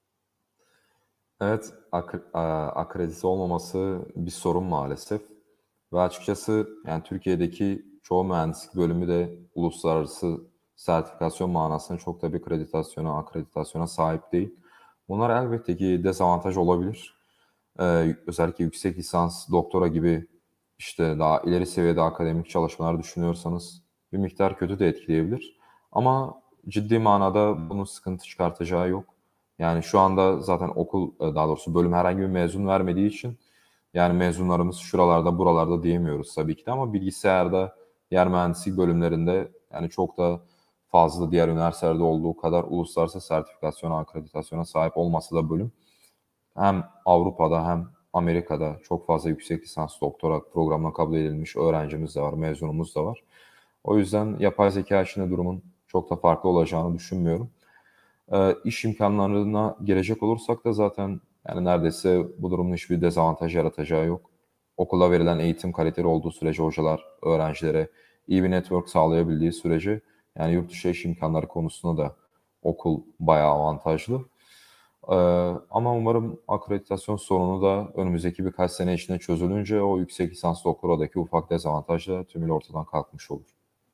Evet, ak- a- akredite olmaması bir sorun maalesef. Ve açıkçası yani Türkiye'deki çoğu mühendislik bölümü de uluslararası sertifikasyon manasında çok da bir akreditasyona, akreditasyona sahip değil. Bunlar elbette ki dezavantaj olabilir. Ee, özellikle yüksek lisans, doktora gibi işte daha ileri seviyede akademik çalışmalar düşünüyorsanız bir miktar kötü de etkileyebilir. Ama ciddi manada bunun sıkıntı çıkartacağı yok. Yani şu anda zaten okul, e, daha doğrusu bölüm herhangi bir mezun vermediği için yani mezunlarımız şuralarda buralarda diyemiyoruz tabii ki de ama bilgisayarda, diğer mühendislik bölümlerinde yani çok da fazla diğer üniversitelerde olduğu kadar uluslararası sertifikasyona, akreditasyona sahip olmasa da bölüm hem Avrupa'da hem Amerika'da çok fazla yüksek lisans doktora programına kabul edilmiş öğrencimiz de var, mezunumuz da var. O yüzden yapay zeka işinde durumun çok da farklı olacağını düşünmüyorum. Ee, iş imkanlarına gelecek olursak da zaten yani neredeyse bu durumun hiçbir dezavantaj yaratacağı yok. Okula verilen eğitim kaliteli olduğu sürece hocalar öğrencilere iyi bir network sağlayabildiği sürece yani yurt dışı iş imkanları konusunda da okul bayağı avantajlı. Eee, ama umarım akreditasyon sorunu da önümüzdeki birkaç sene içinde çözülünce o yüksek lisans doktoradaki ufak dezavantaj da tümüyle ortadan kalkmış olur.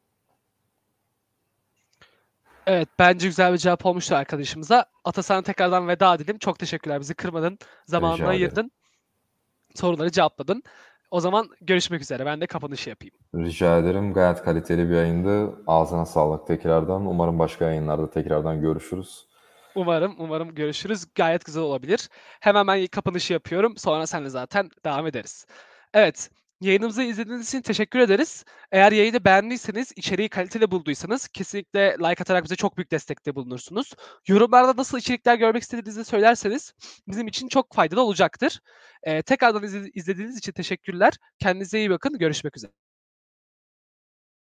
Evet, bence güzel bir cevap olmuştur arkadaşımıza. Ata, sana tekrardan veda edelim. Çok teşekkürler. Bizi kırmadın, zamanını Rica ederim. ayırdın, soruları cevapladın. O zaman görüşmek üzere. Ben de kapanışı yapayım. Rica ederim. Gayet kaliteli bir yayındı. Ağzına sağlık tekrardan. Umarım başka yayınlarda tekrardan görüşürüz. Umarım, umarım görüşürüz. Gayet güzel olabilir. Hemen ben kapanışı yapıyorum. Sonra seninle zaten devam ederiz. Evet, yayınımızı izlediğiniz için teşekkür ederiz. Eğer yayını beğendiyseniz, içeriği kaliteli bulduysanız kesinlikle like atarak bize çok büyük destekte bulunursunuz. Yorumlarda nasıl içerikler görmek istediğinizi söylerseniz bizim için çok faydalı olacaktır. Eee, tekrardan izle izlediğiniz için teşekkürler. Kendinize iyi bakın. Görüşmek üzere.